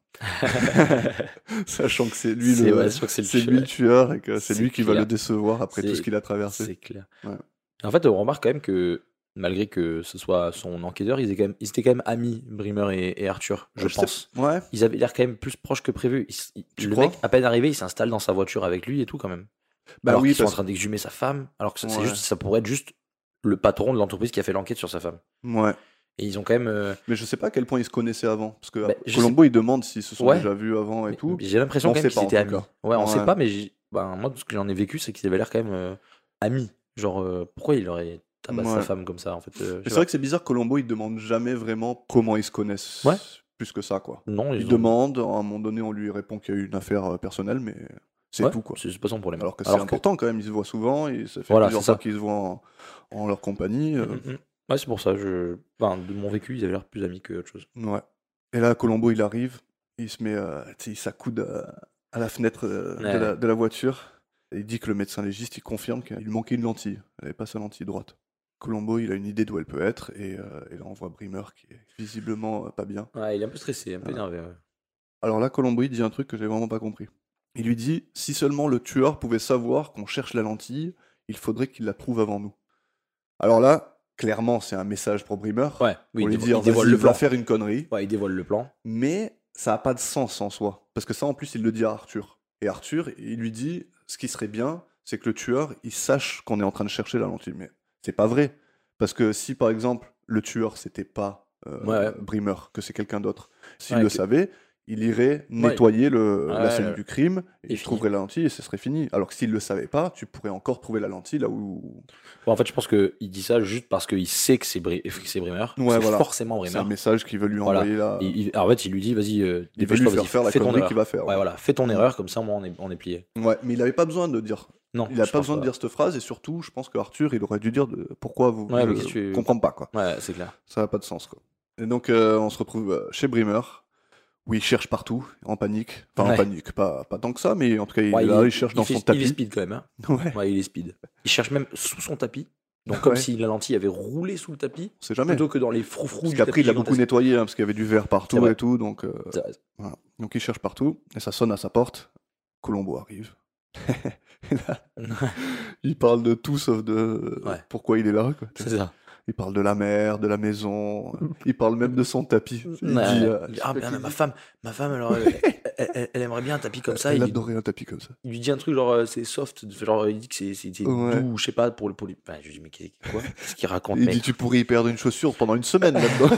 A: Sachant que c'est lui,
B: C'est
A: le,
B: ouais, je crois que c'est le
A: c'est lui
B: tueur.
A: le tueur et que c'est
B: C'est
A: lui qui va
B: clair.
A: le décevoir après tout
B: C'est-
A: ce qu'il a traversé.
B: C'est clair.
A: Ouais.
B: Et en fait, on remarque quand même que malgré que ce soit son enquêteur, ils étaient quand même, ils étaient quand même amis, Brimmer et, et Arthur, je
A: Ouais, sais-
B: pense.
A: Ouais.
B: Ils avaient l'air quand même plus proches que prévu. Ils s- ils-
A: Tu
B: le
A: crois
B: mec, à peine arrivé, il s'installe dans sa voiture avec lui et tout quand même.
A: Bah
B: alors
A: oui,
B: qu'ils sont en
A: parce
B: train d'exhumer sa femme, alors que ça- c'est
A: Ouais.
B: juste, ça pourrait être juste le patron de l'entreprise qui a fait l'enquête sur sa femme.
A: Ouais.
B: Et ils ont quand même. euh,
A: Mais je sais pas à quel point ils se connaissaient avant. Parce que
B: Bah, je
A: Colombo, il demande s'ils se sont
B: Ouais.
A: déjà vus avant et
B: mais-
A: tout.
B: mais J'ai l'impression
A: On
B: quand
A: sait
B: même qu'ils
A: pas, en
B: étaient
A: tout
B: amis.
A: cas.
B: Ouais, on sait
A: Ouais.
B: pas, mais j'ai- ben, moi, tout ce que j'en ai vécu, c'est qu'ils avaient l'air quand même euh, amis. Genre, euh, pourquoi il aurait tabassé sa
A: Ouais.
B: femme comme ça en fait euh, je
A: Mais
B: sais
A: c'est vrai que c'est bizarre, Colombo, il demande jamais vraiment comment ils se connaissent.
B: Ouais.
A: Plus que ça, quoi.
B: pas. Non,
A: Il
B: ils ont-
A: demande, à un moment donné, on lui répond qu'il y a eu une affaire euh, personnelle, mais c'est
B: Ouais,
A: tout, quoi.
B: C'est c'est pas son problème.
A: Alors que c'est
B: Alors que-
A: important quand même, ils se voient souvent, et ça fait
B: Voilà,
A: plusieurs
B: c'est
A: fois
B: ça.
A: qu'ils se voient en, en leur compagnie. euh,
B: Mm, mm, mm. Ouais, c'est pour ça. Je... Enfin, de mon vécu, ils avaient l'air plus amis que autre chose.
A: Ouais. Et là, Colombo, il arrive, il se met, euh, tu sais, il s'accoude à, à la fenêtre euh, de,
B: Ouais.
A: la, de la voiture. Et il dit que le médecin légiste, il confirme qu'il lui manquait une lentille. Elle n'avait pas sa lentille droite. Colombo, il a une idée d'où elle peut être, et, euh, et là, on voit Brimmer qui est visiblement euh, pas bien.
B: Ouais, il est un peu stressé, un peu
A: Ouais.
B: énervé. ouais.
A: Alors là, Colombo, il dit un truc que j'ai vraiment pas compris. Il lui dit, si seulement le tueur pouvait savoir qu'on cherche la lentille, il faudrait qu'il la trouve avant nous. Alors là, clairement, c'est un message pour Brimmer.
B: Ouais, oui,
A: pour
B: il,
A: lui
B: dévo-
A: dire,
B: il dévoile
A: vas-y,
B: le
A: va
B: plan.
A: faire une connerie.
B: Ouais, il dévoile le plan.
A: Mais ça n'a pas de sens en soi. Parce que ça, en plus, il le dit à Arthur. Et Arthur, il lui dit, ce qui serait bien, c'est que le tueur, il sache qu'on est en train de chercher la lentille. Mais c'est pas vrai. Parce que si, par exemple, le tueur, c'était pas euh,
B: Ouais, ouais.
A: Brimmer, que c'est quelqu'un d'autre, s'il
B: Ouais,
A: le
B: que-
A: savait, il irait nettoyer le,
B: Ouais,
A: la scène
B: ouais.
A: du crime, et
B: Et
A: il
B: fini.
A: trouverait la lentille, et ce serait fini. Alors que s'il le savait pas, tu pourrais encore trouver la lentille là où...
B: Bon, en fait, je pense qu'il dit ça juste parce qu'il sait que c'est Bri- que c'est Brimmer.
A: Ouais,
B: c'est
A: voilà.
B: forcément
A: C'est
B: Brimmer.
A: un message qu'il veut lui
B: Voilà.
A: envoyer là.
B: Et il- alors, en fait, il lui dit, vas-y, euh,
A: Il veut lui
B: dépêche-toi,
A: faire
B: vas-y,
A: faire la
B: fais ton
A: connerie
B: erreur.
A: qu'il va faire.
B: Ouais,
A: ouais.
B: voilà, fais ton erreur, comme ça, moi, on est, on est plié.
A: Ouais, mais il n'avait pas besoin de dire.
B: Non,
A: Il n'a
B: je
A: pas
B: pense
A: besoin de dire cette phrase, et surtout, je pense que Arthur, il aurait dû dire de... pourquoi vous.
B: Ouais, mais
A: je
B: qu'est-ce que tu-
A: comprends pas, quoi.
B: Ouais, c'est clair.
A: Ça n'a pas de sens, quoi. Et donc, euh, on se retrouve euh, chez Brimmer, où il cherche partout, en panique. Enfin, en
B: Ouais.
A: panique, pas, pas tant que ça, mais en tout cas, il
B: Ouais,
A: est là, il, cherche dans
B: fait-
A: son
B: Il est
A: tapis.
B: speed quand même. Hein.
A: Ouais,
B: Ouais, il est speed. Il cherche même sous son tapis. Donc, comme
A: Ouais.
B: si la lentille avait roulé sous le tapis,
A: on sait jamais.
B: plutôt que dans les froufrous
A: Parce
B: du
A: qu'après,
B: tapis
A: il a beaucoup
B: gigantesque.
A: nettoyé, hein, parce qu'il y avait du verre
B: C'est
A: partout
B: vrai.
A: et tout, donc, euh,
B: C'est vrai.
A: voilà. Donc il cherche partout, et ça sonne à sa porte. Colombo arrive. Et là, il parle de tout sauf de
B: Ouais.
A: pourquoi il est là, quoi.
B: C'est ça.
A: Il parle de la mer, de la maison, il parle même de son tapis. Il
B: Ouais.
A: dit, euh,
B: Il dit,
A: je sais
B: ah,
A: pas
B: mais,
A: qui
B: ma
A: dit.
B: femme, ma femme, alors, elle, elle- elle- elle aimerait bien un tapis comme ça.
A: Elle
B: Il lui,
A: adorait un tapis comme ça.
B: il lui dit un truc genre, euh, c'est soft, genre, il dit que c'est c'est- c'est
A: Ouais.
B: doux, je sais pas, pour le. Pour lui. Enfin, je lui dis, mais qu'est- quoi Qu'est-ce qu'il raconte,
A: Il
B: mec
A: dit tu pourrais y perdre une chaussure pendant une semaine là-dedans.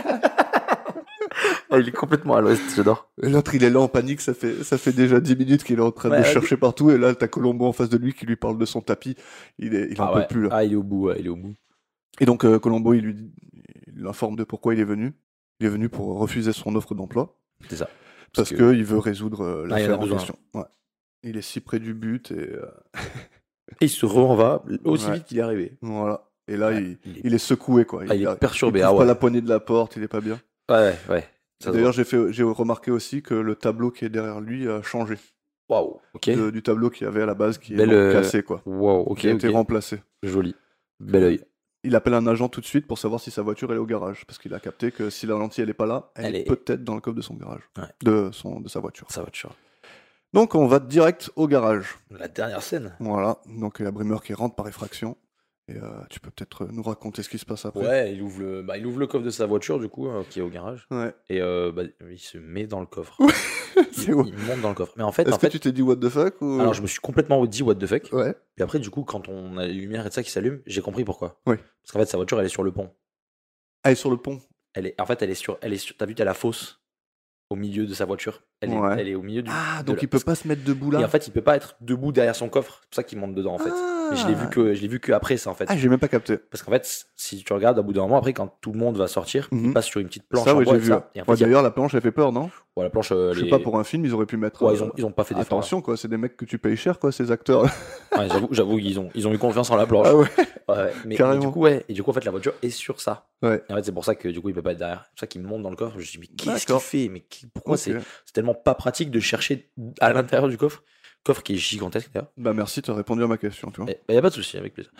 B: Ah, il est complètement à l'ouest, j'adore.
A: Et l'autre il est là en panique, ça fait, ça fait déjà dix minutes qu'il est en train de
B: Ouais,
A: le
B: ouais.
A: chercher partout, et là t'as Colombo en face de lui qui lui parle de son tapis. Il, est, il en
B: Ah,
A: peut
B: ouais.
A: plus là.
B: Ah, il est au bout, ouais, il est au bout.
A: Et donc euh, Colombo il lui dit- il l'informe de pourquoi il est venu. Il est venu pour refuser son offre d'emploi.
B: C'est ça.
A: Parce
B: que-
A: qu'il veut résoudre euh,
B: Ah, il en a
A: l'affaire en
B: besoin.
A: question. Ouais. Il est si près du but, et euh,
B: Et il se en va aussi
A: Ouais.
B: vite qu'il est arrivé.
A: voilà. Et là
B: Ouais,
A: il,
B: il est-
A: il est secoué quoi.
B: Ah, il est
A: a-
B: perturbé,
A: il
B: ah
A: trouve
B: ouais.
A: pas la poignée de la porte, il est pas bien.
B: Ouais, ouais. Ça se
A: D'ailleurs, j'ai fait, j'ai remarqué aussi que le tableau qui est derrière lui a changé
B: voit. Waouh, ok.
A: de- du tableau qu'il y avait à la base, qui est
B: Belle,
A: donc
B: euh,
A: cassé quoi.
B: Waouh, ok,
A: Qui a été
B: ok.
A: remplacé.
B: Joli. Bel oeil.
A: Il appelle un agent tout de suite pour savoir si sa voiture elle est au garage, parce qu'il a capté que si la lentille elle est pas là, elle,
B: Elle
A: est,
B: est-
A: peut-être dans le coffre de son garage,
B: Ouais.
A: de son de sa voiture.
B: Ça va te chier.
A: Donc on va direct au garage.
B: La dernière scène.
A: Voilà. Donc il y a Brimmer qui rentre par effraction. Et euh, tu peux peut-être nous raconter ce qui se passe après.
B: Ouais, il ouvre, le... bah, il ouvre le coffre de sa voiture, du coup, euh, qui est au garage.
A: Ouais.
B: Et euh, bah, il se met dans le coffre.
A: C'est
B: il,
A: ouf.
B: il monte dans le coffre. Mais en fait,
A: Est-ce
B: en
A: que
B: fait
A: tu t'es dit what the fuck ou...
B: alors je me suis complètement dit what the fuck.
A: Ouais.
B: Et après, du coup, quand on a les lumières et tout ça qui s'allument, j'ai compris pourquoi.
A: Oui.
B: Parce qu'en fait, sa voiture, elle est sur le pont.
A: Elle est sur le pont.
B: Elle est, en fait, elle est sur, elle est sur. T'as vu, t'as la fosse au milieu de sa voiture. Elle,
A: Ouais.
B: est, elle est au milieu du.
A: Ah,
B: de
A: donc
B: la-
A: il peut pas se mettre debout là.
B: Et en fait, il peut pas être debout derrière son coffre. C'est pour ça qu'il monte dedans, en fait. Mais je l'ai vu
A: Ah.
B: que, je l'ai vu que après ça, en fait.
A: Ah, j'ai même pas capté.
B: Parce qu'en fait, si tu regardes, à bout d'un moment, après, quand tout le monde va sortir,
A: Mhm.
B: il passe sur une petite planche
A: Ça,
B: en
A: ouais,
B: bois
A: j'ai
B: et tout
A: vu.
B: ça. Et en fait,
A: Ouais,
B: il y a-
A: D'ailleurs, la planche, elle fait peur, non
B: ouais, la planche, euh,
A: Je sais
B: les-
A: pas, pour un film, ils auraient pu mettre.
B: Ouais,
A: euh,
B: ils ont, ils ont pas fait d'effort.
A: Attention, quoi, c'est des mecs que tu payes cher, quoi, ces acteurs.
B: Ouais, j'avoue, j'avoue qu'ils ont, ils ont eu confiance en la planche.
A: ah ouais.
B: Ouais, ouais. Mais, mais
A: Carrément.
B: du coup, ouais. Et du coup, en fait, la voiture est sur ça.
A: Ouais.
B: Et en fait, c'est pour ça que du coup, il peut pas être derrière. C'est pour ça qu'il monte dans le coffre. Je me dis, mais qu'est-ce qu'il
A: D'accord.
B: fait? Mais qui- pourquoi
A: Ok.
B: c'est, c'est tellement pas pratique de chercher à l'intérieur du coffre Coffre qui est gigantesque d'ailleurs.
A: Bah merci, t'as répondu à ma question, tu vois.
B: Il bah, n'y a pas de souci, avec plaisir.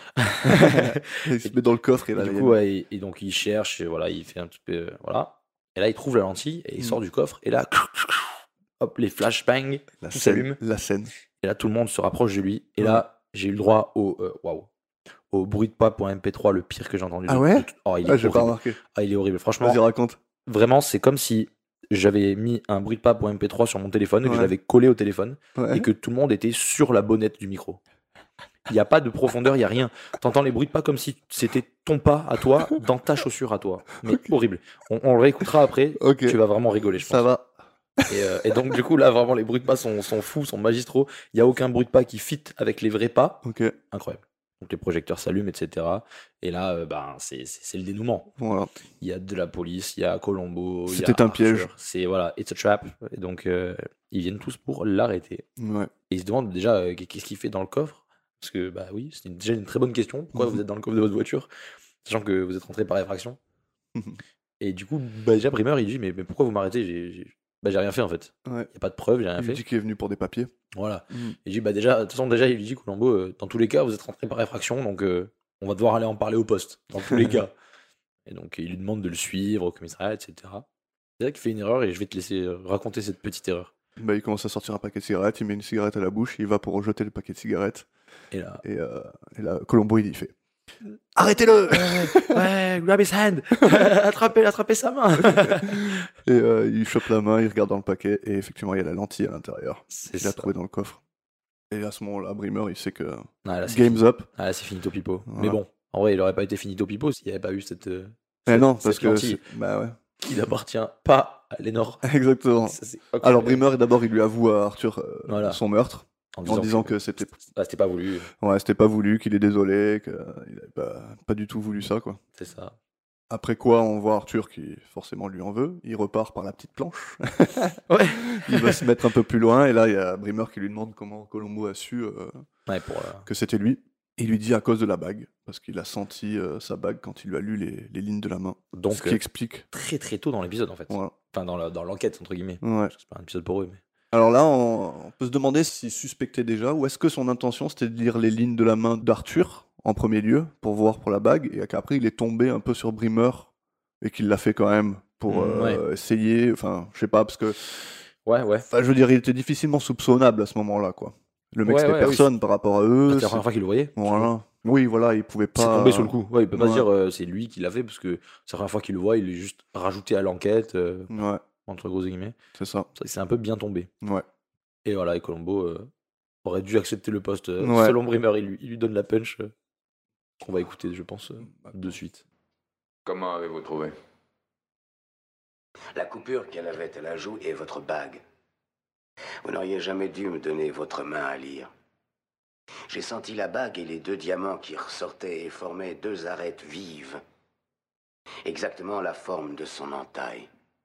A: Il se met dans le coffre et
B: Et
A: là,
B: du
A: il y a
B: coup,
A: une-
B: ouais, et, et donc il cherche, et voilà, il fait un petit peu. euh, voilà. Et là, il trouve la lentille et il
A: Mm.
B: sort du coffre. Et là, hop, les flashbangs,
A: la
B: tout
A: scène,
B: s'allume.
A: la scène.
B: Et là, tout le monde se rapproche de lui. Et
A: Ouais.
B: là, j'ai eu le droit au. euh, Waouh! Au bruit de pas.m p trois, le pire que j'ai entendu.
A: Ah
B: de-
A: ouais
B: de tout- Oh, il est
A: Ah, j'ai pas
B: horrible.
A: remarqué.
B: Ah, il est horrible. Franchement,
A: Vas-y, raconte.
B: vraiment, c'est comme si j'avais mis un bruit de pas pour M P trois sur mon téléphone et que je
A: Ouais.
B: l'avais collé au téléphone
A: Ouais.
B: et que tout le monde était sur la bonnette du micro. Il n'y a pas de profondeur, il n'y a rien. T'entends les bruits de pas comme si c'était ton pas à toi dans ta chaussure à toi. Mais horrible. On, on le réécoutera après.
A: Ok,
B: Tu vas vraiment rigoler, je pense.
A: ça va.
B: Et, euh, et donc, du coup, là, vraiment, les bruits de pas sont, sont fous, sont magistraux. Il n'y a aucun bruit de pas qui fit avec les vrais pas.
A: Ok,
B: Incroyable. Donc, les projecteurs s'allument, et cetera. Et là, euh, ben, c'est c'est- c'est le dénouement.
A: voilà.
B: Il y a de la police, il y a Colombo. il y a
A: C'était un
B: Arthur.
A: piège.
B: C'est, voilà, it's a trap. Et donc, euh, ils viennent tous pour l'arrêter.
A: Ouais.
B: Et ils se demandent déjà euh, qu'est-ce qu'il fait dans le coffre. Parce que, bah oui, c'est une- déjà une très bonne question. Pourquoi
A: Mhm.
B: vous êtes dans le coffre de votre voiture, sachant que vous êtes rentré par effraction.
A: Mhm.
B: Et du coup, bah, déjà, Brimmer, il dit mais, mais pourquoi vous m'arrêtez? J'ai j'ai- bah, j'ai rien fait en fait.
A: Ouais.
B: Il n'y a pas de preuve, j'ai rien
A: Il
B: fait.
A: dit qu'il est venu pour des papiers.
B: Voilà.
A: Mm.
B: Il dit bah déjà, de toute façon, déjà, il lui dit Colombo, euh, dans tous les cas, vous êtes rentré par effraction, donc euh, on va devoir aller en parler au poste, dans tous les cas. Et donc, il lui demande de le suivre au commissariat, et cetera. C'est là qu'il fait une erreur et je vais te laisser euh, raconter cette petite erreur.
A: Bah, il commence à sortir un paquet de cigarettes, il met une cigarette à la bouche, il va pour rejeter le paquet de cigarettes.
B: Et là,
A: Et, euh, et là, Colombo, il y fait arrêtez-le.
B: ouais, grab his hand, attrapez, attrapez sa main.
A: Et euh, il chope la main, il regarde dans le paquet, et effectivement, il y a la lentille à l'intérieur.
B: C'est
A: Il l'a
B: ça.
A: trouvé dans le coffre. Et à ce moment-là, Brimmer, il sait que
B: Ah, là, c'est
A: game's
B: fini.
A: up.
B: Ah, là, c'est finito pipo.
A: Voilà.
B: Mais bon, en vrai, il aurait pas été finito pipo s'il n'y avait pas eu cette. euh,
A: Eh
B: cette-
A: non,
B: cette
A: parce que.
B: lentille
A: c'est- Bah ouais.
B: qui n'appartient pas à Lénore.
A: Exactement.
B: Ça, c'est incroyable.
A: Alors, Brimmer, d'abord, il lui avoue à Arthur euh,
B: Voilà.
A: son meurtre,
B: en
A: en disant que c'était
B: ah, c'était pas voulu,
A: ouais, c'était pas voulu, qu'il est désolé, qu'il avait pas, pas du tout voulu ça, quoi.
B: c'est ça.
A: Après quoi, on voit Arthur qui, forcément, lui en veut. Il repart par la petite planche.
B: Ouais.
A: Il va se mettre un peu plus loin, et là, il y a Brimmer qui lui demande comment Colombo a su euh,
B: Ouais, pour. euh,
A: que c'était lui. Il lui dit à cause de la bague, parce qu'il a senti euh, sa bague quand il lui a lu les, les lignes de la main.
B: Donc,
A: Ce qui
B: euh,
A: explique.
B: très très tôt dans l'épisode en fait.
A: Voilà.
B: Enfin, dans la- dans l'enquête, entre guillemets.
A: Ouais.
B: Parce que c'est pas un épisode pour eux, mais.
A: Alors là, on, on peut se demander s'il suspectait déjà, ou est-ce que son intention c'était de lire les lignes de la main d'Arthur en premier lieu, pour voir pour la bague, et qu'après il est tombé un peu sur Brimmer, et qu'il l'a fait quand même pour
B: Mm,
A: euh, essayer, enfin, je sais pas, parce que,
B: Ouais, ouais.
A: enfin, je veux dire, il était difficilement soupçonnable à ce moment-là, quoi. Le mec,
B: Ouais,
A: c'était
B: ouais, oui,
A: personne par rapport à eux.
B: C'était la
A: c'est-
B: première fois qu'il le voyait.
A: Voilà. Oui, voilà, il pouvait pas.
B: C'est tombé sur le coup. Ouais, il peut pas
A: Ouais.
B: se dire euh, c'est lui qui l'a fait parce que c'est la première fois qu'il le voit, il est juste rajouté à l'enquête, euh,
A: Ouais,
B: entre gros guillemets.
A: c'est ça.
B: C'est vrai que c'est un peu bien tombé.
A: Ouais.
B: Et voilà, et Colombo euh, aurait dû accepter le poste. euh,
A: Ouais.
B: Selon Brimmer, il lui, il lui donne la punch euh, qu'on va écouter, je pense, euh, de suite.
C: Comment avez-vous trouvé?
D: La coupure qu'elle avait à la joue et votre bague. Vous n'auriez jamais dû me donner votre main à lire. J'ai senti la bague et les deux diamants qui ressortaient et formaient deux arêtes vives. Exactement la forme de son entaille.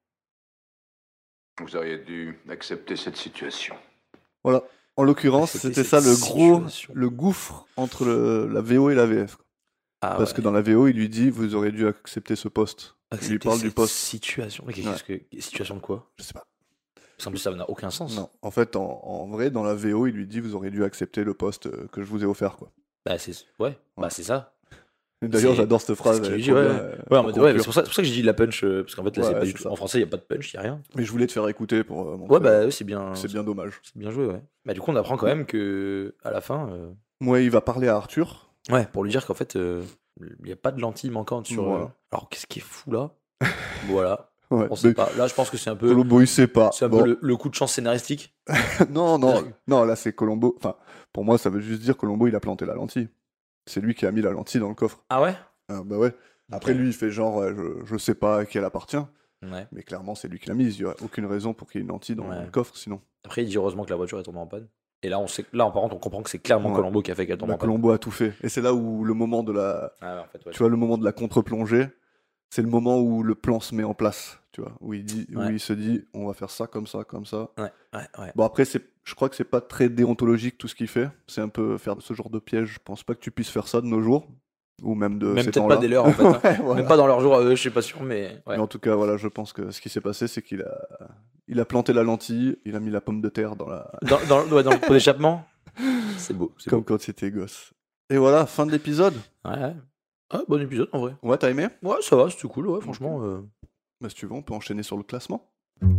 C: Vous auriez dû accepter cette situation.
A: Voilà. En l'occurrence,
B: C'était
A: c'était ça
B: cette
A: le gros,
B: situation.
A: le gouffre entre le- la V O et la V F.
B: Ah,
A: Parce que dans la V O, il lui dit vous auriez dû accepter ce poste. Il lui parle du poste.
B: Situation. Mais qu'est-ce que. Situation de quoi?
A: Je sais pas.
B: Parce qu'en plus, ça n'a aucun sens.
A: Non. En fait, en, en vrai, dans la V O, il lui dit vous auriez dû accepter le poste euh, que je vous ai offert, quoi.
B: Bah, c'est. Ouais, bah, c'est ça.
A: Et D'ailleurs,
B: C'est-
A: j'adore cette phrase.
B: ce qu'il
A: elle est
B: lui dit,
A: trop
B: ouais.
A: bien, euh,
B: Ouais, en
A: pour
B: mode, ouais, mais
A: conclure.
B: c'est pour, ça- c'est pour ça que j'ai dit la punch. euh, parce qu'en fait, là,
A: Ouais,
B: c'est pas
A: c'est
B: du tout.
A: ça.
B: En français, il n'y a pas de punch, il n'y a rien.
A: Mais je voulais te faire écouter pour euh, montrer.
B: Ouais, bah, c'est bien.
A: C'est bien dommage.
B: C'est bien joué, ouais. Bah, du coup, on apprend quand même que, à la fin. euh,
A: Ouais, il va parler à Arthur.
B: Ouais, pour lui dire qu'en fait, euh, il n'y a pas de lentilles manquantes sur.
A: Voilà.
B: euh, Alors, qu'est-ce qui est fou là? Voilà,
A: Ouais.
B: on sait
A: Mais
B: pas. Là, je pense que c'est un peu.
A: Colombo, il sait pas.
B: C'est un
A: Bon.
B: peu le, le coup de chance scénaristique.
A: non, non, non, là c'est Colombo. Enfin, pour moi, ça veut juste dire Colombo, il a planté la lentille. C'est lui qui a mis la lentille dans le coffre.
B: Ah ouais?
A: Ah, bah ouais. Après,
B: Ok.
A: lui, il fait genre, ouais, je, je sais pas à qui elle appartient,
B: Ouais.
A: mais clairement, c'est lui qui l'a mise. Il n'y a aucune raison pour qu'il y ait une lentille dans
B: Ouais.
A: le coffre, sinon.
B: Après, il dit heureusement que la voiture est tombée en panne. Et là, on sait, là, par contre, on comprend que c'est clairement
A: Ouais.
B: Colombo qui a fait qu'elle tombe
A: Bah,
B: en panne.
A: Colombo a tout fait. Et c'est là où le moment de la,
B: Ah ouais, en fait, ouais.
A: tu vois, le moment de la contre-plongée, c'est le moment où le plan se met en place, tu vois, où il dit, où
B: Ouais.
A: il se dit, on va faire ça comme ça, comme ça.
B: Ouais, ouais, ouais.
A: Bon après, c'est, je crois que c'est pas très déontologique tout ce qu'il fait. C'est un peu faire ce genre de piège. Je pense pas que tu puisses faire ça de nos jours, ou même de
B: Même
A: ces
B: peut-être
A: temps-là.
B: pas dès l'heure, en fait. hein.
A: Ouais, voilà.
B: Même pas dans leur jour, euh, je suis pas sûr, mais. Ouais.
A: Mais en tout cas, voilà, je pense que ce qui s'est passé, c'est qu'il a, il a planté la lentille, il a mis la pomme de terre dans la...
B: Dans, dans, ouais, dans le pot d'échappement. C'est beau. C'est
A: Comme
B: beau.
A: quand c'était gosse. Et voilà, fin de l'épisode.
B: Ouais, ouais. Ah, bon épisode en vrai.
A: Ouais, t'as aimé?
B: Ouais, ça va, c'était cool, ouais, franchement. Euh...
A: Bah, si tu veux, on peut enchaîner sur le classement.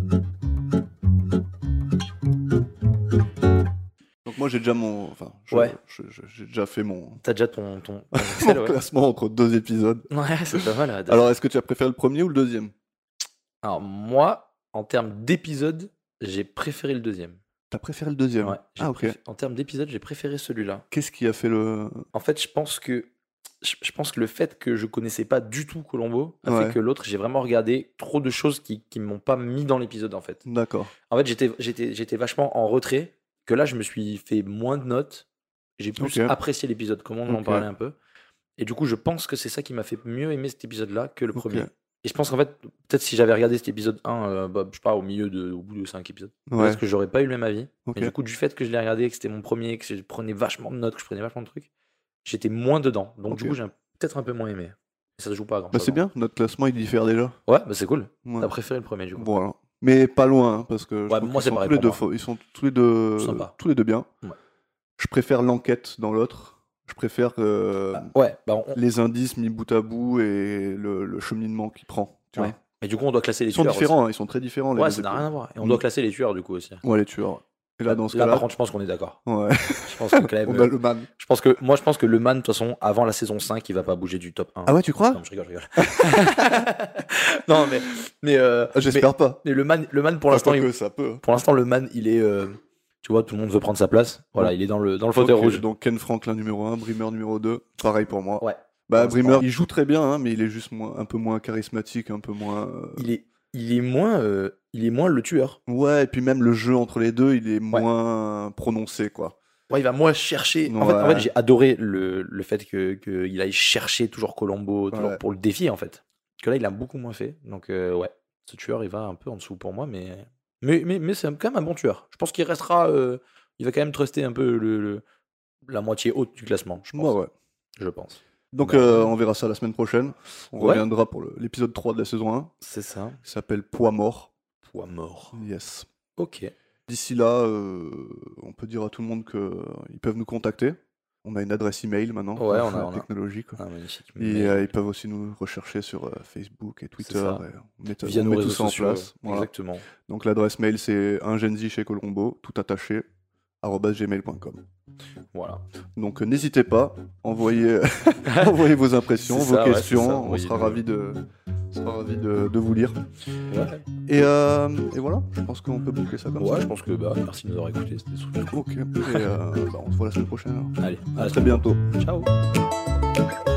A: Donc moi j'ai déjà mon... Enfin, je-
B: Ouais.
A: je- je- j'ai déjà fait mon,
B: T'as déjà ton, ton, ton
A: mon
B: Excel, ouais.
A: classement entre deux épisodes.
B: Ouais, c'est pas mal. là.
A: Alors, est-ce que tu as préféré le premier ou le deuxième?
B: Alors, moi, en termes d'épisode, j'ai préféré le deuxième.
A: T'as préféré le deuxième?
B: Ouais, j'ai
A: Ah, ok.
B: préféré- En termes d'épisode, j'ai préféré celui-là.
A: Qu'est-ce qui a fait le...
B: En fait, je pense que je je pense que le fait que je connaissais pas du tout Colombo a
A: Ouais.
B: fait que l'autre, j'ai vraiment regardé trop de choses qui qui m'ont pas mis dans l'épisode en fait.
A: D'accord.
B: En fait, j'étais j'étais j'étais vachement en retrait. Que là, je me suis fait moins de notes. J'ai plus
A: Ok.
B: apprécié l'épisode, comme on en
A: Ok.
B: parlait un peu. Et du coup, je pense que c'est ça qui m'a fait mieux aimer cet épisode-là que le
A: Ok.
B: premier. Et je pense qu'en fait, peut-être si j'avais regardé cet épisode un, euh, bah, je sais pas, au milieu de, au bout de cinq épisodes,
A: Ouais.
B: peut-être que j'aurais pas eu le même avis.
A: Ok.
B: Mais du coup, du fait que je l'ai regardé, que c'était mon premier, que je prenais vachement de notes, que je prenais vachement de trucs, j'étais moins dedans. Donc
A: Ok.
B: du coup, j'ai peut-être un peu moins aimé. Ça se joue pas à grand
A: Bah
B: chose.
A: c'est bien, notre classement il diffère déjà.
B: Ouais, bah c'est cool.
A: Ouais.
B: T'as préféré le premier du coup.
A: Voilà. Mais pas loin, hein, parce que je
B: Ouais,
A: trouve
B: moi,
A: qu'ils
B: c'est
A: sont
B: pareil
A: tous les
B: pour
A: deux
B: moi.
A: faux- ils sont tous les deux,
B: Sympa.
A: tous les deux bien.
B: Ouais.
A: Je préfère l'enquête dans l'autre. Je préfère euh,
B: Bah, ouais, bah on-
A: les indices mis bout à bout et le, le cheminement qu'il prend. Tu
B: ouais.
A: vois.
B: Mais du coup, on doit classer les
A: Ils sont
B: tueurs.
A: différents, hein, ils sont très différents.
B: Aussi.
A: Les
B: Ouais,
A: deux
B: ça n'a
A: épisodes.
B: rien à voir. Et on
A: Mm.
B: doit classer les tueurs du coup aussi.
A: Ouais, les tueurs. Et là, dans ce
B: Là,
A: cas-là,
B: par contre, je pense qu'on est d'accord.
A: ouais.
B: Je pense que quand même,
A: on a le man.
B: je pense que moi, je pense que le man, de toute façon, avant la saison cinq, il va pas bouger du top un.
A: Ah ouais, tu crois?
B: Non, je rigole, je rigole. non, mais mais, euh,
A: Ah, J'espère
B: mais,
A: pas.
B: mais le man, le man pour
A: Enfin,
B: l'instant,
A: que
B: il-
A: ça peut.
B: pour l'instant, le man, il est, euh, tu vois, tout le monde veut prendre sa place. Voilà,
A: Ouais.
B: il est dans le dans le fauteuil
A: Ok,
B: rouge.
A: Donc Ken Franklin numéro un, Brimmer numéro deux. Pareil pour moi.
B: Ouais.
A: Bah,
B: Pour
A: Brimmer,
B: l'instant.
A: il joue très bien, hein, mais il est juste moins, un peu moins charismatique, un peu moins. euh,
B: Il est il est moins euh, il est moins le tueur.
A: Ouais, et puis même le jeu entre les deux, il est moins prononcé, quoi.
B: Ouais, il va moins chercher. En fait, en
A: Ouais.
B: fait, j'ai adoré le, le fait que qu'il aille chercher toujours Colombo toujours
A: Ouais.
B: pour le défier, en fait. Que là, il a beaucoup moins fait. Donc, euh, ouais, ce tueur, il va un peu en dessous pour moi, mais, mais, mais, mais c'est quand même un bon tueur. Je pense qu'il restera. euh, il va quand même truster un peu le, le- la moitié haute du classement, je pense.
A: Moi, ouais.
B: Je pense.
A: Donc,
B: Bah,
A: euh, on verra ça la semaine prochaine. On
B: Ouais.
A: reviendra pour le- l'épisode trois de la saison un.
B: C'est ça.
A: Il s'appelle Poids mort.
B: Poids mort.
A: Yes.
B: Ok.
A: D'ici là, euh, on peut dire à tout le monde qu'ils peuvent nous contacter. On a une adresse email maintenant.
B: Ouais, on a-
A: la
B: on a.
A: technologie, quoi.
B: Ah, magnifique.
A: Et
B: Mais-
A: euh, ils peuvent aussi nous rechercher sur euh, Facebook et Twitter.
B: ça.
A: Et on met,
B: via
A: on
B: nos
A: met
B: réseaux
A: tout ça en
B: sociaux.
A: place. Voilà.
B: Exactement.
A: Donc l'adresse mail c'est ungenzi chez Colombo, tout attaché, arobase gmail point com.
B: Voilà.
A: Donc euh, n'hésitez pas, envoyez, envoyez vos impressions,
B: C'est
A: vos
B: ça, ouais,
A: questions,
B: c'est ça,
A: on
B: envoyez-le.
A: sera ravis de, on sera ravis de, de vous lire.
B: Ouais,
A: Et, euh, et voilà, je pense qu'on peut boucler ça comme
B: ouais
A: ça.
B: je pense que bah, merci de nous avoir écoutés. C'était super cool.
A: Ok, et euh, bah, on se voit la semaine prochaine alors.
B: Allez,
A: À
B: la
A: très
B: semaine
A: bientôt.
B: prochaine. Ciao.